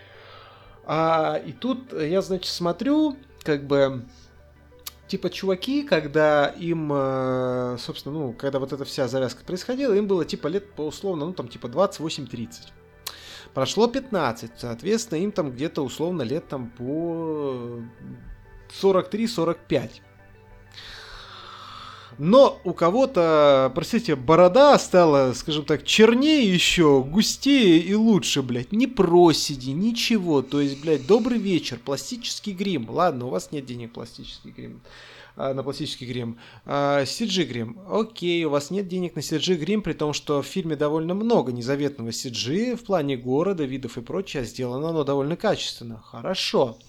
Speaker 2: А, и тут я, значит, смотрю, как бы, типа, чуваки, когда им, собственно, ну, когда вот эта вся завязка происходила, им было, типа, лет по условно, ну, там, типа, двадцать восемь тридцать. Прошло пятнадцать, соответственно, им там где-то, условно, лет там по сорок три сорок пять. Но у кого-то, простите, борода стала, скажем так, чернее еще, густее и лучше, блядь. Не проседи, ничего. То есть, блядь, добрый вечер, пластический грим. Ладно, у вас нет денег пластический грим. На пластический грим. си джи грим. Окей, у вас нет денег на си джи грим, при том, что в фильме довольно много незаветного си джи в плане города, видов и прочее, сделано оно довольно качественно. Хорошо.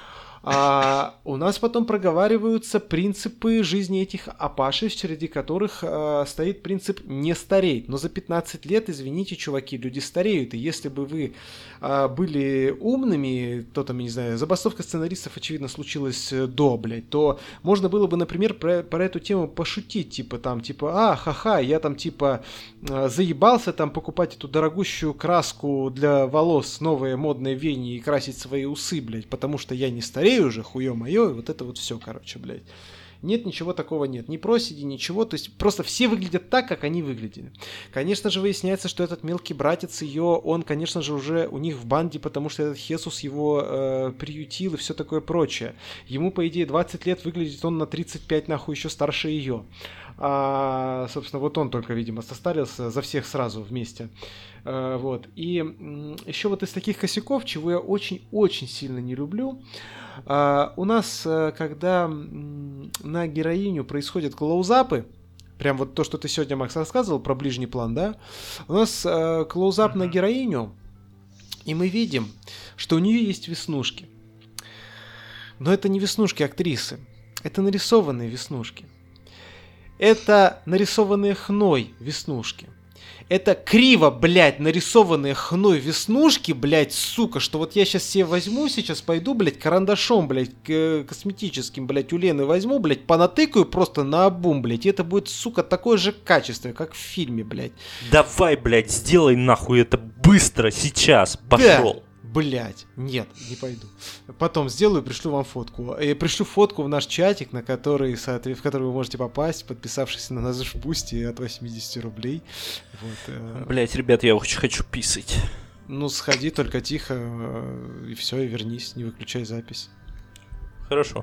Speaker 2: А у нас потом проговариваются принципы жизни этих апашей, среди которых а, стоит принцип не стареть. Но за пятнадцать лет, извините, чуваки, люди стареют. И если бы вы а, были умными, то там, я не знаю, забастовка сценаристов, очевидно, случилась до, блядь, то можно было бы, например, про, про эту тему пошутить. Типа там, типа, а, ха-ха, я там, типа, заебался там покупать эту дорогущую краску для волос, новые модные веяния и красить свои усы, блядь, потому что я не старею уже, хуё моё, и вот это вот все, короче, блядь. Нет, ничего такого нет. Ни проседи, ничего. То есть просто все выглядят так, как они выглядели. Конечно же, выясняется, что этот мелкий братец ее, он, конечно же, уже у них в банде, потому что этот Хесус его э, приютил и все такое прочее. Ему, по идее, двадцать лет, выглядит он на тридцать пять, нахуй, еще старше ее. А, собственно, вот он только, видимо, состарился за всех сразу вместе. А, вот. И м- еще вот из таких косяков, чего я очень-очень сильно не люблю, а, у нас, когда м- на героиню происходят клоузапы, прям вот то, что ты сегодня, Макс, рассказывал про ближний план, да, у нас а, клоузап на героиню, и мы видим, что у нее есть веснушки. Но это не веснушки актрисы, это нарисованные веснушки. Это нарисованные хной веснушки. Это криво, блядь, нарисованные хной веснушки, блядь, сука, что вот я сейчас себе возьму, сейчас пойду, блядь, карандашом, блядь, косметическим, блядь, у Лены возьму, блядь, понатыкаю просто наобум, блядь, и это будет, сука, такое же качество, как в фильме, блядь.
Speaker 1: Давай, блядь, сделай нахуй это быстро, сейчас, пошел.
Speaker 2: Да. Блять, нет, не пойду. Потом сделаю, пришлю вам фотку. Я пришлю фотку в наш чатик, на который, в который вы можете попасть, подписавшись на нас в Бусти от восемьдесят рублей. Вот.
Speaker 1: Блять, ребят, я очень хочу писать.
Speaker 2: Ну, сходи, только тихо, и все, и вернись, не выключай запись.
Speaker 1: Хорошо.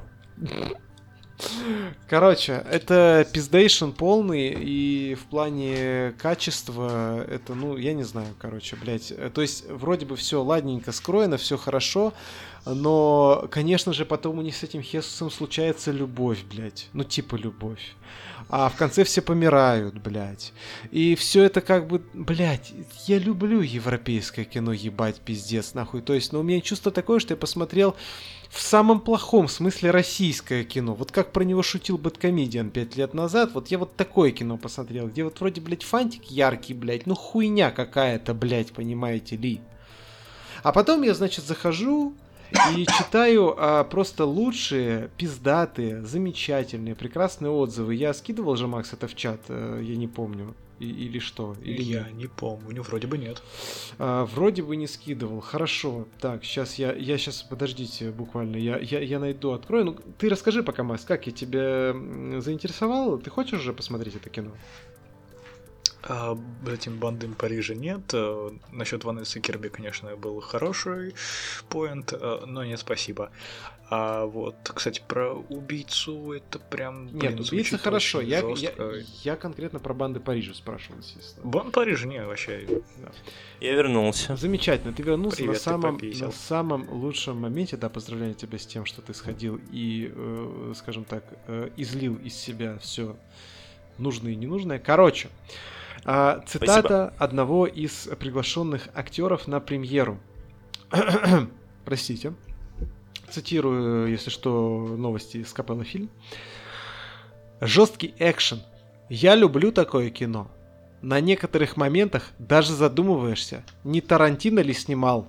Speaker 2: Короче, это пиздейшн полный, и в плане качества это, ну, я не знаю, короче, блядь. То есть, вроде бы все ладненько скроено, все хорошо, но, конечно же, потом у них с этим Хесусом случается любовь, блядь. Ну, типа любовь. А в конце все помирают, блядь. И все это как бы, блядь, я люблю европейское кино, ебать, пиздец, нахуй. То есть, ну, у меня чувство такое, что я посмотрел в самом плохом смысле российское кино. Вот как про него шутил Бэдкомедиан пять лет назад, вот я вот такое кино посмотрел, где вот вроде, блядь, фантик яркий, блядь, ну хуйня какая-то, блядь, понимаете ли. А потом я, значит, захожу и читаю а, просто лучшие, пиздатые, замечательные, прекрасные отзывы. Я скидывал же, Макс, это в чат, э, я не помню. И, или что? Или
Speaker 3: я
Speaker 2: нет?
Speaker 3: не помню, вроде бы нет.
Speaker 2: А, вроде бы не скидывал. Хорошо. Так, сейчас я, я сейчас, подождите, буквально, я, я, я найду, открою. Ну, ты расскажи пока, Макс, как я тебя заинтересовал? Ты хочешь уже посмотреть это кино?
Speaker 3: А, этим банды Парижа нет. А, насчет Ванессы Кирби, конечно, был хороший поинт, а, но нет, спасибо. А вот, кстати, про убийцу это прям...
Speaker 2: Блин, нет, убийца хорошо. Я, я, я конкретно про банды Парижа спрашивал, естественно.
Speaker 3: Банд Парижа, не, вообще.
Speaker 1: Да. Я вернулся.
Speaker 2: Замечательно, ты вернулся.
Speaker 3: Привет,
Speaker 2: на, самом,
Speaker 3: ты
Speaker 2: на самом лучшем моменте. Да, поздравляю тебя с тем, что ты сходил и, э, скажем так, э, излил из себя все нужное и ненужное. Короче, э, цитата Спасибо. Одного из приглашенных актеров на премьеру. Простите. Цитирую, если что, новости из Капелла Фильм. Жесткий экшен. Я люблю такое кино. На некоторых моментах даже задумываешься, не Тарантино ли снимал.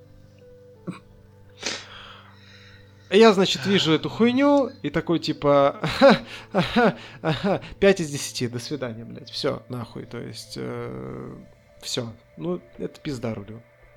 Speaker 2: Я, значит, вижу эту хуйню и такой типа пять из десяти, до свидания, блядь. Все, нахуй, то есть э, все. Ну, это пизда рулю.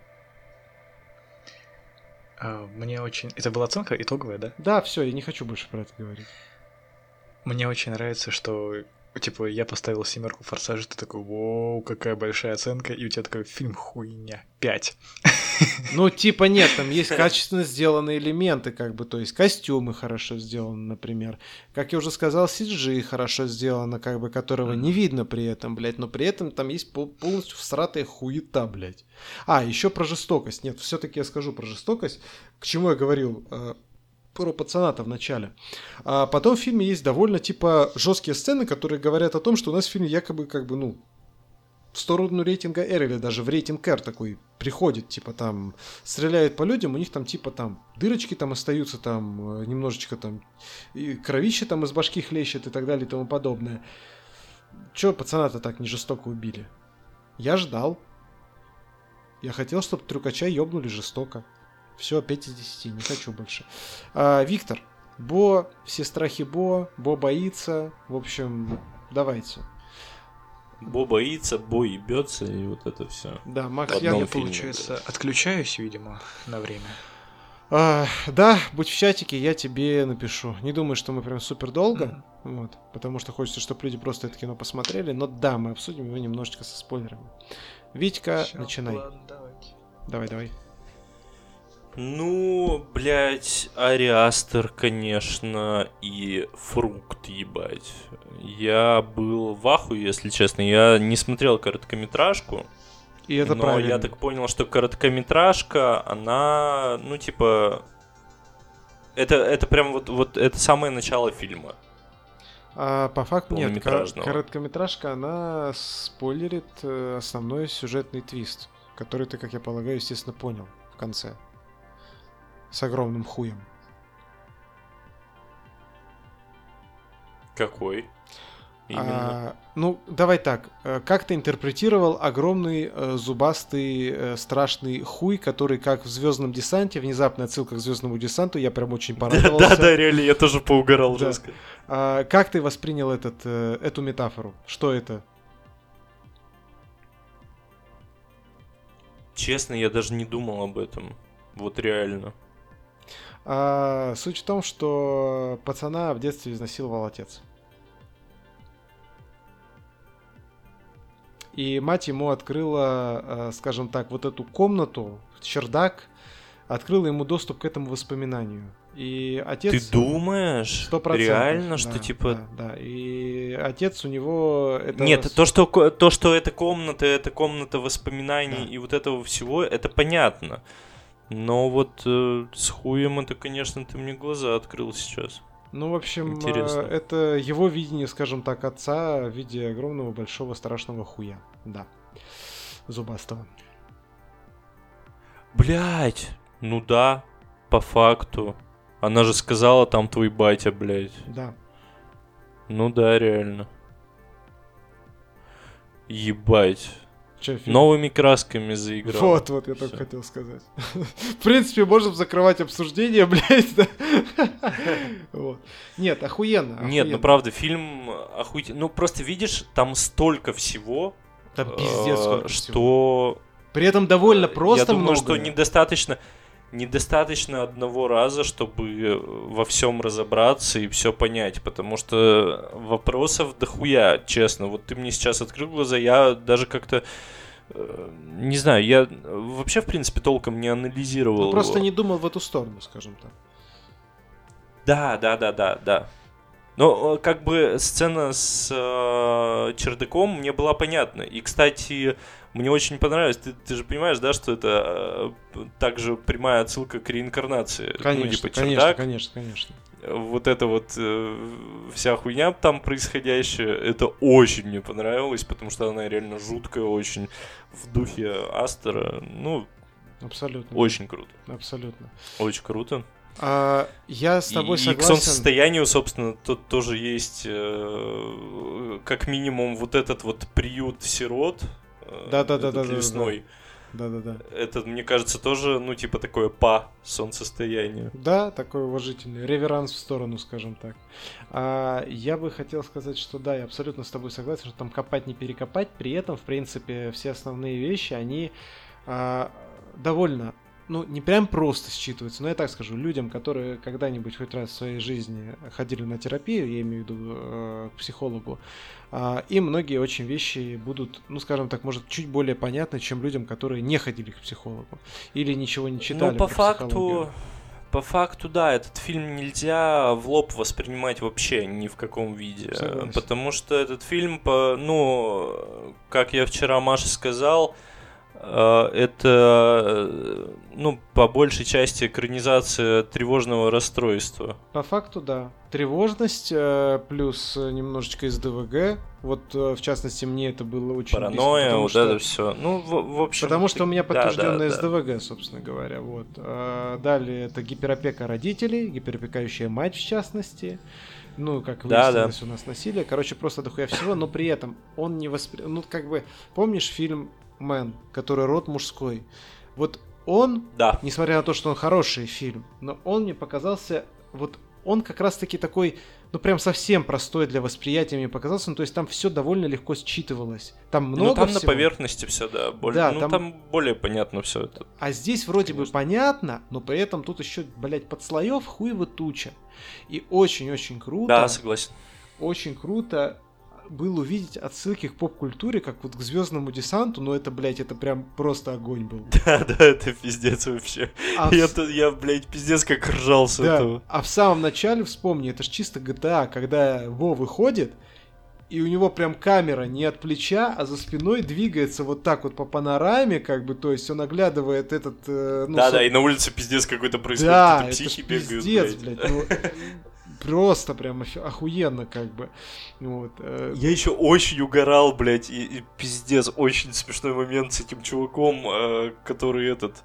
Speaker 3: Мне очень... Это была оценка итоговая, да?
Speaker 2: Да, все, я не хочу больше про это говорить.
Speaker 3: Мне очень нравится, что типа, я поставил семерку Форсажа, ты такой, воу, какая большая оценка, и у тебя такой фильм хуйня, пять.
Speaker 2: Ну, типа, нет, там есть качественно сделанные элементы, как бы, то есть костюмы хорошо сделаны, например. Как я уже сказал, си джи хорошо сделано, как бы, которого не видно при этом, блядь, но при этом там есть пол- полностью всратая хуета, блядь. А, еще про жестокость. Нет, все-таки я скажу про жестокость. К чему я говорил? э, Про пацана-то в начале. А потом в фильме есть довольно, типа, жесткие сцены, которые говорят о том, что у нас в фильме якобы, как бы, ну, в сторону рейтинга R или даже в рейтинг R такой приходит, типа там стреляют по людям, у них там типа там дырочки там остаются, там э, немножечко там и кровище там из башки хлещет и так далее и тому подобное. Чё пацана-то так не жестоко убили? Я ждал. Я хотел, чтобы трюкача ёбнули жестоко. Все, пять из десяти, не хочу больше. А, Виктор, Бо, все страхи Бо, Бо боится, в общем, давайте.
Speaker 1: Бо боится, Бо ебется, и вот это все.
Speaker 2: Да, Макс,
Speaker 1: В
Speaker 2: я,
Speaker 1: одном
Speaker 3: Я,
Speaker 1: фильме,
Speaker 3: получается, отключаюсь, видимо, на время.
Speaker 2: А, да, будь в чатике, я тебе напишу. Не думаю, что мы прям супер долго,
Speaker 3: Мгм.
Speaker 2: вот, потому что хочется, чтобы люди просто это кино посмотрели, но да, мы обсудим его немножечко со спойлерами. Витька,
Speaker 3: Всё,
Speaker 2: начинай.
Speaker 3: ладно, давайте.
Speaker 2: Давай, давай.
Speaker 1: Ну, блядь, Ари Астер, конечно, и Фрукт, ебать. Я был в ахуе, если честно. Я не смотрел короткометражку,
Speaker 2: И это
Speaker 1: но
Speaker 2: правильно.
Speaker 1: я так понял, что короткометражка, она, ну, типа... Это, это прям вот, вот это самое начало фильма.
Speaker 2: А, по факту нет, кор-
Speaker 1: Полнометражного.
Speaker 2: короткометражка, она спойлерит э, основной сюжетный твист, который ты, как я полагаю, естественно, понял в конце. С огромным хуем.
Speaker 1: Какой? Именно.
Speaker 2: А, ну, давай так. э, Как ты интерпретировал огромный э, зубастый э, страшный хуй, который, как в Звездном десанте, внезапная отсылка к Звездному десанту, я прям очень порадовался.
Speaker 1: Да, да, реально, я тоже поугарал
Speaker 2: Да.
Speaker 1: жестко.
Speaker 2: А, как ты воспринял этот, э, эту метафору? Что это?
Speaker 1: Честно, я даже не думал об этом. Вот реально.
Speaker 2: А, суть в том, что пацана в детстве изнасиловал отец. И мать ему открыла, э, скажем так, вот эту комнату, чердак, открыла ему доступ к этому воспоминанию. И отец...
Speaker 1: Ты думаешь?
Speaker 2: Сто процентов,
Speaker 1: Реально, что
Speaker 2: да,
Speaker 1: типа...
Speaker 2: Да, да. И отец у него... Это
Speaker 1: Нет,
Speaker 2: с-
Speaker 1: то что, ко- то, что эта комната, это комната воспоминаний
Speaker 2: Да.
Speaker 1: и вот этого всего, это понятно. Но вот э, с хуем это, конечно, ты мне глаза открыл сейчас.
Speaker 2: Ну, в общем,
Speaker 1: Интересно.
Speaker 2: э, это его видение, скажем так, отца в виде огромного, большого, страшного хуя. Да. Зубастого.
Speaker 1: Блять, ну да, по факту. Она же сказала, там твой батя, блядь.
Speaker 2: Да.
Speaker 1: Ну да, реально. Ебать.
Speaker 2: Чё, фильм?
Speaker 1: Новыми красками заиграл.
Speaker 2: Вот, вот, я только
Speaker 1: Всё.
Speaker 2: хотел сказать. В принципе, можем закрывать обсуждение, блядь. да. Вот. Нет, охуенно.
Speaker 1: Нет, ну
Speaker 2: охуенно.
Speaker 1: правда, фильм охуительный. Ну просто видишь, там столько всего,
Speaker 2: Там пиздец
Speaker 1: э,
Speaker 2: сколько всего.
Speaker 1: что...
Speaker 2: При этом довольно
Speaker 1: э,
Speaker 2: просто
Speaker 1: Я думаю,
Speaker 2: много.
Speaker 1: что недостаточно, недостаточно одного раза, чтобы во всем разобраться и все понять, потому что вопросов дохуя, честно. Вот ты мне сейчас открыл глаза, я даже как-то... э, Не знаю, я вообще, в принципе, толком не анализировал
Speaker 2: Ну, просто
Speaker 1: его.
Speaker 2: не думал в эту сторону, скажем так.
Speaker 1: Да, да, да, да, да. Но э, как бы сцена с э, чердаком мне была понятна. И, кстати, мне очень понравилось. Ты, ты же понимаешь, да, что это э, также прямая отсылка к реинкарнации. Ну,
Speaker 2: Конечно,
Speaker 1: типа,
Speaker 2: конечно,
Speaker 1: чердак,
Speaker 2: конечно, конечно.
Speaker 1: вот эта вот э, вся хуйня там происходящая, это очень мне понравилось, потому что она реально жуткая, очень в духе Астера. Ну,
Speaker 2: Абсолютно.
Speaker 1: очень круто.
Speaker 2: Абсолютно.
Speaker 1: Очень круто.
Speaker 2: А, я с тобой
Speaker 1: и, и к
Speaker 2: согласен.
Speaker 1: солнцестоянию, собственно, тут тоже есть э, как минимум вот этот вот приют сирот. э,
Speaker 2: Да-да-да-да-да-да.
Speaker 1: этот лесной.
Speaker 2: Да-да-да.
Speaker 1: Это, мне кажется, тоже, ну, типа такое по солнцестоянию.
Speaker 2: Да, такой уважительный реверанс в сторону, скажем так. А, я бы хотел сказать, что да, я абсолютно с тобой согласен, что там копать не перекопать. При этом, в принципе, все основные вещи, они а, довольно ну, не прям просто считывается, но я так скажу, людям, которые когда-нибудь хоть раз в своей жизни ходили на терапию, я имею в виду э, к психологу, э, им многие очень вещи будут, ну, скажем так, может, чуть более понятны, чем людям, которые не ходили к психологу или ничего не читали.
Speaker 1: Ну, по
Speaker 2: про
Speaker 1: факту,
Speaker 2: психологию.
Speaker 1: по факту, да, этот фильм нельзя в лоб воспринимать вообще ни в каком виде.
Speaker 2: Согласен.
Speaker 1: Потому что этот фильм, по, ну, как я вчера Маше сказал, это, ну, по большей части экранизация тревожного расстройства.
Speaker 2: По факту, да. Тревожность э, плюс немножечко из ДВГ. Вот, э, в частности, мне это было очень
Speaker 1: Паранойя,
Speaker 2: близко,
Speaker 1: вот
Speaker 2: что...
Speaker 1: это все. Ну, в, в общем...
Speaker 2: Потому что у меня подтвержденное
Speaker 1: да, да, да.
Speaker 2: СДВГ, собственно говоря. Вот. А далее это гиперопека родителей, гиперопекающая мать, в частности. Ну, как
Speaker 1: Да,
Speaker 2: выяснилось,
Speaker 1: да.
Speaker 2: у нас насилие. Короче, просто дохуя всего, но при этом он не воспринимает... Ну, как бы, помнишь фильм «Мэн», который род мужской? Вот он,
Speaker 1: Да.
Speaker 2: несмотря на то, что он хороший фильм, но он мне показался... Вот он как раз-таки такой, ну, прям совсем простой для восприятия мне показался. Ну, то есть там все довольно легко считывалось. Там много
Speaker 1: Ну, там
Speaker 2: всего.
Speaker 1: на поверхности все, да. Более,
Speaker 2: Да,
Speaker 1: ну,
Speaker 2: там...
Speaker 1: там более понятно все это.
Speaker 2: А здесь вроде
Speaker 1: Конечно.
Speaker 2: бы понятно, но при этом тут еще, блядь, под слоев хуево туча. И очень-очень круто.
Speaker 1: Да, согласен.
Speaker 2: Очень круто было увидеть отсылки к поп-культуре, как вот к «Звездному десанту», но это, блядь, это прям просто огонь был.
Speaker 1: Да, да, это пиздец вообще.
Speaker 2: А
Speaker 1: Я,
Speaker 2: в...
Speaker 1: я, блядь, пиздец как ржал с
Speaker 2: да.
Speaker 1: этого.
Speaker 2: А в самом начале, вспомни, это ж чисто джи ти эй, когда Во выходит, и у него прям камера не от плеча, а за спиной двигается вот так вот по панораме, как бы, то есть он оглядывает этот... Э, ну,
Speaker 1: Да-да,
Speaker 2: со...
Speaker 1: и на улице пиздец какой-то происходит,
Speaker 2: да,
Speaker 1: какие-то психи
Speaker 2: это
Speaker 1: бегают,
Speaker 2: пиздец,
Speaker 1: блядь.
Speaker 2: блядь. Ну, просто прям охуенно, как бы. Вот.
Speaker 1: Я еще очень угорал, блядь, и, и пиздец, очень смешной момент с этим чуваком, э, который этот...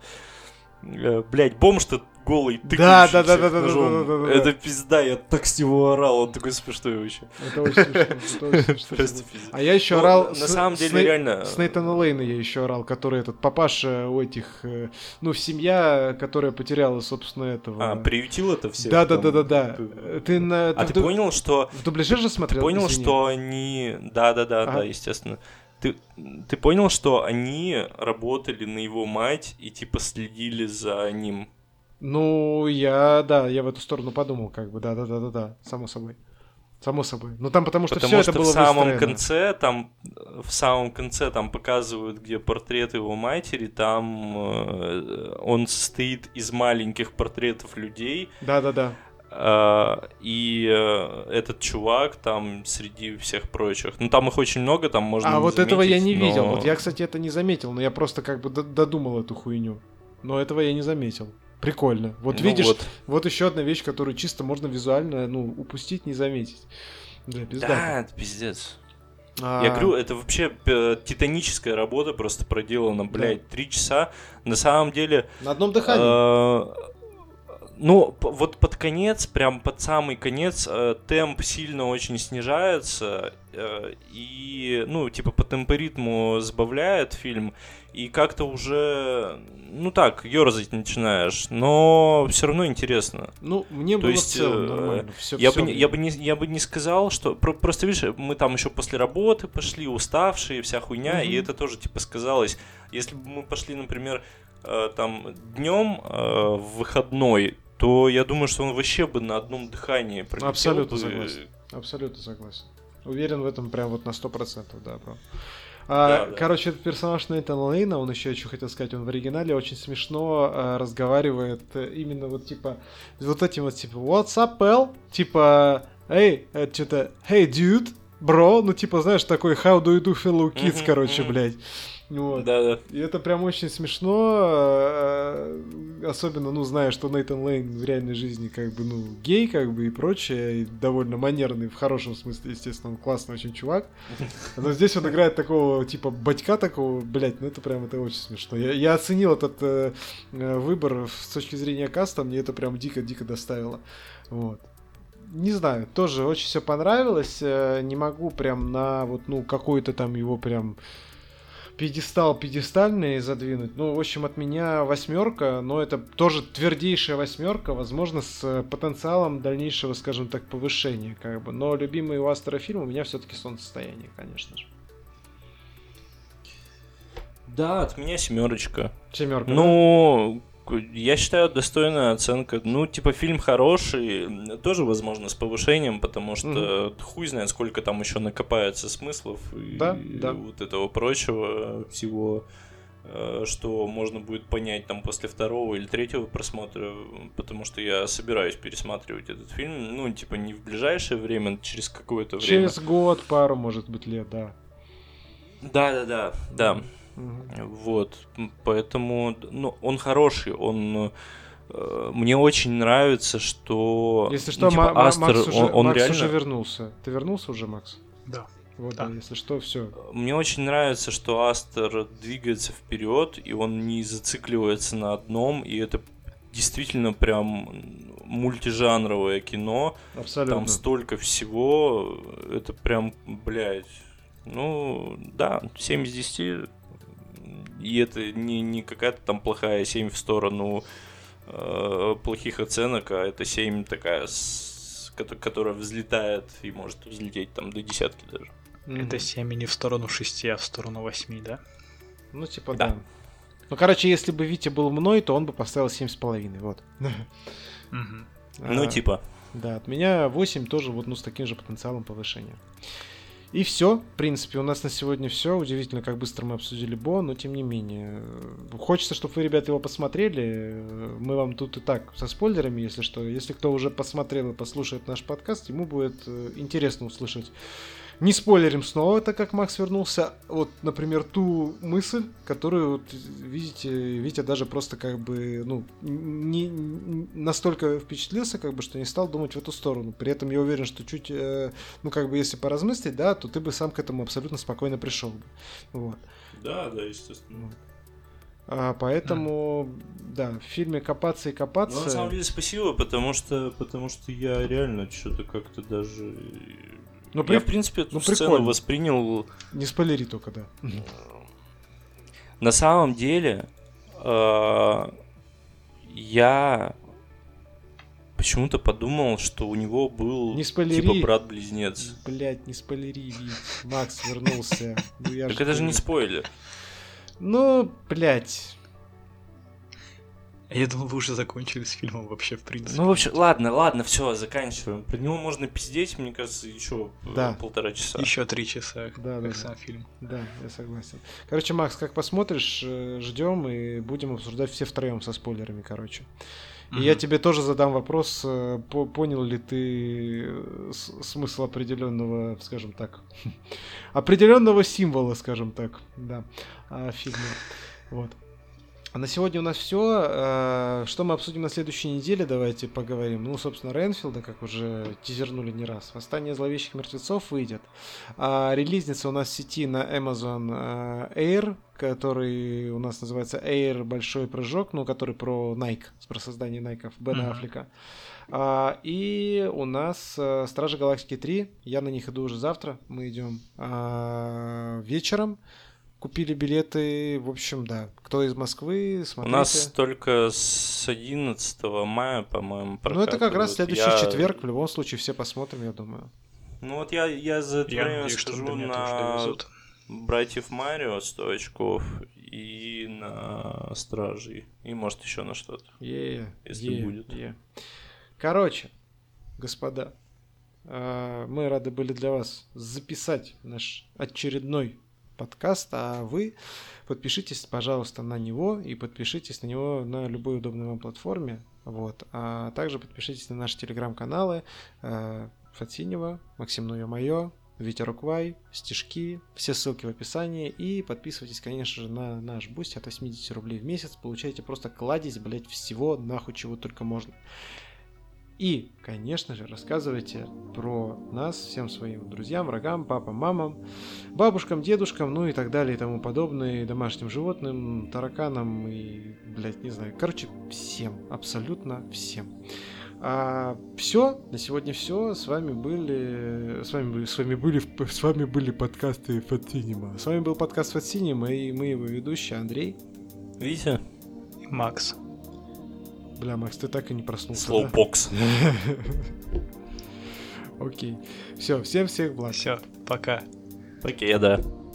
Speaker 1: Э, блядь, бомж-то голый, тыкающий
Speaker 2: Да, да, да,
Speaker 1: всех
Speaker 2: да, да,
Speaker 1: ножом.
Speaker 2: да, да, да, да.
Speaker 1: Это пизда, я так с него орал, он такой смешной вообще.
Speaker 2: Это очень смешно. Это очень смешно.
Speaker 1: Просто пиздец.
Speaker 2: А я еще
Speaker 1: Ну,
Speaker 2: орал...
Speaker 1: на
Speaker 2: с-
Speaker 1: самом
Speaker 2: с
Speaker 1: деле,
Speaker 2: Ней-
Speaker 1: реально-
Speaker 2: С Нейтана Лейна я еще орал, который этот папаша у этих... э, Ну, семья, которая потеряла, собственно, этого...
Speaker 1: А, приютил это все?
Speaker 2: Да, да, да, да, да. Ты на...
Speaker 1: А
Speaker 2: в
Speaker 1: ты
Speaker 2: ду-
Speaker 1: понял, что...
Speaker 2: В дубляже же смотрел?
Speaker 1: Понял,
Speaker 2: Извини.
Speaker 1: что они... Да-да-да,
Speaker 2: Ага.
Speaker 1: да, естественно. Ты, ты понял, что они работали на его мать и типа следили за ним?
Speaker 2: Ну, я, да, я в эту сторону подумал, как бы, да-да-да-да-да, само собой. Само собой. Ну, там потому что
Speaker 1: Потому
Speaker 2: все
Speaker 1: что
Speaker 2: это было
Speaker 1: в самом
Speaker 2: выстроено.
Speaker 1: конце там в самом конце там показывают, где портрет его матери, там э, он состоит из маленьких портретов людей.
Speaker 2: Да-да-да.
Speaker 1: Uh, и uh, этот чувак там среди всех прочих. Ну, там их очень много, там можно
Speaker 2: А
Speaker 1: не
Speaker 2: вот этого я не
Speaker 1: заметить,
Speaker 2: видел.
Speaker 1: но-
Speaker 2: Вот я, кстати, это не заметил, но я просто как бы д- додумал эту хуйню. Но этого я не заметил. Прикольно. Вот
Speaker 1: Ну
Speaker 2: видишь,
Speaker 1: вот.
Speaker 2: вот еще одна вещь, которую чисто можно визуально, ну, упустить, не заметить. Да, пизда.
Speaker 1: Да, это пиздец.
Speaker 2: А,
Speaker 1: Я говорю, это вообще э, титаническая работа просто проделана, блядь, три часа. На самом деле...
Speaker 2: На одном дыхании.
Speaker 1: э, Ну, п- вот под конец, прям под самый конец, э, темп сильно очень снижается, э, и, ну, типа, по темпоритму сбавляет фильм, и как-то уже, ну так, ёрзать начинаешь, но все равно интересно.
Speaker 2: Ну, мне
Speaker 1: То
Speaker 2: было
Speaker 1: есть,
Speaker 2: в целом
Speaker 1: э,
Speaker 2: нормально. Всё-
Speaker 1: Я
Speaker 2: всё
Speaker 1: бы, не, я, бы не, я бы не сказал, что... про- Просто, видишь, мы там еще после работы пошли, уставшие, вся хуйня, и
Speaker 2: Мгм.
Speaker 1: это тоже, типа, сказалось. Если бы мы пошли, например, э, там, днем э, в выходной, то я думаю, что он вообще бы на одном дыхании пролетел
Speaker 2: Абсолютно
Speaker 1: бы.
Speaker 2: согласен. Абсолютно согласен. Уверен в этом прям вот на сто процентов, да, бро. А,
Speaker 1: Да, да.
Speaker 2: короче, этот персонаж Нейтана Лейна, он еще, что хотел сказать, он в оригинале очень смешно а, разговаривает э, именно вот типа, вот этим вот типа, what's up, pal? Типа, эй, это что-то, hey, dude, бро, ну типа, знаешь, такой how do you do fellow kids,
Speaker 1: Мгм,
Speaker 2: короче,
Speaker 1: мгм.
Speaker 2: блядь. Вот.
Speaker 1: Да-да.
Speaker 2: И это прям очень смешно, э, особенно, ну, зная, что Нейтан Лейн в реальной жизни как бы, ну, гей, как бы, и прочее, и довольно манерный, в хорошем смысле, естественно, он классный очень чувак. Но здесь он играет такого, типа, батька такого, блядь, ну, это прям, это очень смешно. Я, я оценил этот э, э, выбор с точки зрения каста, мне это прям дико-дико доставило. Вот. Не знаю, тоже очень все понравилось, э, не могу прям на вот, ну, какой-то там его прям... пьедестал пьедестальный задвинуть. Ну, в общем, от меня восьмерка, но это тоже твердейшая восьмерка, возможно, с потенциалом дальнейшего, скажем так, повышения, как бы. Но любимый у Астера фильм у меня все-таки «Солнцестояние», конечно же.
Speaker 1: Да, от меня семерочка.
Speaker 2: Семерка.
Speaker 1: Ну, Я считаю, достойная оценка. Ну, типа, фильм хороший, тоже, возможно, с повышением, потому что mm-hmm. хуй знает, сколько там еще накопается смыслов и,
Speaker 2: да,
Speaker 1: и
Speaker 2: да.
Speaker 1: вот этого прочего всего, что можно будет понять там после второго или третьего просмотра, потому что я собираюсь пересматривать этот фильм, ну, типа, не в ближайшее время, через какое-то время.
Speaker 2: Через год, пару, может быть, лет, да.
Speaker 1: Да-да-да, да.
Speaker 2: Mm-hmm.
Speaker 1: Вот, поэтому, ну, он хороший, он... Мне очень нравится, что...
Speaker 2: Если что,
Speaker 1: ну, типа,
Speaker 2: Ма-
Speaker 1: Астер,
Speaker 2: Макс, уже,
Speaker 1: он, он
Speaker 2: Макс
Speaker 1: реально...
Speaker 2: уже вернулся. Ты вернулся уже, Макс?
Speaker 3: Да.
Speaker 2: Вот,
Speaker 3: да.
Speaker 2: да, если что, все.
Speaker 1: Мне очень нравится, что Астер двигается вперед, и он не зацикливается на одном, и это действительно прям мультижанровое кино.
Speaker 2: Абсолютно.
Speaker 1: Там столько всего, это прям, блядь, ну, да, семь из десяти, и это не, не какая-то там плохая семь в сторону э, плохих оценок, а это семь такая, с, которая взлетает и может взлететь там до десятки даже.
Speaker 3: Mm-hmm. Это семь не в сторону шести, а в сторону восьми, да?
Speaker 2: Ну, типа,
Speaker 1: да.
Speaker 2: да. Ну, короче, если бы Витя был мной, то он бы поставил семь с половиной, вот.
Speaker 3: Mm-hmm.
Speaker 1: Ну, типа.
Speaker 2: Да, от меня восемь тоже вот, ну, с таким же потенциалом повышения. И все, в принципе, у нас на сегодня все. Удивительно, как быстро мы обсудили Бо, но тем не менее. Хочется, чтобы вы, ребята, его посмотрели. Мы вам тут и так со спойлерами, если что. Если кто уже посмотрел и послушает наш подкаст, ему будет интересно услышать. Не спойлерим снова, так как Макс вернулся. Вот, например, ту мысль, которую, вот, видите, Витя даже просто как бы, ну, не, не настолько впечатлился, как бы, что не стал думать в эту сторону. При этом я уверен, что чуть, э, ну, как бы, если поразмыслить, да, то ты бы сам к этому абсолютно спокойно пришел бы. Вот.
Speaker 1: Да, да, естественно.
Speaker 2: А, поэтому, mm. да, в фильме копаться и копаться.
Speaker 1: Ну, на самом деле, спасибо, потому что, потому что я реально что-то как-то даже...
Speaker 2: Ну,
Speaker 1: я,
Speaker 2: при...
Speaker 1: в принципе, эту
Speaker 2: ну,
Speaker 1: сцену
Speaker 2: прикольно.
Speaker 1: воспринял...
Speaker 2: Не спойлери только, да.
Speaker 1: На самом деле, э- я почему-то подумал, что у него был
Speaker 2: не спойлери.
Speaker 1: типа брат-близнец.
Speaker 2: Блять, не спойлери, Вить. Макс вернулся.
Speaker 1: Ну, я так это же не спойлер.
Speaker 2: Ну, блять.
Speaker 3: Я думал, вы уже закончили с фильмом вообще, в принципе.
Speaker 1: Ну, в общем, ладно, ладно, все, заканчиваем. Про него можно пиздеть, мне кажется, еще
Speaker 2: да.
Speaker 1: полтора часа.
Speaker 3: Еще три часа,
Speaker 2: да,
Speaker 3: как
Speaker 2: да,
Speaker 3: сам
Speaker 2: да.
Speaker 3: фильм.
Speaker 2: Да, я согласен. Короче, Макс, как посмотришь, ждем и будем обсуждать все втроем со спойлерами, короче. И mm-hmm. я тебе тоже задам вопрос, понял ли ты смысл определенного, скажем так, определенного символа, скажем так, да, фильма. Вот. А на сегодня у нас все. Что мы обсудим на следующей неделе, давайте поговорим. Ну, собственно, Ренфилда, как уже тизернули не раз. «Восстание зловещих мертвецов» выйдет. А релизница у нас в сети на Amazon Air, который у нас называется Air Большой прыжок, ну, который про Nike, про создание Nike, Бена mm-hmm. Аффлека. А, и у нас а, «Стражи Галактики три». Я на них иду уже завтра. Мы идем а, вечером. Купили билеты, в общем, да. Кто из Москвы, смотрите.
Speaker 1: У нас только с одиннадцатого мая, по-моему, прокатывают.
Speaker 2: Ну, это как раз следующий
Speaker 1: я...
Speaker 2: четверг. В любом случае, все посмотрим, я думаю.
Speaker 1: Ну, вот я, я за это
Speaker 3: я
Speaker 1: время
Speaker 3: надеюсь,
Speaker 1: схожу на «Братьев Марио» сто очков и на «Стражей». И, может, еще на что-то.
Speaker 2: Yeah,
Speaker 1: если
Speaker 2: yeah,
Speaker 1: будет.
Speaker 2: Yeah. Короче, господа, мы рады были для вас записать наш очередной подкаст, а вы подпишитесь, пожалуйста, на него и подпишитесь на него на любой удобной вам платформе. Вот. А также подпишитесь на наши телеграм-каналы э, Фатсинева, Максим Ну Ё-Моё, Витя Руквай, стишки, все ссылки в описании. И подписывайтесь, конечно же, на наш Бусти от восемьдесят рублей в месяц. Получаете просто кладезь, блять, всего нахуй, чего только можно. И, конечно же, рассказывайте про нас всем своим друзьям, врагам, папам, мамам, бабушкам, дедушкам, ну и так далее и тому подобное, домашним животным, тараканам и, блядь, не знаю. Короче, всем, абсолютно всем. А, все, на сегодня все. С вами были, с вами, с вами были, с вами были подкасты Фатсинема. С вами был подкаст Фатсинема и мы его ведущие Андрей,
Speaker 1: Витя
Speaker 3: и Макс.
Speaker 2: Бля, Макс, ты так и не проснулся.
Speaker 1: Слоупокс.
Speaker 2: Окей. Все, всем всех благ.
Speaker 3: Все, пока.
Speaker 1: Окей, да.